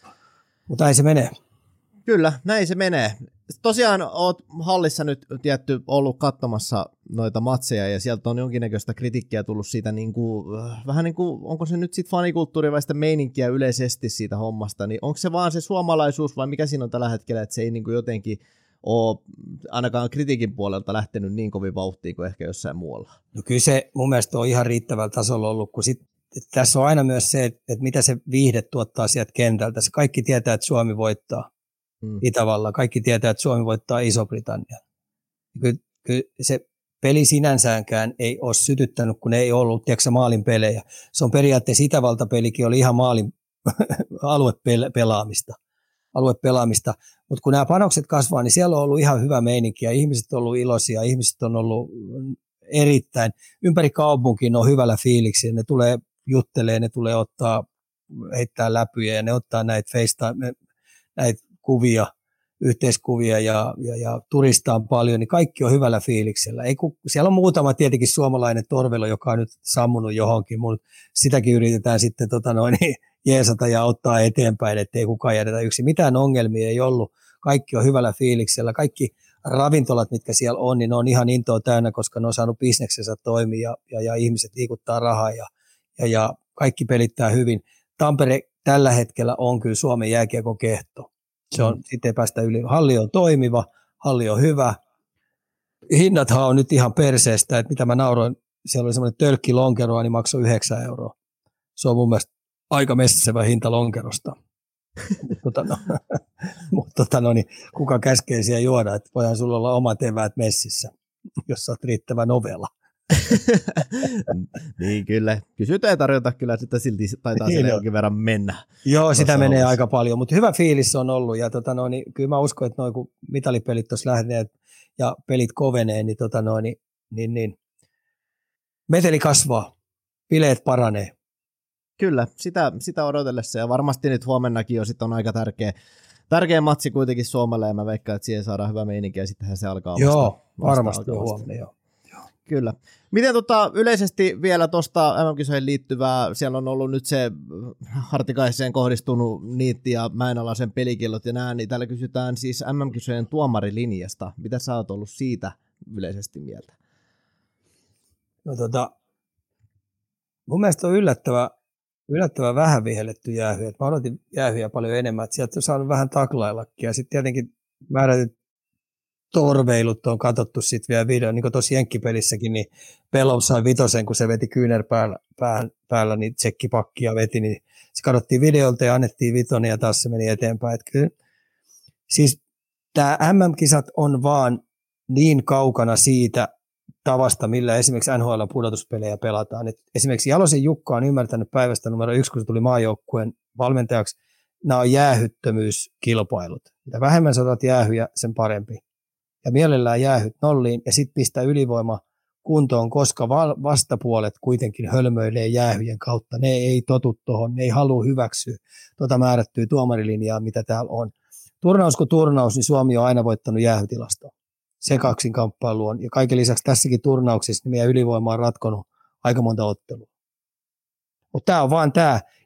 Mutta näin se menee. Kyllä, näin se menee. Tosiaan oot hallissa nyt tietty ollut katsomassa noita matseja ja sieltä on jonkinnäköistä kritiikkiä tullut siitä, niin kuin, vähän niin kuin, onko se nyt sitten fanikulttuuri vai sitä meininkiä yleisesti siitä hommasta, niin onko se vaan se suomalaisuus vai mikä siinä on tällä hetkellä, että se ei niin kuin jotenkin ole ainakaan kritiikin puolelta lähtenyt niin kovin vauhtiin kuin ehkä jossain muualla? No kyllä se mun mielestä on ihan riittävällä tasolla ollut, kun sit, tässä on aina myös se, että, että mitä se viihde tuottaa sieltä kentältä. Se kaikki tietää, että Suomi voittaa hmm. Itävalla, kaikki tietää, että Suomi voittaa Iso-Britannia. Kyllä, kyllä se peli sinänsäänkään ei ole sytyttänyt, kun ei ollut tiedätkö, maalin pelejä. Se on periaatteessa Itävalta-pelikin oli ihan maalin aluepelaamista. aluepelaamista. Mutta kun nämä panokset kasvaa, niin siellä on ollut ihan hyvä meininki ja ihmiset on ollut iloisia, ihmiset on ollut erittäin, ympäri kaupunkiin on hyvällä fiiliksi, ne tulee juttelee, ne tulee ottaa, heittää läpyjä ja ne ottaa näitä FaceTime, näitä kuvia, yhteiskuvia ja, ja, ja turistaa paljon, niin kaikki on hyvällä fiiliksellä. Ei, kun, siellä on muutama tietenkin suomalainen torvelo, joka on nyt sammunut johonkin, mutta sitäkin yritetään sitten tota noin, jeesata ja ottaa eteenpäin, ettei kukaan jätetä yksin. Mitään ongelmia ei ollut, kaikki on hyvällä fiiliksellä, kaikki ravintolat, mitkä siellä on, niin ne on ihan intoa täynnä, koska ne on saanut bisneksensä toimia ja, ja, ja ihmiset liikuttaa rahaa ja, ja, ja kaikki pelittää hyvin. Tampere tällä hetkellä on kyllä Suomen jääkiekon kehto. Se on, mm. sitten ei päästä yli. Halli on toimiva, halli on hyvä. Hinnathan on nyt ihan perseestä, että mitä mä nauroin, siellä oli semmoinen tölkki lonkeroa, niin maksoi yhdeksän euroa. Se on mun mielestä aika messevä hinta lonkerosta. Mutta no, mut, tota, no, niin, kuka käskee siellä juoda, että voihan sulla olla omat eväät messissä, jos sä oot riittävän ovella. Niin kyllä, kysytään ja tarjota kyllä, että silti taitaa niin siellä no. jonkin verran mennä. Joo, sitä menee olisi. Aika paljon, mutta hyvä fiilis on ollut ja tota, no, niin, kyllä mä uskon, että noin, kun mitalipelit tuossa lähtee ja pelit kovenee, niin, tota, no, niin, niin, niin meteli kasvaa, bileet paranee. Kyllä, sitä, sitä odotellessa ja varmasti nyt huomennakin jo sitten on aika tärkeä, tärkeä matsi kuitenkin Suomelle ja mä veikkaan, että siihen saadaan hyvä meininki ja sittenhän se alkaa vasta. Joo, varmasti on huomenna, joo. Kyllä. Miten tota, yleisesti vielä tuosta M M-kisoihin liittyvää, siellä on ollut nyt se Hartikaiseen kohdistunut niitti ja Mäenalaisen pelikillot ja nää, niin täällä kysytään siis M M-kisojen tuomarilinjasta. Mitä sä oot ollut siitä yleisesti mieltä? No tota, mun mielestä on yllättävä, yllättävän vähän vihelletty jäähyjä. Mä odotin jäähyjä paljon enemmän, että sieltä on saanut vähän taklaillakin ja sitten tietenkin määrätyt torveilut on katsottu sitten vielä video, niin kuin tuossa Jenkkipelissäkin, niin Pelov sai vitosen, kun se veti kyynär päällä, päällä, päällä niin tsekkipakkia veti, niin se katsottiin videolta ja annettiin vitonen ja taas se meni eteenpäin. Että kyllä, siis tämä M M-kisat on vaan niin kaukana siitä tavasta, millä esimerkiksi N H L-pudotuspelejä pelataan. Et esimerkiksi Jalosen Jukka on ymmärtänyt päivästä numero yksi, kun se tuli maajoukkueen valmentajaksi, nämä on jäähyttömyyskilpailut. Mitä vähemmän saatat jäähyjä, sen parempi. Ja mielellään jäähyt nolliin ja sitten pistää ylivoima kuntoon, koska vastapuolet kuitenkin hölmöilee jäähyjen kautta. Ne ei totu tuohon, ne ei halua hyväksyä tuota määrättyä tuomarilinjaa, mitä täällä on. Turnaus kuin turnaus, niin Suomi on aina voittanut jäähytilastoa. Se kaksin kamppailu on. Ja kaiken lisäksi tässäkin turnauksissa niin meidän ylivoima on ratkonut aika monta ottelua. Mutta tämä on vaan tämä.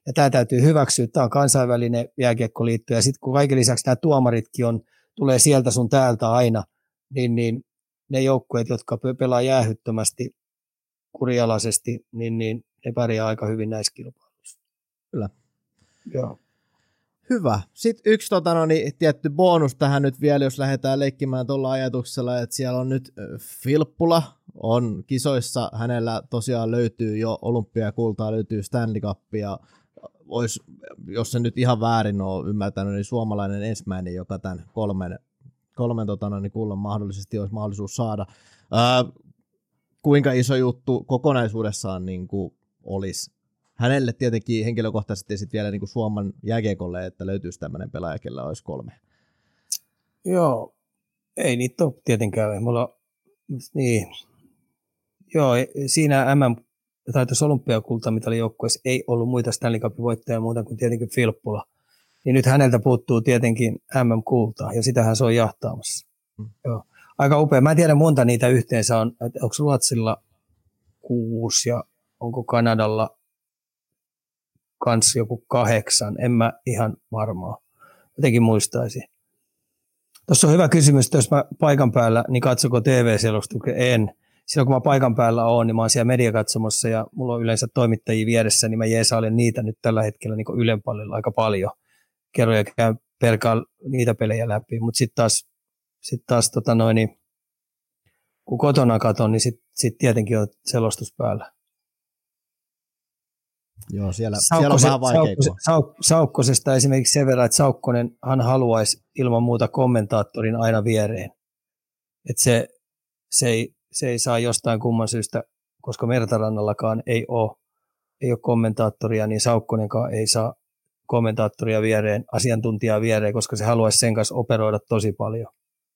Ja tämä täytyy hyväksyä, tämä on kansainvälinen jääkiekkoliitto, ja sitten kun kaiken lisäksi nämä tuomaritkin on, tulee sieltä sun täältä aina, niin, niin ne joukkueet, jotka pelaa jäähyttömästi, kurialaisesti, niin, niin ne pärjää aika hyvin näissä kilpailuissa. Kyllä. Joo. Hyvä. Sitten yksi tota, no, niin, tietty bonus tähän nyt vielä, jos lähdetään leikkimään tuolla ajatuksella, että siellä on nyt Filppula, on kisoissa, hänellä tosiaan löytyy jo olympiakultaa, löytyy Stanley Cupia, olisi, jos se nyt ihan väärin on ymmärtänyt, niin suomalainen ensimmäinen, joka tämän kolmen, kolmen tota, no, niin kullan mahdollisesti olisi mahdollisuus saada. Ää, kuinka iso juttu kokonaisuudessaan niin kuin olisi hänelle tietenkin henkilökohtaisesti ja sitten vielä niin kuin Suomen jääkiekolle, että löytyisi tämmöinen pelaaja, kellä olisi kolme. Joo, ei niitä ole tietenkään. Mulla, niin. Joo, siinä M M tai tuossa olympiakultamitalijoukkueessa ei ollut muita Stanley Cupin voittajia muuta kuin tietenkin Filppula. Niin nyt häneltä puuttuu tietenkin M M-kultaa ja sitähän se on jahtaamassa. Hmm. Joo. Aika upea. Mä en tiedä monta niitä yhteensä on. Onko Ruotsilla kuusi ja onko Kanadalla kans joku kahdeksan. En mä ihan varmaa. Jotenkin muistaisin. Tuossa on hyvä kysymys, jos mä paikan päällä, niin katsoko T V-selostuksen? En. Silloin kun mä paikan päällä oon, niin mä oon siellä mediakatsomossa ja mulla on yleensä toimittajia vieressä, niin mä jeesailen niitä nyt tällä hetkellä niin Ylen pallilla aika paljon. Kerron ja käyn perkaan niitä pelejä läpi, mutta sitten taas, sit taas tota noin, niin, kun kotona katon, niin sitten sit tietenkin on selostus päällä. Joo, siellä, siellä on vähän vaikea. Sauk, Saukkosesta esimerkiksi sen verran, että Saukkonen hän haluaisi ilman muuta kommentaattorin aina viereen. Että se, se, ei, se ei saa jostain kumman syystä, koska Mertarannallakaan ei ole, ei ole kommentaattoria, niin Saukkonenkaan ei saa kommentaattoria viereen, asiantuntijaa viereen, koska se haluaisi sen kanssa operoida tosi paljon.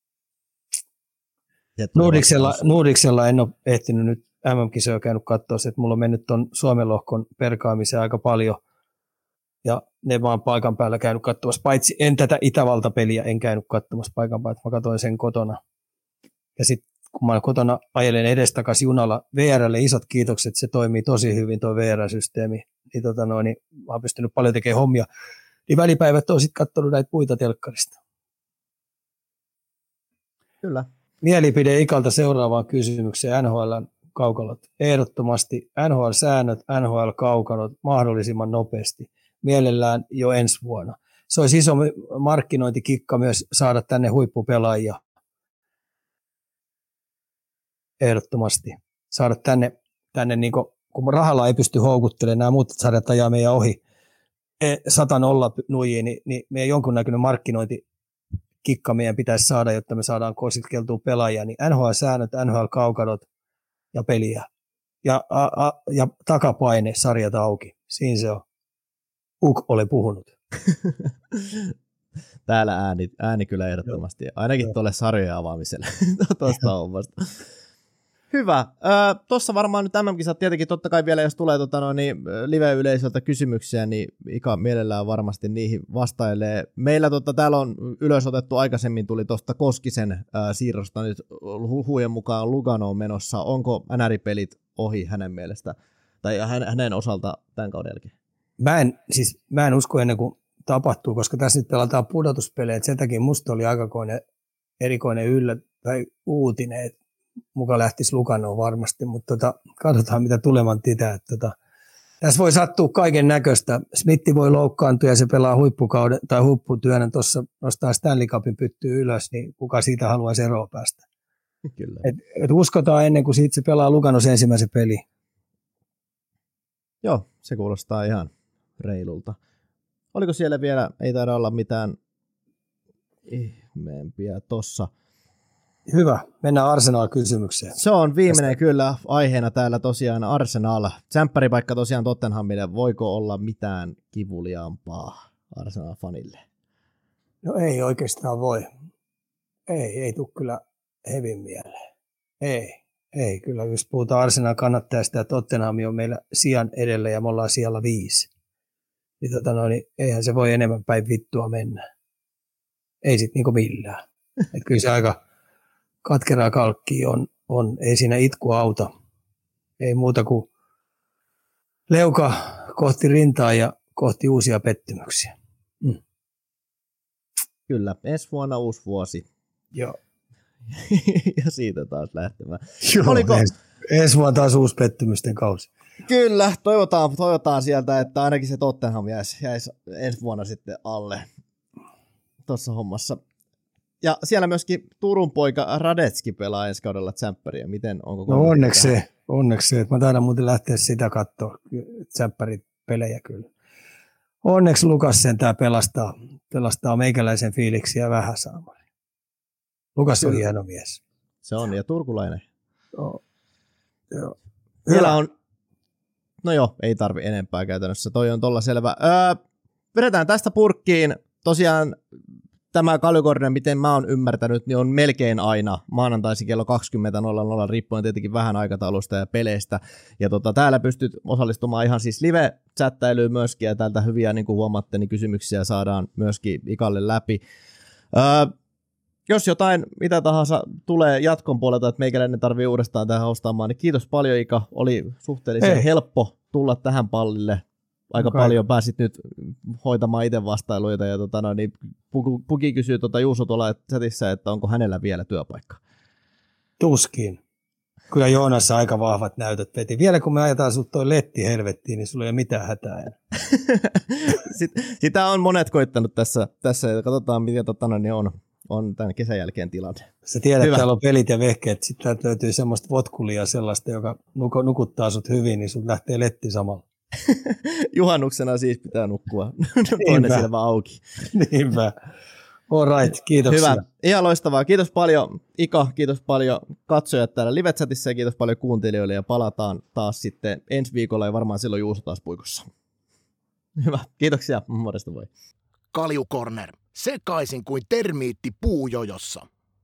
Nordicsella, Nordicsella en ole ehtinyt nyt M M-kisoja käynyt katsoa, että mulla on mennyt tuon Suomen lohkon perkaamiseen aika paljon, ja ne vaan paikan päällä käynyt katsomassa, paitsi en tätä Itävalta-peliä en käynyt katsomassa paikan päällä, mä katsoin sen kotona. Ja sitten kun mä kotona ajelen edestakas junalla V R:lle, isot kiitokset, se toimii tosi hyvin tuo V R-systeemi, niin, tota noin, niin mä oon pystynyt paljon tekemään hommia, niin välipäivät on sitten katsonut näitä puita telkkarista. Kyllä. Mielipide Ikalta seuraavaan kysymykseen N H L:n kaukalot. Ehdottomasti N H L-säännöt, N H L-kaukalot mahdollisimman nopeasti, mielellään jo ensi vuonna. Se olisi iso markkinointikikka myös saada tänne huippupelaajia. Ehdottomasti. Saada tänne, tänne niin kuin, kun rahalla ei pysty houkuttelemaan, nämä muut sarjat ajaa meidän ohi sata nolla nujiin, niin, niin meidän jonkunnäköinen markkinointikikka meidän pitäisi saada, jotta me saadaan kositkeltua pelaajia. Niin N H L-säännöt, N H L-kaukalot, ja peliä. Ja, a, a, ja takapaine, sarjat auki. Siinä se on. Uk oli puhunut. Täällä ääni, ääni kyllä ehdottomasti. Ainakin tuolle sarjojen avaamiselle tuosta hommasta. Hyvä. Tuossa varmaan nyt M M-kisat tietenkin totta kai vielä, jos tulee tota noin, niin live-yleisöltä kysymyksiä, niin Ika mielellään varmasti niihin vastailee. Meillä tota, täällä on ylös otettu aikaisemmin, tuli tuosta Koskisen ää, siirrosta nyt huhujen mukaan Luganoon menossa. Onko N R-pelit ohi hänen mielestä tai hänen osalta tämän kauden jälkeen? Mä en, siis, mä en usko ennen kuin tapahtuu, koska tässä nyt pelataan pudotuspelejä. Sen takia musta oli aikakoinen erikoinen yllä tai uutinen, että muka lähtisi Luganoon varmasti, mutta tota, katsotaan mitä tuleman titää. Tota, tässä voi sattua kaiken näköistä. Smitti voi loukkaantua ja se pelaa huippukauden tai huipputyönä tuossa nostaa Stanley Cupin pyttyy ylös, niin kuka siitä haluaisi eroon päästä. Kyllä. Et, et uskotaan ennen kuin siitä se pelaa Luganossa ensimmäisen peli. Joo, se kuulostaa ihan reilulta. Oliko siellä vielä, ei taida olla mitään ihmeempiä tossa. Hyvä, mennään Arsenal-kysymykseen. Se on viimeinen Tästä. Kyllä aiheena täällä tosiaan Arsenal. Tsemppäripaikka tosiaan Tottenhamille. Voiko olla mitään kivuliaampaa Arsenal-fanille? No ei oikeastaan voi. Ei, ei tule kyllä hevin mieleen. Ei, ei. Kyllä jos puhutaan Arsenal kannattajasta ja Tottenham on meillä sijan edellä ja me ollaan sijalla viisi. Niin, tota no, niin eihän se voi enemmän päin vittua mennä. Ei sit niinku millään. Et kyllä se aika katkeraa kalkkia on, on, ei siinä itku auta. Ei muuta kuin leuka kohti rintaa ja kohti uusia pettymyksiä. Mm. Kyllä, ensi vuonna uusi vuosi. Joo. Ja siitä taas lähtemään. Joo, Oliko... ensi, ensi vuonna taas uusi pettymysten kausi. Kyllä, toivotaan, toivotaan sieltä, että ainakin se Tottenham jäisi, jäisi ensi vuonna sitten alle tuossa hommassa. Ja siellä myöskin Turun poika Radetski pelaa ensi kaudella tsemppäriä. Miten, onko no onneksi se, onneksi se, että mä taidan muuten lähteä sitä katsoa tsemppärit pelejä kyllä. Onneksi Lukas sentään pelastaa, pelastaa meikäläisen fiiliksiä vähän saamaan. Lukas on hieno mies. Se on, ja turkulainen. Joo. Joo. Siellä on, no joo, ei tarvi enempää käytännössä, toi on tolla selvä. Öö, vedetään tästä purkkiin. Tosiaan tämä Kalju Corner, miten mä oon ymmärtänyt, niin on melkein aina maanantaisin kello kaksikymmentä nolla nolla, riippuen tietenkin vähän aikataulusta ja peleistä. Ja tota, täällä pystyt osallistumaan ihan siis live-chattailuun myöskin, ja täältä hyviä, niin kuin huomaatte, niin kysymyksiä saadaan myöskin Ikalle läpi. Öö, jos jotain, mitä tahansa tulee jatkon puolelta, että meikäläinen tarvii uudestaan tähän hostaamaan, niin kiitos paljon Ika, oli suhteellisen Ei. helppo tulla tähän pallille. Aika okay. paljon pääsit nyt hoitamaan itse vastailuita, ja tota, no, niin Puki kysyy tota Juuso tuolla chatissa, että onko hänellä vielä työpaikka. Tuskin. Kyllä Joonassa aika vahvat näytöt veti. Vielä kun me ajetaan sut toi letti helvettiin, niin sulla ei ole mitään hätää. Sitä on monet koittanut tässä, tässä ja katsotaan miten tota, no, niin on, on tämän kesän jälkeen tilanne. Sä tiedät, että täällä on pelit ja vehkeet, sitten löytyy semmoista votkulia sellaista, joka nukuttaa sut hyvin, niin sut lähtee letti samalla. Juhannuksena siis pitää nukkua. Toinen silmä auki. Niinpä. All right, kiitoksia. Hyvä. Ihan loistavaa. Kiitos paljon Ika, kiitos paljon katsojat täällä live-chatissa ja kiitos paljon kuuntelijoille ja palataan taas sitten ensi viikolla ja varmaan silloin Juuso taas puikossa. Hyvä. Kiitoksia. Morjesta voi. Kalju Corner. Sekaisin kuin termiitti puujojossa.